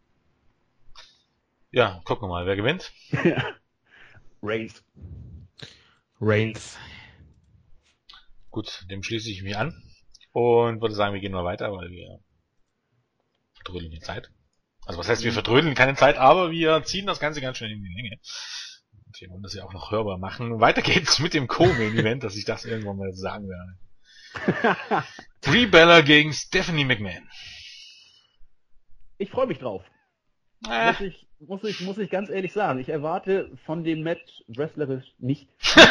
[SPEAKER 1] Ja, gucken wir mal, wer gewinnt?
[SPEAKER 2] Reigns.
[SPEAKER 3] Reigns.
[SPEAKER 1] Gut, dem schließe ich mich an und würde sagen, wir gehen mal weiter, weil wir verdrödeln die Zeit. Also was heißt, wir verdrödeln keine Zeit, aber wir ziehen das Ganze ganz schnell in die Länge. Und wir wollen das ja auch noch hörbar machen. Weiter geht's mit dem Co-Main-Event, dass ich das irgendwann mal sagen werde. Brie Bella gegen Stephanie McMahon.
[SPEAKER 2] Ich freue mich drauf. Äh. Muss ich, muss ich, muss ich ganz ehrlich sagen. Ich erwarte von dem Match wrestlerisch nicht.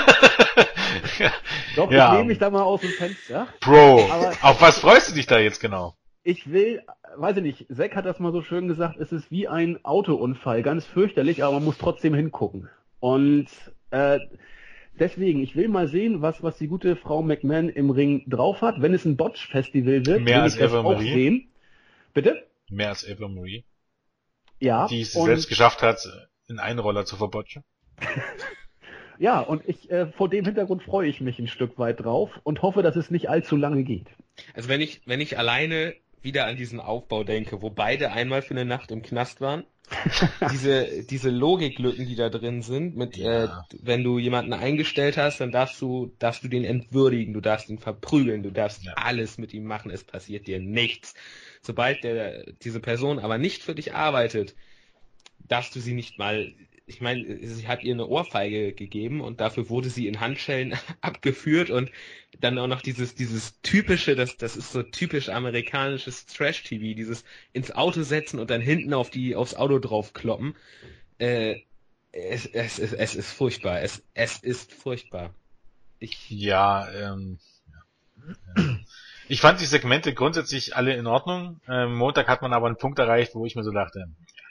[SPEAKER 2] Doch, ja. Ich nehme mich da mal aus dem Fenster.
[SPEAKER 1] Bro, aber auf was freust du dich da jetzt genau?
[SPEAKER 2] Ich will, weiß ich nicht, Zack hat das mal so schön gesagt, es ist wie ein Autounfall, ganz fürchterlich, aber man muss trotzdem hingucken. Und äh, deswegen, ich will mal sehen, was was die gute Frau McMahon im Ring drauf hat. Wenn es ein Botch-Festival wird,
[SPEAKER 1] Mehr
[SPEAKER 2] will
[SPEAKER 1] als
[SPEAKER 2] ich das
[SPEAKER 1] Eva
[SPEAKER 2] auch
[SPEAKER 1] Marie.
[SPEAKER 2] sehen. Bitte?
[SPEAKER 1] Mehr als Eva Marie.
[SPEAKER 2] Ja.
[SPEAKER 1] Die es selbst geschafft hat, einen Einroller zu verbotschen.
[SPEAKER 2] Ja, und ich äh, vor dem Hintergrund freue ich mich ein Stück weit drauf und hoffe, dass es nicht allzu lange geht.
[SPEAKER 3] Also wenn ich wenn ich alleine wieder an diesen Aufbau denke, wo beide einmal für eine Nacht im Knast waren, diese diese Logiklücken, die da drin sind, mit ja. äh, wenn du jemanden eingestellt hast, dann darfst du darfst du den entwürdigen, du darfst ihn verprügeln, du darfst ja. alles mit ihm machen, es passiert dir nichts. Sobald der diese Person aber nicht für dich arbeitet, darfst du sie nicht mal. Ich meine, sie hat ihr eine Ohrfeige gegeben und dafür wurde sie in Handschellen abgeführt und dann auch noch dieses dieses typische, das das ist so typisch amerikanisches Trash-T V, dieses ins Auto setzen und dann hinten auf die aufs Auto draufkloppen. Äh, es, es, es, es ist furchtbar. Es es ist furchtbar.
[SPEAKER 1] Ich ja, ähm, ja. Ich fand die Segmente grundsätzlich alle in Ordnung. Ähm, Montag hat man aber einen Punkt erreicht, wo ich mir so dachte,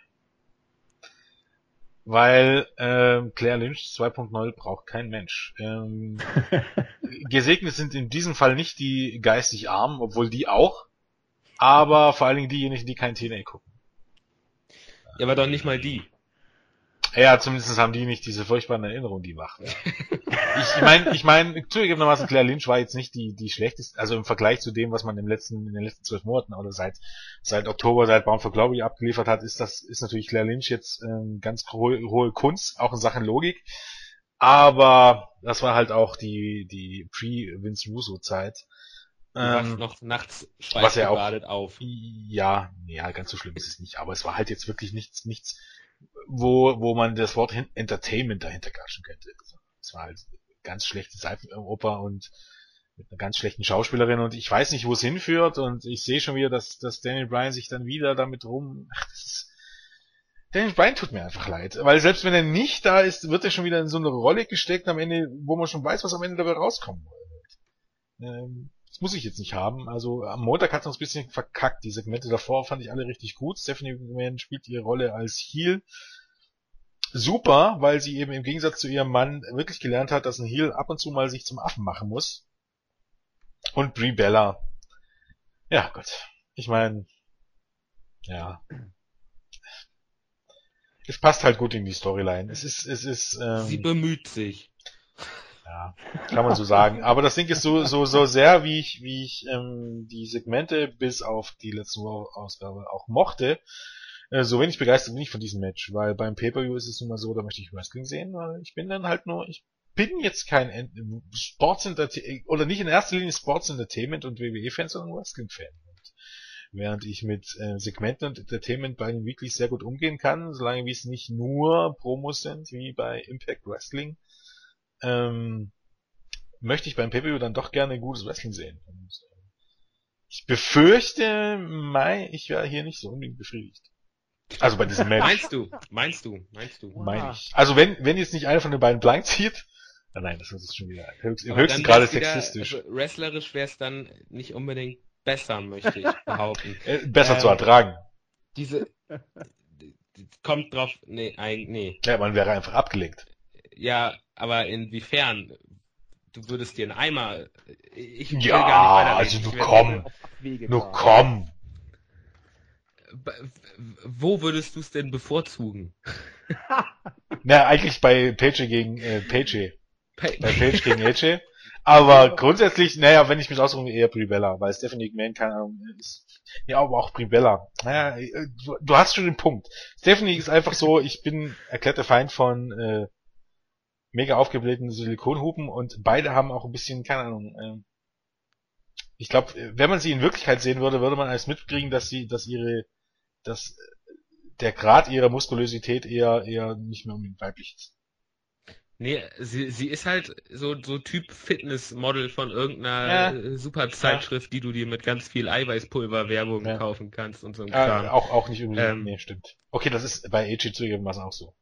[SPEAKER 1] weil ähm, Claire Lynch zwei Punkt null braucht kein Mensch. Ähm, gesegnet sind in diesem Fall nicht die geistig Armen, obwohl die auch, aber vor allen Dingen diejenigen, die kein T N A gucken.
[SPEAKER 3] Ja, aber doch nicht mal die.
[SPEAKER 1] Ja, zumindest haben die nicht diese furchtbaren Erinnerungen, die wach werden. Ich meine, ich meine, zugegebenermaßen, Claire Lynch war jetzt nicht die die schlechteste, also im Vergleich zu dem, was man im letzten in den letzten zwölf Monaten oder seit seit Oktober, seit Bound for Glory abgeliefert hat, ist das ist natürlich Claire Lynch jetzt ähm, ganz hohe, hohe Kunst, auch in Sachen Logik. Aber das war halt auch die die Pre-Vince Russo Zeit.
[SPEAKER 3] Du warst ähm, noch nachts schweißgebadet auf.
[SPEAKER 1] Ja, ja, ganz so schlimm ist es nicht. Aber es war halt jetzt wirklich nichts nichts wo wo man das Wort Entertainment dahinter klatschen könnte. Es war halt ganz schlechte Seifenoper und mit einer ganz schlechten Schauspielerin und ich weiß nicht, wo es hinführt und ich sehe schon wieder, dass, dass Daniel Bryan sich dann wieder damit rum... Ach, das ist... Daniel Bryan tut mir einfach leid, weil selbst wenn er nicht da ist, wird er schon wieder in so eine Rolle gesteckt am Ende, wo man schon weiß, was am Ende dabei rauskommen wird. Ähm, das muss ich jetzt nicht haben. Also am Montag hat es uns ein bisschen verkackt. Die Segmente davor fand ich alle richtig gut. Stephanie McMahon spielt ihre Rolle als Heel super, weil sie eben im Gegensatz zu ihrem Mann wirklich gelernt hat, dass ein Heel ab und zu mal sich zum Affen machen muss. Und Brie Bella. Ja, Gott. Ich meine, ja. Es passt halt gut in die Storyline. Es ist, es ist, ähm,
[SPEAKER 3] Sie bemüht sich.
[SPEAKER 1] Ja, kann man so sagen. Aber das Ding ist so, so, so sehr, wie ich, wie ich ähm, die Segmente bis auf die letzte Ausgabe auch mochte, äh, so wenig begeistert bin ich von diesem Match, weil beim Pay-Per-View ist es nun mal so, da möchte ich Wrestling sehen, weil ich bin dann halt nur, ich bin jetzt kein Ent- Sports Entertainment, oder nicht in erster Linie Sports Entertainment und W W E-Fan, sondern Wrestling-Fan. Während ich mit äh, Segmenten und Entertainment bei den Weeklies sehr gut umgehen kann, solange wie es nicht nur Promos sind, wie bei Impact Wrestling, ähm, möchte ich beim Pay-Per-View dann doch gerne gutes Wrestling sehen. Und, äh, ich befürchte, mein, ich wäre hier nicht so unbedingt befriedigt. Also bei diesem Match.
[SPEAKER 3] Meinst du? Meinst du? Meinst du?
[SPEAKER 1] Meine ich. Also wenn, wenn jetzt nicht einer von den beiden blank zieht, oh nein, das ist schon wieder höchst, im
[SPEAKER 3] Aber
[SPEAKER 1] höchsten
[SPEAKER 3] dann
[SPEAKER 1] Grade
[SPEAKER 3] wär's wieder,
[SPEAKER 1] sexistisch.
[SPEAKER 3] Also wrestlerisch wäre es dann nicht unbedingt besser, möchte ich behaupten.
[SPEAKER 1] Äh, besser
[SPEAKER 3] ähm,
[SPEAKER 1] zu ertragen.
[SPEAKER 3] Diese kommt drauf, nee, ein, nee.
[SPEAKER 1] Ja, man wäre einfach abgelenkt.
[SPEAKER 3] Ja, aber inwiefern? Du würdest dir einen Eimer. Ich will
[SPEAKER 1] Ja,
[SPEAKER 3] gar nicht
[SPEAKER 1] also
[SPEAKER 3] weiterreden.
[SPEAKER 1] du
[SPEAKER 3] Ich werd-
[SPEAKER 1] komm.
[SPEAKER 2] Wege
[SPEAKER 1] Nur
[SPEAKER 2] fahren.
[SPEAKER 1] komm.
[SPEAKER 3] B- Wo würdest du es denn bevorzugen?
[SPEAKER 1] Na, eigentlich bei Page gegen äh, Page.
[SPEAKER 3] Pa-
[SPEAKER 1] Bei Page gegen A J. Aber grundsätzlich, naja, wenn ich mich ausruhe, eher Brie Bella, weil Stephanie McMahon, keine Ahnung, ist, ja, aber auch Brie Bella. Naja, äh, du, du hast schon den Punkt. Stephanie ist einfach so, ich bin erklärter Feind von äh, mega aufgeblähten Silikonhupen und beide haben auch ein bisschen, keine Ahnung, äh, ich glaube, wenn man sie in Wirklichkeit sehen würde, würde man alles mitkriegen, dass sie, dass ihre, dass der Grad ihrer Muskulosität eher, eher nicht mehr unbedingt weiblich ist.
[SPEAKER 3] Nee, sie, sie ist halt so, so Typ Fitnessmodel von irgendeiner
[SPEAKER 1] Ja.
[SPEAKER 3] äh, Superzeitschrift, die du dir mit ganz viel Eiweißpulver Werbung
[SPEAKER 1] Ja.
[SPEAKER 3] kaufen kannst und so ein
[SPEAKER 1] Äh,
[SPEAKER 3] Kram.
[SPEAKER 1] auch, auch nicht unbedingt,
[SPEAKER 3] Ähm,
[SPEAKER 1] nee, stimmt. Okay, das ist bei A J zugegebenermaßen auch so.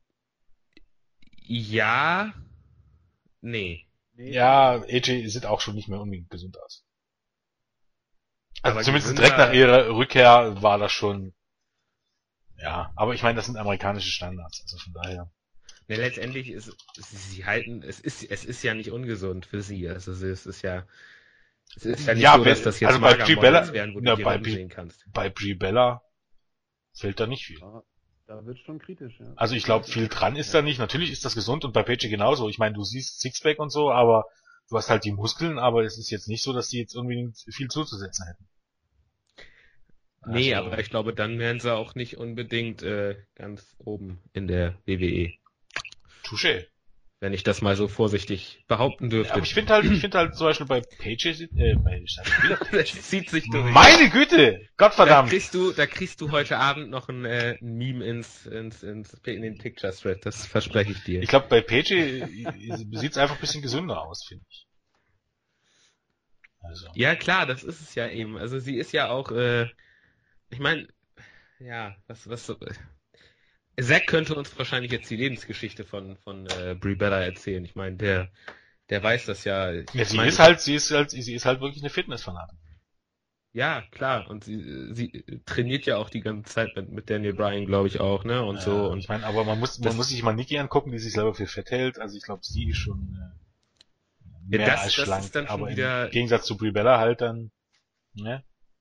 [SPEAKER 3] Ja, nee.
[SPEAKER 2] Nee,
[SPEAKER 1] Ja, A J sieht auch schon nicht mehr unbedingt gesund aus. Also
[SPEAKER 3] Aber
[SPEAKER 1] zumindest
[SPEAKER 3] gesünder-
[SPEAKER 1] direkt nach ihrer Rückkehr war das schon, ja, aber ich meine, das sind amerikanische Standards, also von daher.
[SPEAKER 3] Ne, letztendlich ist sie halten, es ist, es ist ja nicht ungesund für sie. Also es ist ja, es ist ja nicht
[SPEAKER 1] Ja,
[SPEAKER 3] so, dass
[SPEAKER 1] wenn-
[SPEAKER 3] das jetzt
[SPEAKER 1] also bei
[SPEAKER 3] Magermodels
[SPEAKER 1] Brie Bella-
[SPEAKER 3] wären, wo
[SPEAKER 1] na,
[SPEAKER 3] du die
[SPEAKER 1] bei
[SPEAKER 3] Rippen
[SPEAKER 1] Brie-
[SPEAKER 3] sehen kannst.
[SPEAKER 1] Bei Brie Bella fehlt da nicht viel.
[SPEAKER 2] Ja, da wird schon kritisch, ja.
[SPEAKER 1] Also ich glaube, viel dran ist da nicht. Natürlich ist das gesund und bei Paige genauso. Ich meine, du siehst Sixpack und so, aber du hast halt die Muskeln, aber es ist jetzt nicht so, dass die jetzt unbedingt viel zuzusetzen hätten.
[SPEAKER 3] Nee,
[SPEAKER 1] Also-
[SPEAKER 3] aber ich glaube, dann wären sie auch nicht unbedingt äh, ganz oben in der W W E.
[SPEAKER 1] Touché.
[SPEAKER 3] Wenn ich das mal so vorsichtig behaupten dürfte.
[SPEAKER 1] Aber ich finde halt, ich finde halt zum Beispiel bei Paige, äh, bei wieder Paige.
[SPEAKER 3] das zieht sich durch.
[SPEAKER 1] Meine Güte!
[SPEAKER 3] Da
[SPEAKER 1] Gottverdammt!
[SPEAKER 3] kriegst du, da kriegst du heute Abend noch ein, äh, ein Meme ins, ins, ins, in den Picture Thread. Das verspreche ich dir.
[SPEAKER 1] Ich glaube, bei Paige sieht es einfach ein bisschen gesünder aus, finde ich. Also.
[SPEAKER 3] Ja, klar, das ist es ja eben. Also sie ist ja auch, äh, ich meine, ja, was, was, so- Zack könnte uns wahrscheinlich jetzt die Lebensgeschichte von, von äh, Brie Bella erzählen. Ich meine, der, der weiß das ja. Ich
[SPEAKER 1] Ja, sie
[SPEAKER 3] mein,
[SPEAKER 1] ist halt, sie ist halt, sie ist halt wirklich eine Fitnessfanatin.
[SPEAKER 3] Ja, klar. Und sie, sie trainiert ja auch die ganze Zeit mit, mit Daniel Bryan, glaube ich auch, ne? Und
[SPEAKER 1] Ja,
[SPEAKER 3] so. Und
[SPEAKER 1] ich meine, aber man muss, man
[SPEAKER 3] das-
[SPEAKER 1] muss sich mal Nikki angucken, die sich selber für fett hält. Also ich glaube, sie ist schon äh,
[SPEAKER 3] Ja,
[SPEAKER 1] mehr
[SPEAKER 3] das-
[SPEAKER 1] als
[SPEAKER 3] das
[SPEAKER 1] schlank.
[SPEAKER 3] ist dann schon
[SPEAKER 1] aber
[SPEAKER 3] wieder-
[SPEAKER 1] im Gegensatz zu Brie Bella halt dann, ne?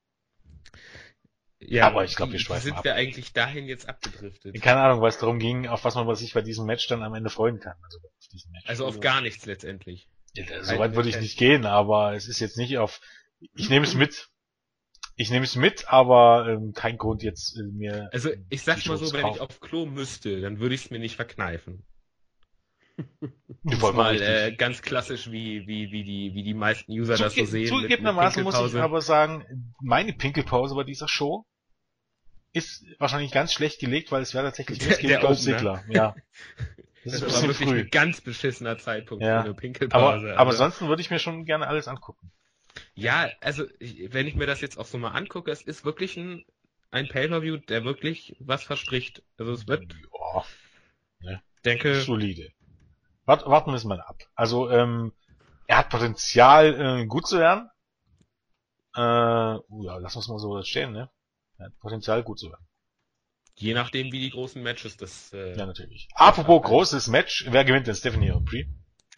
[SPEAKER 3] ja,
[SPEAKER 1] aber ich glaub,
[SPEAKER 3] wie-
[SPEAKER 1] wir
[SPEAKER 3] wie
[SPEAKER 1] schweifen
[SPEAKER 3] sind
[SPEAKER 1] ab.
[SPEAKER 3] wir eigentlich dahin jetzt abgedriftet?
[SPEAKER 1] Keine Ahnung, was darum ging, auf was man sich bei diesem Match dann am Ende freuen kann. Also auf diesem Match.
[SPEAKER 3] Also auf gar nichts letztendlich.
[SPEAKER 1] Ja, so weit würde ich nicht gehen, aber es ist jetzt nicht auf. Ich nehme es mit. Ich nehme es mit, aber ähm, kein Grund jetzt äh, mir.
[SPEAKER 3] Also ich sag's
[SPEAKER 1] die
[SPEAKER 3] mal
[SPEAKER 1] Show
[SPEAKER 3] so,
[SPEAKER 1] zu
[SPEAKER 3] wenn ich
[SPEAKER 1] kaufen.
[SPEAKER 3] auf Klo müsste, dann würde ich es mir nicht verkneifen.
[SPEAKER 1] Die
[SPEAKER 3] Das
[SPEAKER 1] wollen wir
[SPEAKER 3] mal
[SPEAKER 1] richtig.
[SPEAKER 3] äh, ganz klassisch, wie, wie, wie, die, wie die meisten User das so
[SPEAKER 1] Zuge
[SPEAKER 3] sehen. mit- mit
[SPEAKER 1] zugegebenermaßen muss ich
[SPEAKER 3] Pinkelpause.
[SPEAKER 1] aber sagen, meine Pinkelpause bei dieser Show ist wahrscheinlich ganz schlecht gelegt, weil es wäre tatsächlich
[SPEAKER 3] Der-
[SPEAKER 1] Miss
[SPEAKER 3] der
[SPEAKER 1] Dolph
[SPEAKER 3] Opener.
[SPEAKER 1] Ziggler. Ja. Das ist
[SPEAKER 3] Das
[SPEAKER 1] ein
[SPEAKER 3] war
[SPEAKER 1] bisschen
[SPEAKER 3] wirklich
[SPEAKER 1] früh.
[SPEAKER 3] ein ganz beschissener Zeitpunkt
[SPEAKER 1] Ja.
[SPEAKER 3] für eine Pinkelpause.
[SPEAKER 1] Aber, aber
[SPEAKER 3] Also-
[SPEAKER 1] ansonsten würde ich mir schon gerne alles angucken.
[SPEAKER 3] Ja, also ich, wenn ich mir das jetzt auch so mal angucke, es ist wirklich ein, ein Pay-Per-View, der wirklich was verspricht. Also es wird,
[SPEAKER 1] Ja,
[SPEAKER 3] ich denke,
[SPEAKER 1] solide. Wart, warten wir es mal ab. Also, ähm, er hat Potenzial, äh, gut zu werden. Äh, uh, ja, lass uns mal so stehen, ne? Er hat Potenzial, gut zu werden.
[SPEAKER 3] je nachdem, wie die großen Matches das... Äh,
[SPEAKER 1] Ja, natürlich. Apropos großes Match, wer gewinnt denn, Stephanie oder Brie?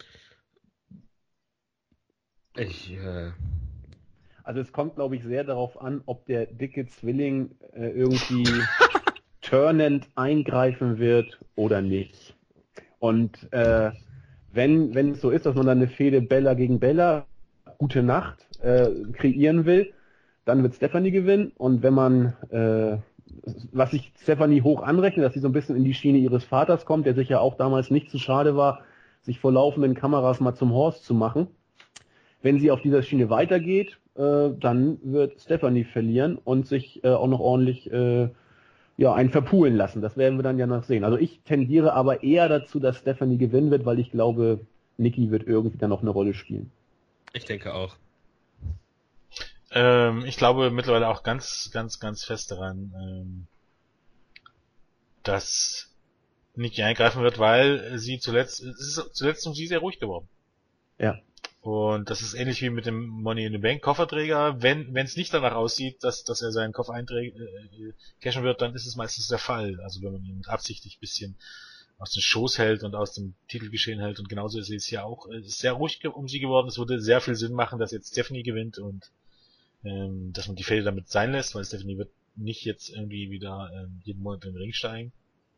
[SPEAKER 3] ich, äh,
[SPEAKER 2] Also es kommt, glaube ich, sehr darauf an, ob der dicke Zwilling äh, irgendwie turnend eingreifen wird oder nicht. Und äh, wenn wenn es so ist, dass man dann eine Fehde Bella gegen Bella, gute Nacht, äh, kreieren will, dann wird Stephanie gewinnen. Und wenn man, äh, was ich Stephanie hoch anrechne, dass sie so ein bisschen in die Schiene ihres Vaters kommt, der sich ja auch damals nicht zu schade war, sich vor laufenden Kameras mal zum Horst zu machen. Wenn sie auf dieser Schiene weitergeht, äh, dann wird Stephanie verlieren und sich äh, auch noch ordentlich äh, ja, einen verpulen lassen. Das werden wir dann ja noch sehen. Also ich tendiere aber eher dazu, dass Stephanie gewinnen wird, weil ich glaube, Nikki wird irgendwie dann noch eine Rolle spielen.
[SPEAKER 3] Ich denke auch.
[SPEAKER 1] Ähm, ich glaube mittlerweile auch ganz, ganz, ganz fest daran, ähm, dass Nikki eingreifen wird, weil sie zuletzt, es ist zuletzt um sie sehr ruhig geworden.
[SPEAKER 2] Ja.
[SPEAKER 1] Und das ist ähnlich wie mit dem Money in the Bank Kofferträger. Wenn wenn es nicht danach aussieht, dass dass er seinen Koffer einträgt, äh, cashen wird, dann ist es meistens der Fall. Also wenn man ihn absichtlich ein bisschen aus den Schoß hält und aus dem Titelgeschehen hält. Und genauso ist es ja auch. Es ist sehr ruhig um sie geworden. Es würde sehr viel Sinn machen, dass jetzt Stephanie gewinnt und ähm, dass man die Fehde damit sein lässt, weil Stephanie wird nicht jetzt irgendwie wieder ähm, jeden Monat in den Ring steigen.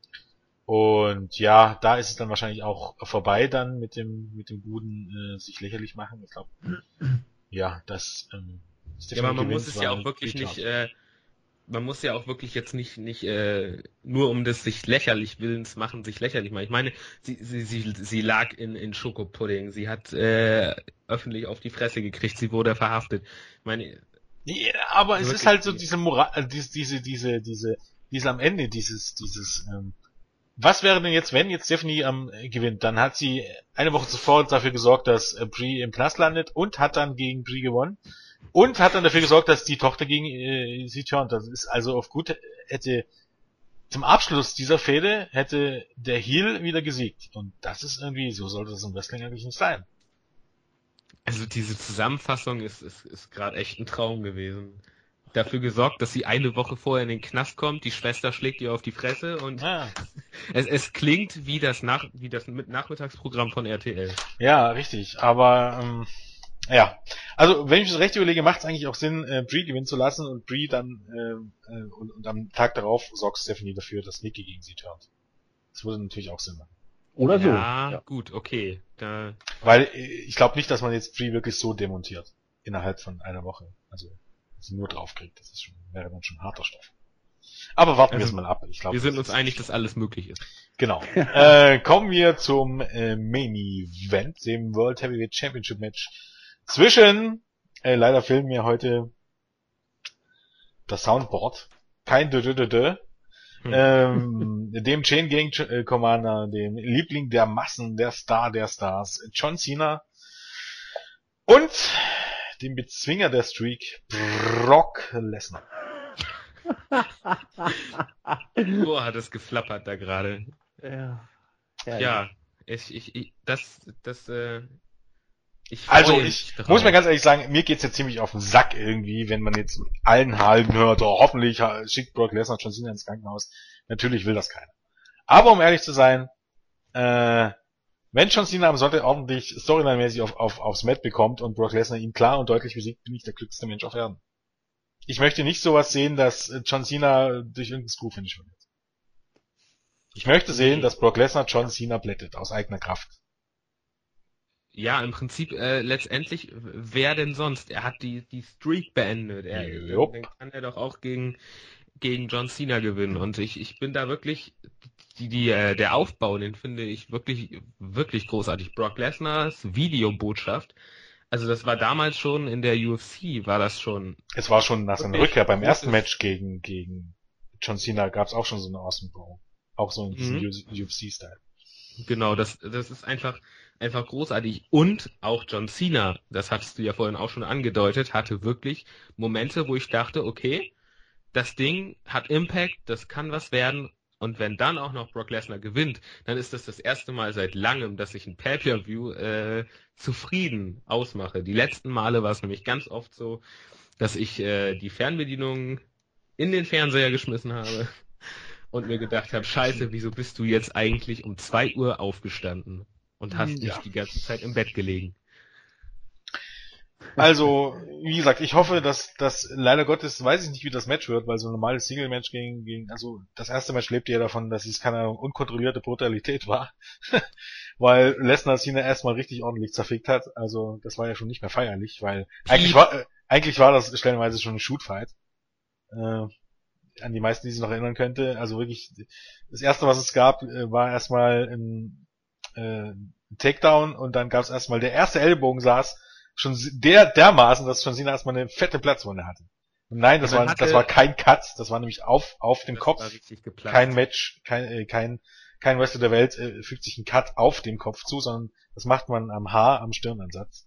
[SPEAKER 1] Und ja, da ist es dann wahrscheinlich auch vorbei dann mit dem mit dem guten äh, sich lächerlich machen. Ich glaube, ja, das ähm,
[SPEAKER 3] ja, aber man muss es ja auch wirklich nicht, äh, man muss ja auch wirklich jetzt nicht nicht äh, nur um des sich lächerlich Willens machen, sich lächerlich machen. Ich meine, sie sie sie, sie lag in in Schokopudding, sie hat äh, öffentlich auf die Fresse gekriegt, sie wurde verhaftet. Ich meine,
[SPEAKER 1] ja, aber es ist halt so diese Moral, diese diese diese diese diese am Ende dieses dieses ähm, was wäre denn jetzt, wenn jetzt Stephanie ähm, gewinnt? Dann hat sie eine Woche zuvor dafür gesorgt, dass äh, Brie im Knast landet und hat dann gegen Brie gewonnen und hat dann dafür gesorgt, dass die Tochter gegen äh, sie turnt. Das ist also auf gut, hätte zum Abschluss dieser Fehde hätte der Heel wieder gesiegt. Und das ist irgendwie, so sollte das im Wrestling eigentlich nicht sein.
[SPEAKER 3] Also diese Zusammenfassung ist ist, ist gerade echt ein Traum gewesen. Dafür gesorgt, dass sie eine Woche vorher in den Knast kommt, die Schwester schlägt ihr auf die Fresse und
[SPEAKER 1] ah.
[SPEAKER 3] es, es klingt wie das Nach wie das Nachmittagsprogramm von R T L.
[SPEAKER 1] Ja, richtig, aber ähm, ja, also wenn ich das recht überlege, macht es eigentlich auch Sinn, äh, Brie gewinnen zu lassen und Brie dann äh, äh, und, und am Tag darauf sorgt Stephanie dafür, dass Nikki gegen sie turnt. Das würde natürlich auch Sinn machen.
[SPEAKER 2] Oder so.
[SPEAKER 3] Ja, ja. Gut, okay. Da
[SPEAKER 1] Weil äh, ich glaube nicht, dass man jetzt Brie wirklich so demontiert innerhalb von einer Woche. Also sie nur draufkriegt, das ist schon, wäre dann schon harter Stoff. Aber warten also, wir es mal ab. Ich glaub,
[SPEAKER 3] wir sind uns einig, dass alles möglich ist.
[SPEAKER 1] Genau. äh, kommen wir zum äh, Main Event, dem World Heavyweight Championship Match zwischen, äh, leider fehlen mir heute das Soundboard, kein Dö-Dö-Dö-Dö, hm. ähm, dem Chain Gang äh, Commander, dem Liebling der Massen, der Star der Stars, John Cena und dem Bezwinger der Streak, Brock Lesnar.
[SPEAKER 3] Boah, hat es geflappert da gerade.
[SPEAKER 2] Ja.
[SPEAKER 3] Ja, ja, ich, ich, ich, das, das, äh, ich
[SPEAKER 1] Also ich muss mir ganz ehrlich sagen, mir geht's jetzt ziemlich auf den Sack irgendwie, wenn man jetzt allen Hallen hört, oh, hoffentlich schickt Brock Lesnar John Cena ins Krankenhaus. Natürlich will das keiner. Aber um ehrlich zu sein, äh, wenn John Cena am Sonntag ordentlich Storyline-mäßig auf, auf, aufs Mat bekommt und Brock Lesnar ihn klar und deutlich besiegt, bin ich der glücklichste Mensch auf Erden. Ich möchte nicht sowas sehen, dass John Cena durch irgendeinen Screw-Finish verliert. Ich möchte sehen, dass Brock Lesnar John Cena blättet, aus eigener Kraft.
[SPEAKER 3] Ja, im Prinzip äh, letztendlich, wer denn sonst? Er hat die die Streak beendet. Er,
[SPEAKER 1] Jupp.
[SPEAKER 3] Dann kann er doch auch gegen gegen John Cena gewinnen. Und ich ich bin da wirklich die die äh, der Aufbau, den finde ich wirklich wirklich großartig. Brock Lesnars Videobotschaft. Also das war damals schon in der U F C, war das schon.
[SPEAKER 1] Es war schon nach seiner Rückkehr beim ersten Match gegen gegen John Cena gab's auch schon so eine Awesome Bro. Auch so in diesem mhm. U F C-Style.
[SPEAKER 3] Genau, das das ist einfach einfach großartig. Und auch John Cena, das hattest du ja vorhin auch schon angedeutet, hatte wirklich Momente, wo ich dachte, okay, das Ding hat Impact, das kann was werden. Und wenn dann auch noch Brock Lesnar gewinnt, dann ist das das erste Mal seit langem, dass ich ein Pay-Per-View äh, zufrieden ausmache. Die letzten Male war es nämlich ganz oft so, dass ich äh, die Fernbedienung in den Fernseher geschmissen habe und mir gedacht habe, scheiße, wieso bist du jetzt eigentlich um zwei Uhr aufgestanden und hast
[SPEAKER 1] ja.
[SPEAKER 3] nicht die ganze Zeit im Bett gelegen?
[SPEAKER 1] Also, wie gesagt, ich hoffe, dass das leider Gottes, weiß ich nicht, wie das Match wird, weil so ein normales Single-Match gegen, gegen, also das erste Match lebte ja davon, dass es keine unkontrollierte Brutalität war, weil Lesnar Cena erstmal richtig ordentlich zerfickt hat, also das war ja schon nicht mehr feierlich, weil eigentlich war, äh, eigentlich war das stellenweise schon ein Shootfight, äh, an die meisten, die sich noch erinnern könnte, also wirklich, das erste, was es gab, äh, war erstmal ein, äh, ein Takedown und dann gab es erstmal, der erste Ellbogen saß schon der dermaßen, dass schon Cena erstmal eine fette Platzwunde hatte. Und nein, das war hatte, das war kein Cut, das war nämlich auf auf dem Kopf. Kein Match, kein äh, kein kein Wrestler der Welt äh, fügt sich einen Cut auf dem Kopf zu, sondern das macht man am Haar, am Stirnansatz.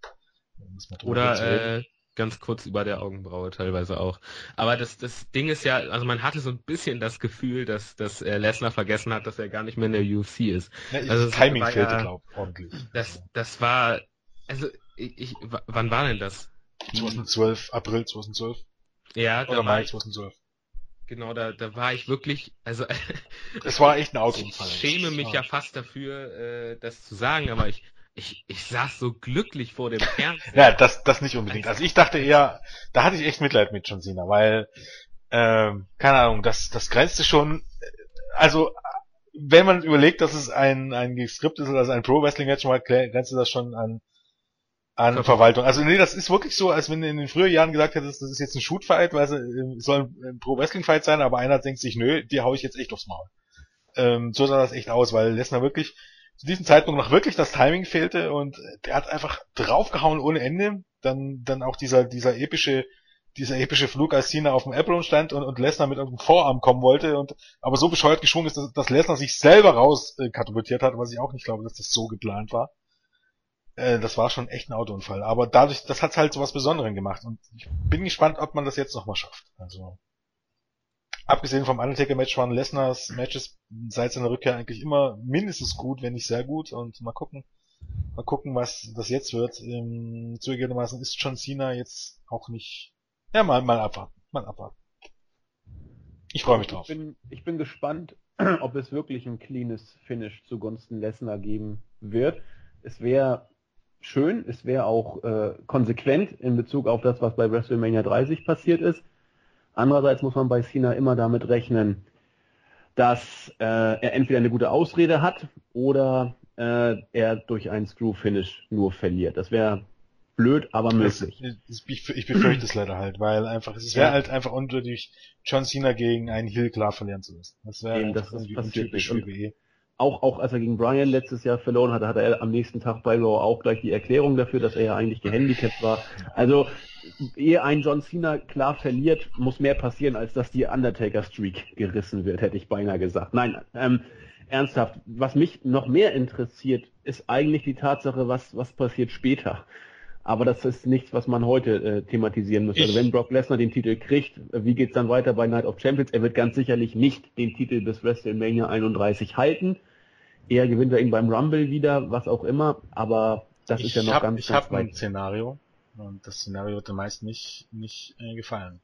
[SPEAKER 3] Oder äh, ganz kurz über der Augenbraue teilweise auch. Aber das das Ding ist ja, also man hatte so ein bisschen das Gefühl, dass dass äh, Lesnar vergessen hat, dass er gar nicht mehr in der U F C ist.
[SPEAKER 1] Ja, also das Timing fehlte, ja, glaube ich, ordentlich.
[SPEAKER 3] Das das war also Ich, ich, w- wann war denn das?
[SPEAKER 1] zweitausendzwölf, April zweitausendzwölf.
[SPEAKER 3] Ja, da
[SPEAKER 1] Oder Mai
[SPEAKER 3] ich,
[SPEAKER 1] zweitausendzwölf.
[SPEAKER 3] Genau, da, da war ich wirklich, also
[SPEAKER 1] es war echt ein Autounfall.
[SPEAKER 3] Ich schäme mich ja fast dafür, äh, das zu sagen, aber ich, ich, ich saß so glücklich vor dem Fernseher.
[SPEAKER 1] Ja, das, das nicht unbedingt. Also ich dachte eher, da hatte ich echt Mitleid mit John Cena, weil, ähm, keine Ahnung, das, das grenzte schon, also wenn man überlegt, dass es ein, ein Skript ist oder also ein Pro-Wrestling-Match mal, grenzte das schon an an Verwaltung. Verwaltung. Also nee, das ist wirklich so, als wenn du in den früheren Jahren gesagt hättest, das ist jetzt ein Shoot-Fight, weil es soll ein Pro-Wrestling-Fight sein, aber einer denkt sich, nö, die hau ich jetzt echt aufs Maul. Ähm, so sah das echt aus, weil Lesnar wirklich zu diesem Zeitpunkt noch wirklich das Timing fehlte und der hat einfach draufgehauen ohne Ende. Dann dann auch dieser dieser epische dieser epische Flug, als Cena auf dem Apron stand und, und Lesnar mit irgendeinem Vorarm kommen wollte und aber so bescheuert geschwungen ist, dass, dass Lesnar sich selber raus äh, katapultiert hat, was ich auch nicht glaube, dass das so geplant war. Das war schon echt ein Autounfall. Aber dadurch, das hat's halt so was Besonderes gemacht. Und ich bin gespannt, ob man das jetzt nochmal schafft. Also, abgesehen vom Undertaker-Match waren Lesnars Matches seit seiner Rückkehr eigentlich immer mindestens gut, wenn nicht sehr gut. Und mal gucken, mal gucken, was das jetzt wird. Ähm, zugegebenermaßen ist John Cena jetzt auch nicht, ja, mal, mal abwarten, mal abwarten. Ich freue mich drauf.
[SPEAKER 2] Ich bin, ich bin gespannt, ob es wirklich ein cleanes Finish zugunsten Lesnar geben wird. Es wäre schön, es wäre auch äh, konsequent in Bezug auf das, was bei WrestleMania dreißig passiert ist. Andererseits muss man bei Cena immer damit rechnen, dass äh, er entweder eine gute Ausrede hat oder äh, er durch einen Screw-Finish nur verliert. Das wäre blöd, aber möglich.
[SPEAKER 1] Das, ich, ich befürchte es leider halt, weil einfach es wäre ja. halt einfach unnötig, John Cena gegen einen Heel klar verlieren zu müssen. Das wäre
[SPEAKER 2] das irgendwie
[SPEAKER 1] untypisch für W W E.
[SPEAKER 2] Auch, auch als er gegen Bryan letztes Jahr verloren hatte, hatte er am nächsten Tag bei Raw auch gleich die Erklärung dafür, dass er ja eigentlich gehandicapt war. Also, ehe ein John Cena klar verliert, muss mehr passieren, als dass die Undertaker-Streak gerissen wird, hätte ich beinahe gesagt. Nein, ähm, ernsthaft, was mich noch mehr interessiert, ist eigentlich die Tatsache, was, was passiert später. Aber das ist nichts, was man heute äh, thematisieren muss. Also wenn Brock Lesnar den Titel kriegt, äh, wie geht's dann weiter bei Night of Champions? Er wird ganz sicherlich nicht den Titel bis WrestleMania einunddreißig halten. Er gewinnt er ihn beim Rumble wieder, was auch immer. Aber das
[SPEAKER 1] ich
[SPEAKER 2] ist ja noch
[SPEAKER 1] hab,
[SPEAKER 2] ganz,
[SPEAKER 1] ich
[SPEAKER 2] ganz
[SPEAKER 1] hab ein Szenario. Und das Szenario wird den meisten nicht, nicht äh, gefallen.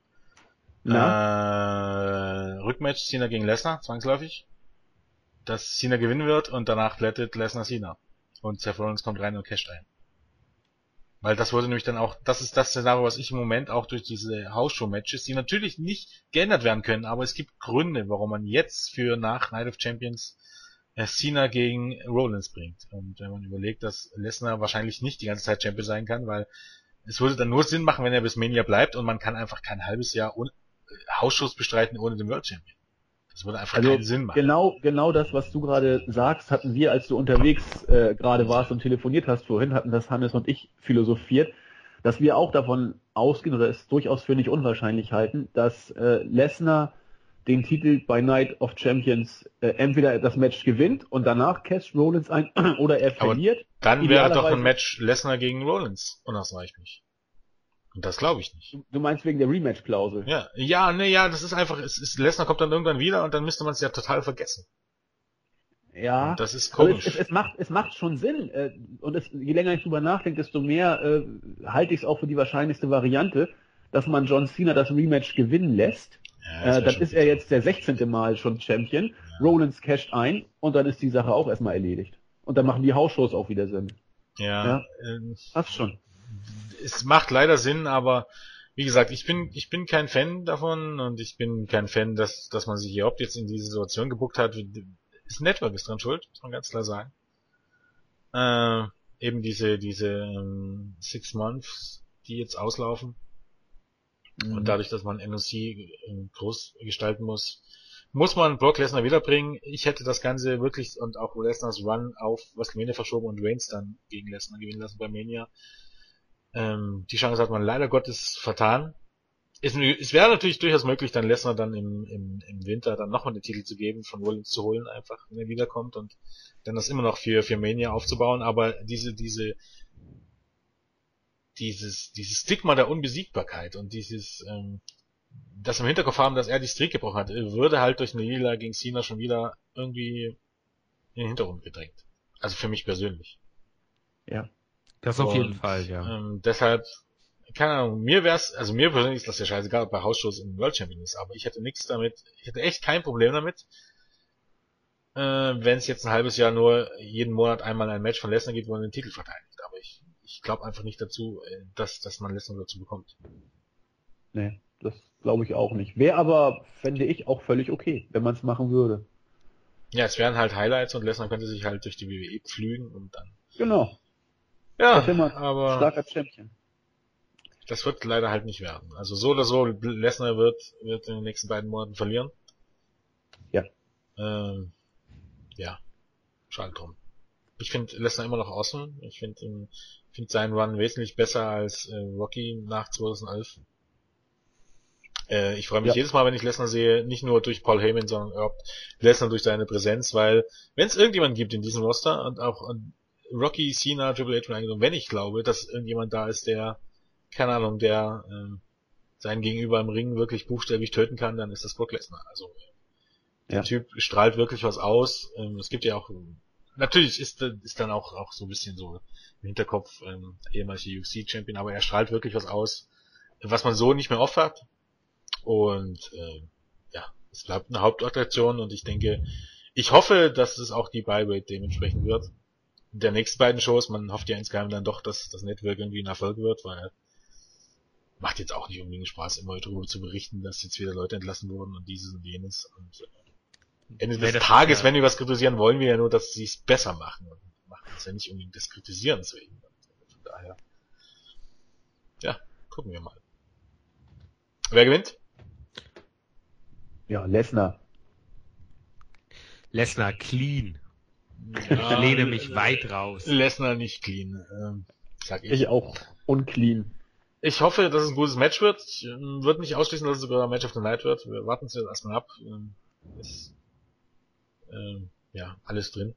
[SPEAKER 1] Na? Äh, Rückmatch Cena gegen Lesnar, zwangsläufig. Dass Cena gewinnen wird und danach plättet Lesnar Cena. Und Seth Rollins kommt rein und casht ein. Weil das wurde nämlich dann auch, das ist das Szenario, was ich im Moment auch durch diese House-Show-Matches, die natürlich nicht geändert werden können, aber es gibt Gründe, warum man jetzt für nach Night of Champions äh, Cena gegen Rollins bringt. Und wenn man überlegt, dass Lesnar wahrscheinlich nicht die ganze Zeit Champion sein kann, weil es würde dann nur Sinn machen, wenn er bis Mania bleibt und man kann einfach kein halbes Jahr ohne, äh, House-Shows bestreiten ohne den World Champion. Das würde einfach also keinen Sinn machen.
[SPEAKER 2] Genau, genau das, was du gerade sagst, hatten wir, als du unterwegs äh, gerade warst und telefoniert hast vorhin, hatten das Hannes und ich philosophiert, dass wir auch davon ausgehen oder es durchaus für nicht unwahrscheinlich halten, dass äh, Lesnar den Titel bei Night of Champions äh, entweder das Match gewinnt und danach casht Rollins ein oder er verliert.
[SPEAKER 1] Aber dann wäre doch ein Match Lesnar gegen Rollins unausweichlich. Und das glaube ich nicht.
[SPEAKER 2] Du meinst wegen der Rematch-Klausel?
[SPEAKER 1] Ja, ja, ne, ja, das ist einfach, es ist, Lesnar kommt dann irgendwann wieder und dann müsste man es ja total vergessen.
[SPEAKER 2] Ja.
[SPEAKER 1] Und das ist komisch.
[SPEAKER 2] Es, es, es macht, es macht schon Sinn. Äh, und es, je länger ich drüber nachdenke, desto mehr äh, halte ich es auch für die wahrscheinlichste Variante, dass man John Cena das Rematch gewinnen lässt. Ja, das äh, dann ist er jetzt der sechzehnte Mal schon Champion. Ja. Rollins casht ein und dann ist die Sache auch erstmal erledigt. Und dann machen die House-Shows auch wieder Sinn.
[SPEAKER 1] Ja.
[SPEAKER 2] ja? Ähm, Passt schon.
[SPEAKER 1] es macht leider Sinn, aber wie gesagt, ich bin ich bin kein Fan davon und ich bin kein Fan, dass dass man sich überhaupt jetzt in diese Situation gebuckt hat. Das Network ist dran schuld, muss man ganz klar sagen. Äh, eben diese diese ähm, Six Months, die jetzt auslaufen. Mhm. Und dadurch, dass man N O C groß gestalten muss, muss man Brock Lesnar wiederbringen. Ich hätte das Ganze wirklich und auch Lesnars Run auf WrestleMania verschoben und Reigns dann gegen Lesnar gewinnen lassen bei Mania. Ähm, die Chance hat man leider Gottes vertan. Es, es wäre natürlich durchaus möglich, dann Lesnar dann im, im, im Winter dann nochmal den Titel zu geben, von Rollins zu holen, einfach, wenn er wiederkommt und dann das immer noch für, für Mania aufzubauen, aber diese, diese, dieses, dieses Stigma der Unbesiegbarkeit und dieses, ähm, das im Hinterkopf haben, dass er die Streak gebrochen hat, würde halt durch eine Niederlage gegen Cena schon wieder irgendwie in den Hintergrund gedrängt. Also für mich persönlich.
[SPEAKER 3] Ja. Das auf
[SPEAKER 1] und,
[SPEAKER 3] jeden Fall, ja.
[SPEAKER 1] Ähm, deshalb, keine Ahnung, mir wär's, also mir persönlich ist das ja scheißegal, ob bei Hausshows im World Champion ist, aber ich hätte nichts damit, ich hätte echt kein Problem damit, äh, wenn es jetzt ein halbes Jahr nur jeden Monat einmal ein Match von Lesnar gibt, wo er den Titel verteidigt. Aber ich, ich glaube einfach nicht dazu, dass, dass man Lesnar dazu bekommt.
[SPEAKER 2] Nee, das glaube ich auch nicht. Wäre aber, fände ich, auch völlig okay, wenn man es machen würde.
[SPEAKER 1] Ja, es wären halt Highlights und Lesnar könnte sich halt durch die W W E pflügen und dann...
[SPEAKER 2] Genau.
[SPEAKER 1] Ja,
[SPEAKER 2] immer
[SPEAKER 1] aber...
[SPEAKER 2] starker Champion.
[SPEAKER 1] Das wird leider halt nicht werden. Also so oder so, Lesnar wird, wird in den nächsten beiden Monaten verlieren.
[SPEAKER 2] Ja.
[SPEAKER 1] Ähm, ja, schade drum. Ich finde Lesnar immer noch awesome. Ich finde find seinen Run wesentlich besser als äh, Rocky nach zweitausendelf. Äh, ich freue mich ja. jedes Mal, wenn ich Lesnar sehe, nicht nur durch Paul Heyman, sondern überhaupt Lesnar durch seine Präsenz, weil wenn es irgendjemand gibt in diesem Roster und auch und Rocky, Cena, Triple H, und wenn ich glaube, dass irgendjemand da ist, der, keine Ahnung, der äh, seinen Gegenüber im Ring wirklich buchstäblich töten kann, dann ist das Brock Lesnar. Also der ja. Typ strahlt wirklich was aus. Ähm, es gibt ja auch, natürlich ist ist dann auch auch so ein bisschen so im Hinterkopf ähm, ehemaliger U F C-Champion, aber er strahlt wirklich was aus, was man so nicht mehr oft hat. Und äh, ja, es bleibt eine Hauptattraktion und ich denke, ich hoffe, dass es auch die Buy-Rate dementsprechend wird. In der nächsten beiden Shows, man hofft ja insgeheim dann doch, dass das Network irgendwie ein Erfolg wird, weil macht jetzt auch nicht unbedingt Spaß, immer darüber zu berichten, dass jetzt wieder Leute entlassen wurden und dieses und jenes. Und äh, Ende des Tages, ja. wenn wir was kritisieren, wollen wir ja nur, dass sie es besser machen. Und machen das ja nicht unbedingt des Kritisierens wegen. Von daher, ja, gucken wir mal. Wer gewinnt?
[SPEAKER 2] Ja, Lesnar.
[SPEAKER 3] Lesnar clean. Ja, ich lehne mich weit raus.
[SPEAKER 1] Lesnar nicht clean, ähm, sag ich.
[SPEAKER 2] Ich auch unclean.
[SPEAKER 1] Ich hoffe, dass es ein gutes Match wird. Ich äh, würde nicht ausschließen, dass es sogar ein Match of the Night wird. Wir warten es jetzt erstmal ab. Ähm, ist äh, ja alles drin.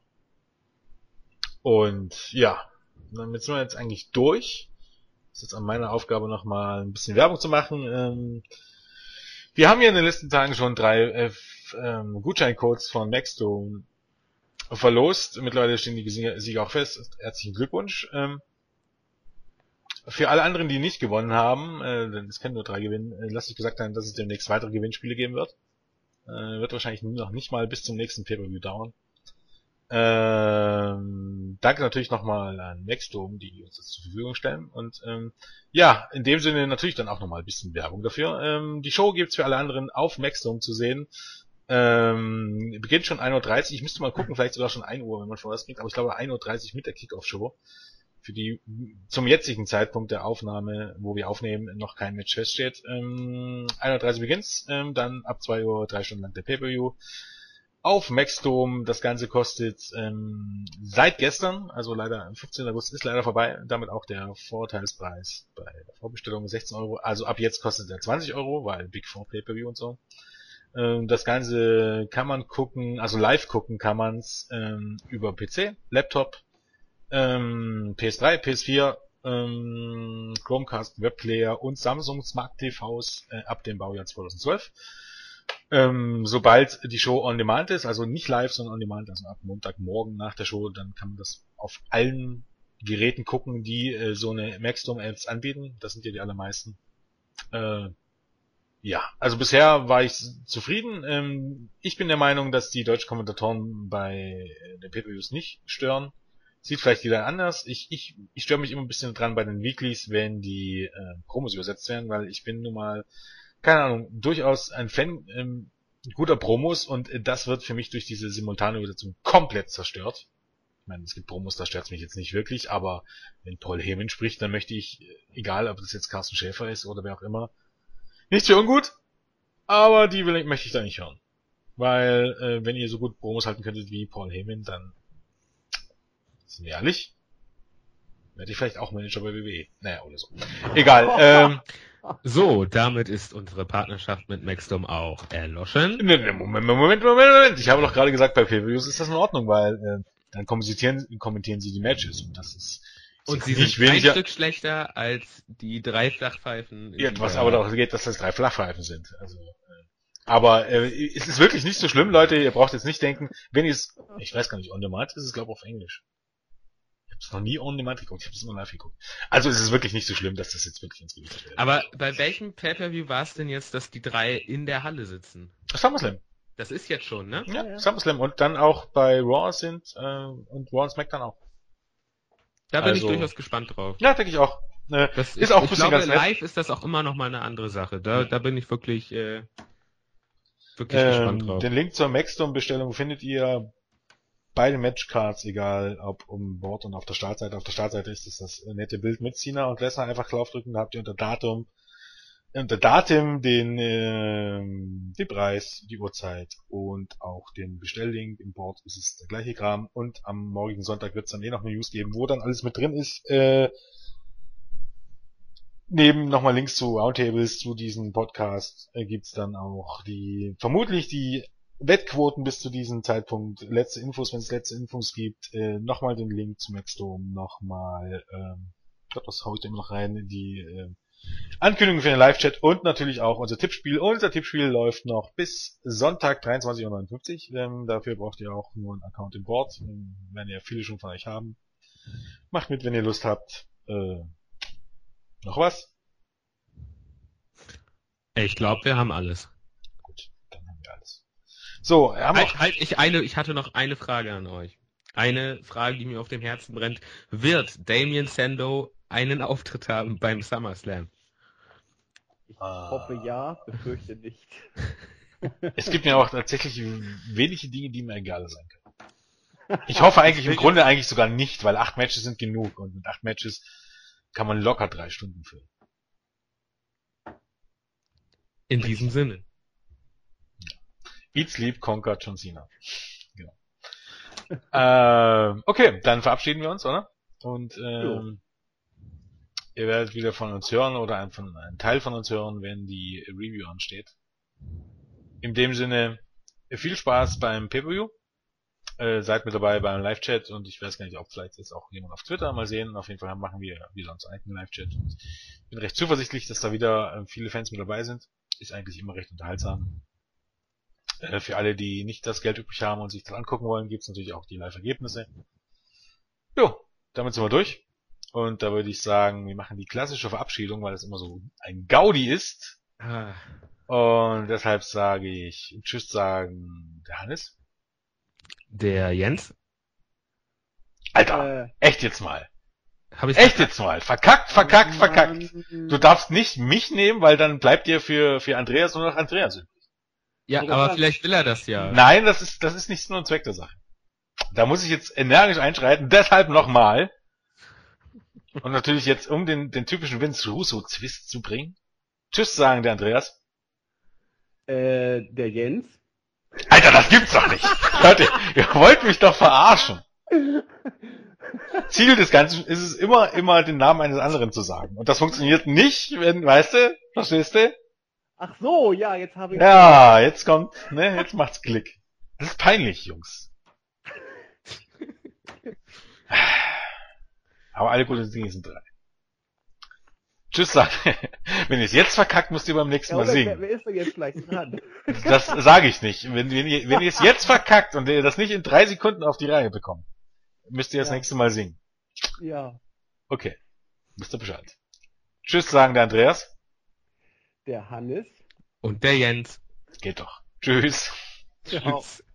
[SPEAKER 1] Und ja, damit sind wir jetzt eigentlich durch. Das ist jetzt an meiner Aufgabe nochmal ein bisschen Werbung zu machen. Ähm, wir haben ja in den letzten Tagen schon drei äh, ähm, Gutscheincodes von Maxdome verlost. Mittlerweile stehen die Sieger auch fest. Herzlichen Glückwunsch. Ähm, für alle anderen, die nicht gewonnen haben, äh, denn es können nur drei gewinnen, äh, lasst euch gesagt haben, dass es demnächst weitere Gewinnspiele geben wird. Äh, wird wahrscheinlich noch nicht mal bis zum nächsten Pay-Per-View dauern. Ähm, danke natürlich nochmal an Maxdome, die uns das zur Verfügung stellen. Und ähm, ja, in dem Sinne natürlich dann auch nochmal ein bisschen Werbung dafür. Ähm, die Show gibt's für alle anderen auf Maxdome zu sehen. Ähm, beginnt schon ein Uhr dreißig. Ich müsste mal gucken, vielleicht sogar schon ein Uhr, wenn man schon was bringt. Aber ich glaube ein Uhr dreißig mit der Kickoff-Show. Für die zum jetzigen Zeitpunkt der Aufnahme, wo wir aufnehmen, noch kein Match feststeht. Ähm, ein Uhr dreißig beginnt's, ähm, dann ab zwei Uhr drei Stunden lang der Pay-Per-View. Auf Maxdome, das Ganze kostet ähm, seit gestern, also leider am fünfzehnten August ist leider vorbei, damit auch der Vorteilspreis bei der Vorbestellung sechzehn Euro. Also ab jetzt kostet er zwanzig Euro, weil Big Four Pay-Per-View und so. Ähm, das Ganze kann man gucken, also live gucken kann man's ähm, über P C, Laptop, ähm, P S drei, P S vier, ähm, Chromecast, Webplayer und Samsung Smart T Vs äh, ab dem Baujahr zweitausendzwölf. Ähm, sobald die Show on demand ist, also nicht live, sondern on demand, also ab Montagmorgen nach der Show, dann kann man das auf allen Geräten gucken, die äh, so eine Maxdome-Apps anbieten. Das sind ja die allermeisten. Äh, ja, also bisher war ich zufrieden. Ähm, ich bin der Meinung, dass die deutschen Kommentatoren bei den Pay-Per-Views nicht stören. Sieht vielleicht jeder anders. Ich, ich, ich störe mich immer ein bisschen dran bei den Weeklies, wenn die äh, Promos übersetzt werden, weil ich bin nun mal, keine Ahnung, durchaus ein Fan ähm, guter Promos und äh, das wird für mich durch diese simultane Übersetzung komplett zerstört. Ich meine, es gibt Promos, da stört es mich jetzt nicht wirklich, aber wenn Paul Heyman spricht, dann möchte ich, egal ob das jetzt Carsten Schäfer ist oder wer auch immer, nicht für ungut, aber die will, möchte ich da nicht hören. Weil, äh, wenn ihr so gut Promos halten könntet wie Paul Heyman, dann sind wir ehrlich, werde ich vielleicht auch Manager bei W W E. Naja, oder so. Egal. Ähm,
[SPEAKER 3] so, damit ist unsere Partnerschaft mit Maxdome auch erloschen.
[SPEAKER 1] Ne, ne, Moment, Moment, Moment, Moment. Ich habe doch gerade gesagt, bei Pay-Per-Views ist das in Ordnung, weil äh, dann kommentieren, kommentieren sie die Matches und das ist, ist
[SPEAKER 3] und sie
[SPEAKER 1] nicht
[SPEAKER 3] sind
[SPEAKER 1] weniger,
[SPEAKER 3] ein Stück schlechter als die drei Flachpfeifen.
[SPEAKER 1] Ja, was aber auch geht, dass das drei Flachpfeifen sind. Also, äh, aber äh, es ist wirklich nicht so schlimm, Leute. Ihr braucht jetzt nicht denken, wenn ihr es, ich weiß gar nicht, On Demand ist es, glaube ich, auf Englisch. Ich habe es noch nie On Demand geguckt, ich habe es immer live geguckt. Also es ist wirklich nicht so schlimm, dass das jetzt wirklich ins Gewicht fällt.
[SPEAKER 3] Aber bei welchem Pay-Per-View war es denn jetzt, dass die drei in der Halle sitzen?
[SPEAKER 1] SummerSlam.
[SPEAKER 3] Das ist jetzt schon, ne?
[SPEAKER 1] Ja, ja. SummerSlam. Und dann auch bei Raw sind, äh, und Raw und SmackDown auch.
[SPEAKER 3] Da bin
[SPEAKER 1] also,
[SPEAKER 3] ich durchaus gespannt drauf.
[SPEAKER 1] Ja, denke ich auch. Äh,
[SPEAKER 3] das
[SPEAKER 1] ist auch ein
[SPEAKER 3] ich
[SPEAKER 1] bisschen
[SPEAKER 3] glaube,
[SPEAKER 1] ganz nett.
[SPEAKER 3] live ist das auch immer noch mal eine andere Sache. Da,
[SPEAKER 1] ja.
[SPEAKER 3] da bin ich wirklich, äh, wirklich
[SPEAKER 1] ähm,
[SPEAKER 3] gespannt drauf.
[SPEAKER 1] Den Link zur Maxdome-Bestellung findet ihr bei den Matchcards, egal ob um Bord und auf der Startseite. Auf der Startseite ist es das nette Bild mit Cena und Lesnar, einfach draufdrücken, da habt ihr unter Datum, unter Datum den, äh, den Preis, die Uhrzeit und auch den Bestelllink. Im Board ist es der gleiche Kram und am morgigen Sonntag wird es dann eh noch eine News geben, wo dann alles mit drin ist. Äh, neben nochmal Links zu Roundtables, zu diesem Podcast, äh, gibt's dann auch die, vermutlich die Wettquoten bis zu diesem Zeitpunkt, letzte Infos, wenn es letzte Infos gibt, äh, nochmal den Link zu Maxdome, nochmal, ähm, Gott, was hau ich da immer noch rein, die äh, Ankündigung für den Live-Chat und natürlich auch unser Tippspiel. Unser Tippspiel läuft noch bis Sonntag dreiundzwanzig Uhr neunundfünfzig. Ähm, dafür braucht ihr auch nur einen Account im Board, ähm, werden ja viele schon von euch haben. Macht mit, wenn ihr Lust habt. Äh, noch was?
[SPEAKER 3] Ich glaube, wir haben alles.
[SPEAKER 1] Gut, dann haben wir alles. So, haben wir
[SPEAKER 3] halt, halt, ich eine, ich hatte noch eine Frage an euch. Eine Frage, die mir auf dem Herzen brennt. Wird Damien Sandow einen Auftritt haben beim SummerSlam?
[SPEAKER 2] Ich hoffe ja, befürchte nicht.
[SPEAKER 1] Es gibt mir auch tatsächlich wenige Dinge, die mir egal sein können. Ich hoffe eigentlich im Grunde eigentlich sogar nicht, weil acht Matches sind genug und mit acht Matches kann man locker drei Stunden füllen.
[SPEAKER 3] In diesem Sinne.
[SPEAKER 1] Eat, Sleep, Conquer, John Cena. Genau. ähm, okay, dann verabschieden wir uns, oder? Und ähm, ihr werdet wieder von uns hören oder ein, von, ein Teil von uns hören, wenn die Review ansteht. In dem Sinne, viel Spaß beim Pay-Per-View. Äh, seid mit dabei beim Live-Chat und ich weiß gar nicht, ob vielleicht jetzt auch jemand auf Twitter mal sehen. Auf jeden Fall machen wir wieder unseren eigenen Live-Chat. Ich bin recht zuversichtlich, dass da wieder äh, viele Fans mit dabei sind. Ist eigentlich immer recht unterhaltsam. Äh, für alle, die nicht das Geld übrig haben und sich das angucken wollen, gibt's natürlich auch die Live-Ergebnisse. Jo, damit sind wir durch. Und da würde ich sagen, wir machen die klassische Verabschiedung, weil es immer so ein Gaudi ist.
[SPEAKER 3] Ah.
[SPEAKER 1] Und deshalb sage ich Tschüss sagen der Hannes.
[SPEAKER 3] Der Jens.
[SPEAKER 1] Alter,
[SPEAKER 2] Äh,
[SPEAKER 1] echt jetzt mal.
[SPEAKER 3] Hab ich
[SPEAKER 1] Echt jetzt mal. Verkackt, verkackt,
[SPEAKER 2] oh
[SPEAKER 1] verkackt.
[SPEAKER 2] Mann.
[SPEAKER 1] Du darfst nicht mich nehmen, weil dann bleibt dir für, für Andreas nur noch Andreas übrig.
[SPEAKER 3] Ja,
[SPEAKER 2] Oder
[SPEAKER 3] aber
[SPEAKER 2] was?
[SPEAKER 3] vielleicht will er das ja.
[SPEAKER 1] Nein, das ist, das ist nicht Sinn und Zweck der Sache. Da muss ich jetzt energisch einschreiten, deshalb nochmal. Und natürlich jetzt, um den, den typischen Vince Russo-Twist zu bringen. Tschüss sagen, der Andreas.
[SPEAKER 2] Äh, der Jens.
[SPEAKER 1] Alter, das gibt's doch nicht. Leute, ihr wollt mich doch verarschen. Ziel des Ganzen ist es immer, immer den Namen eines anderen zu sagen. Und das funktioniert nicht, wenn, weißt du, verstehst du?
[SPEAKER 2] Ach so, ja, jetzt habe ich...
[SPEAKER 1] Ja, jetzt kommt, ne, jetzt macht's Klick. Das ist peinlich, Jungs. Aber alle guten Dinge sind drei. Tschüss, sag. Wenn ihr es jetzt verkackt, müsst ihr beim nächsten
[SPEAKER 2] Ja,
[SPEAKER 1] Mal
[SPEAKER 2] oder
[SPEAKER 1] singen.
[SPEAKER 2] wer, wer ist denn jetzt vielleicht dran?
[SPEAKER 1] Das sage ich nicht. Wenn, wenn ihr, wenn ihr es jetzt verkackt und ihr das nicht in drei Sekunden auf die Reihe bekommt, müsst ihr das
[SPEAKER 2] Ja.
[SPEAKER 1] nächste Mal singen.
[SPEAKER 2] Ja,
[SPEAKER 1] Okay. Wisst ihr Bescheid. Tschüss, sagen der Andreas.
[SPEAKER 2] der Hannes.
[SPEAKER 3] Und der Jens.
[SPEAKER 1] Geht doch. Tschüss.
[SPEAKER 2] Ciao.
[SPEAKER 3] Tschüss.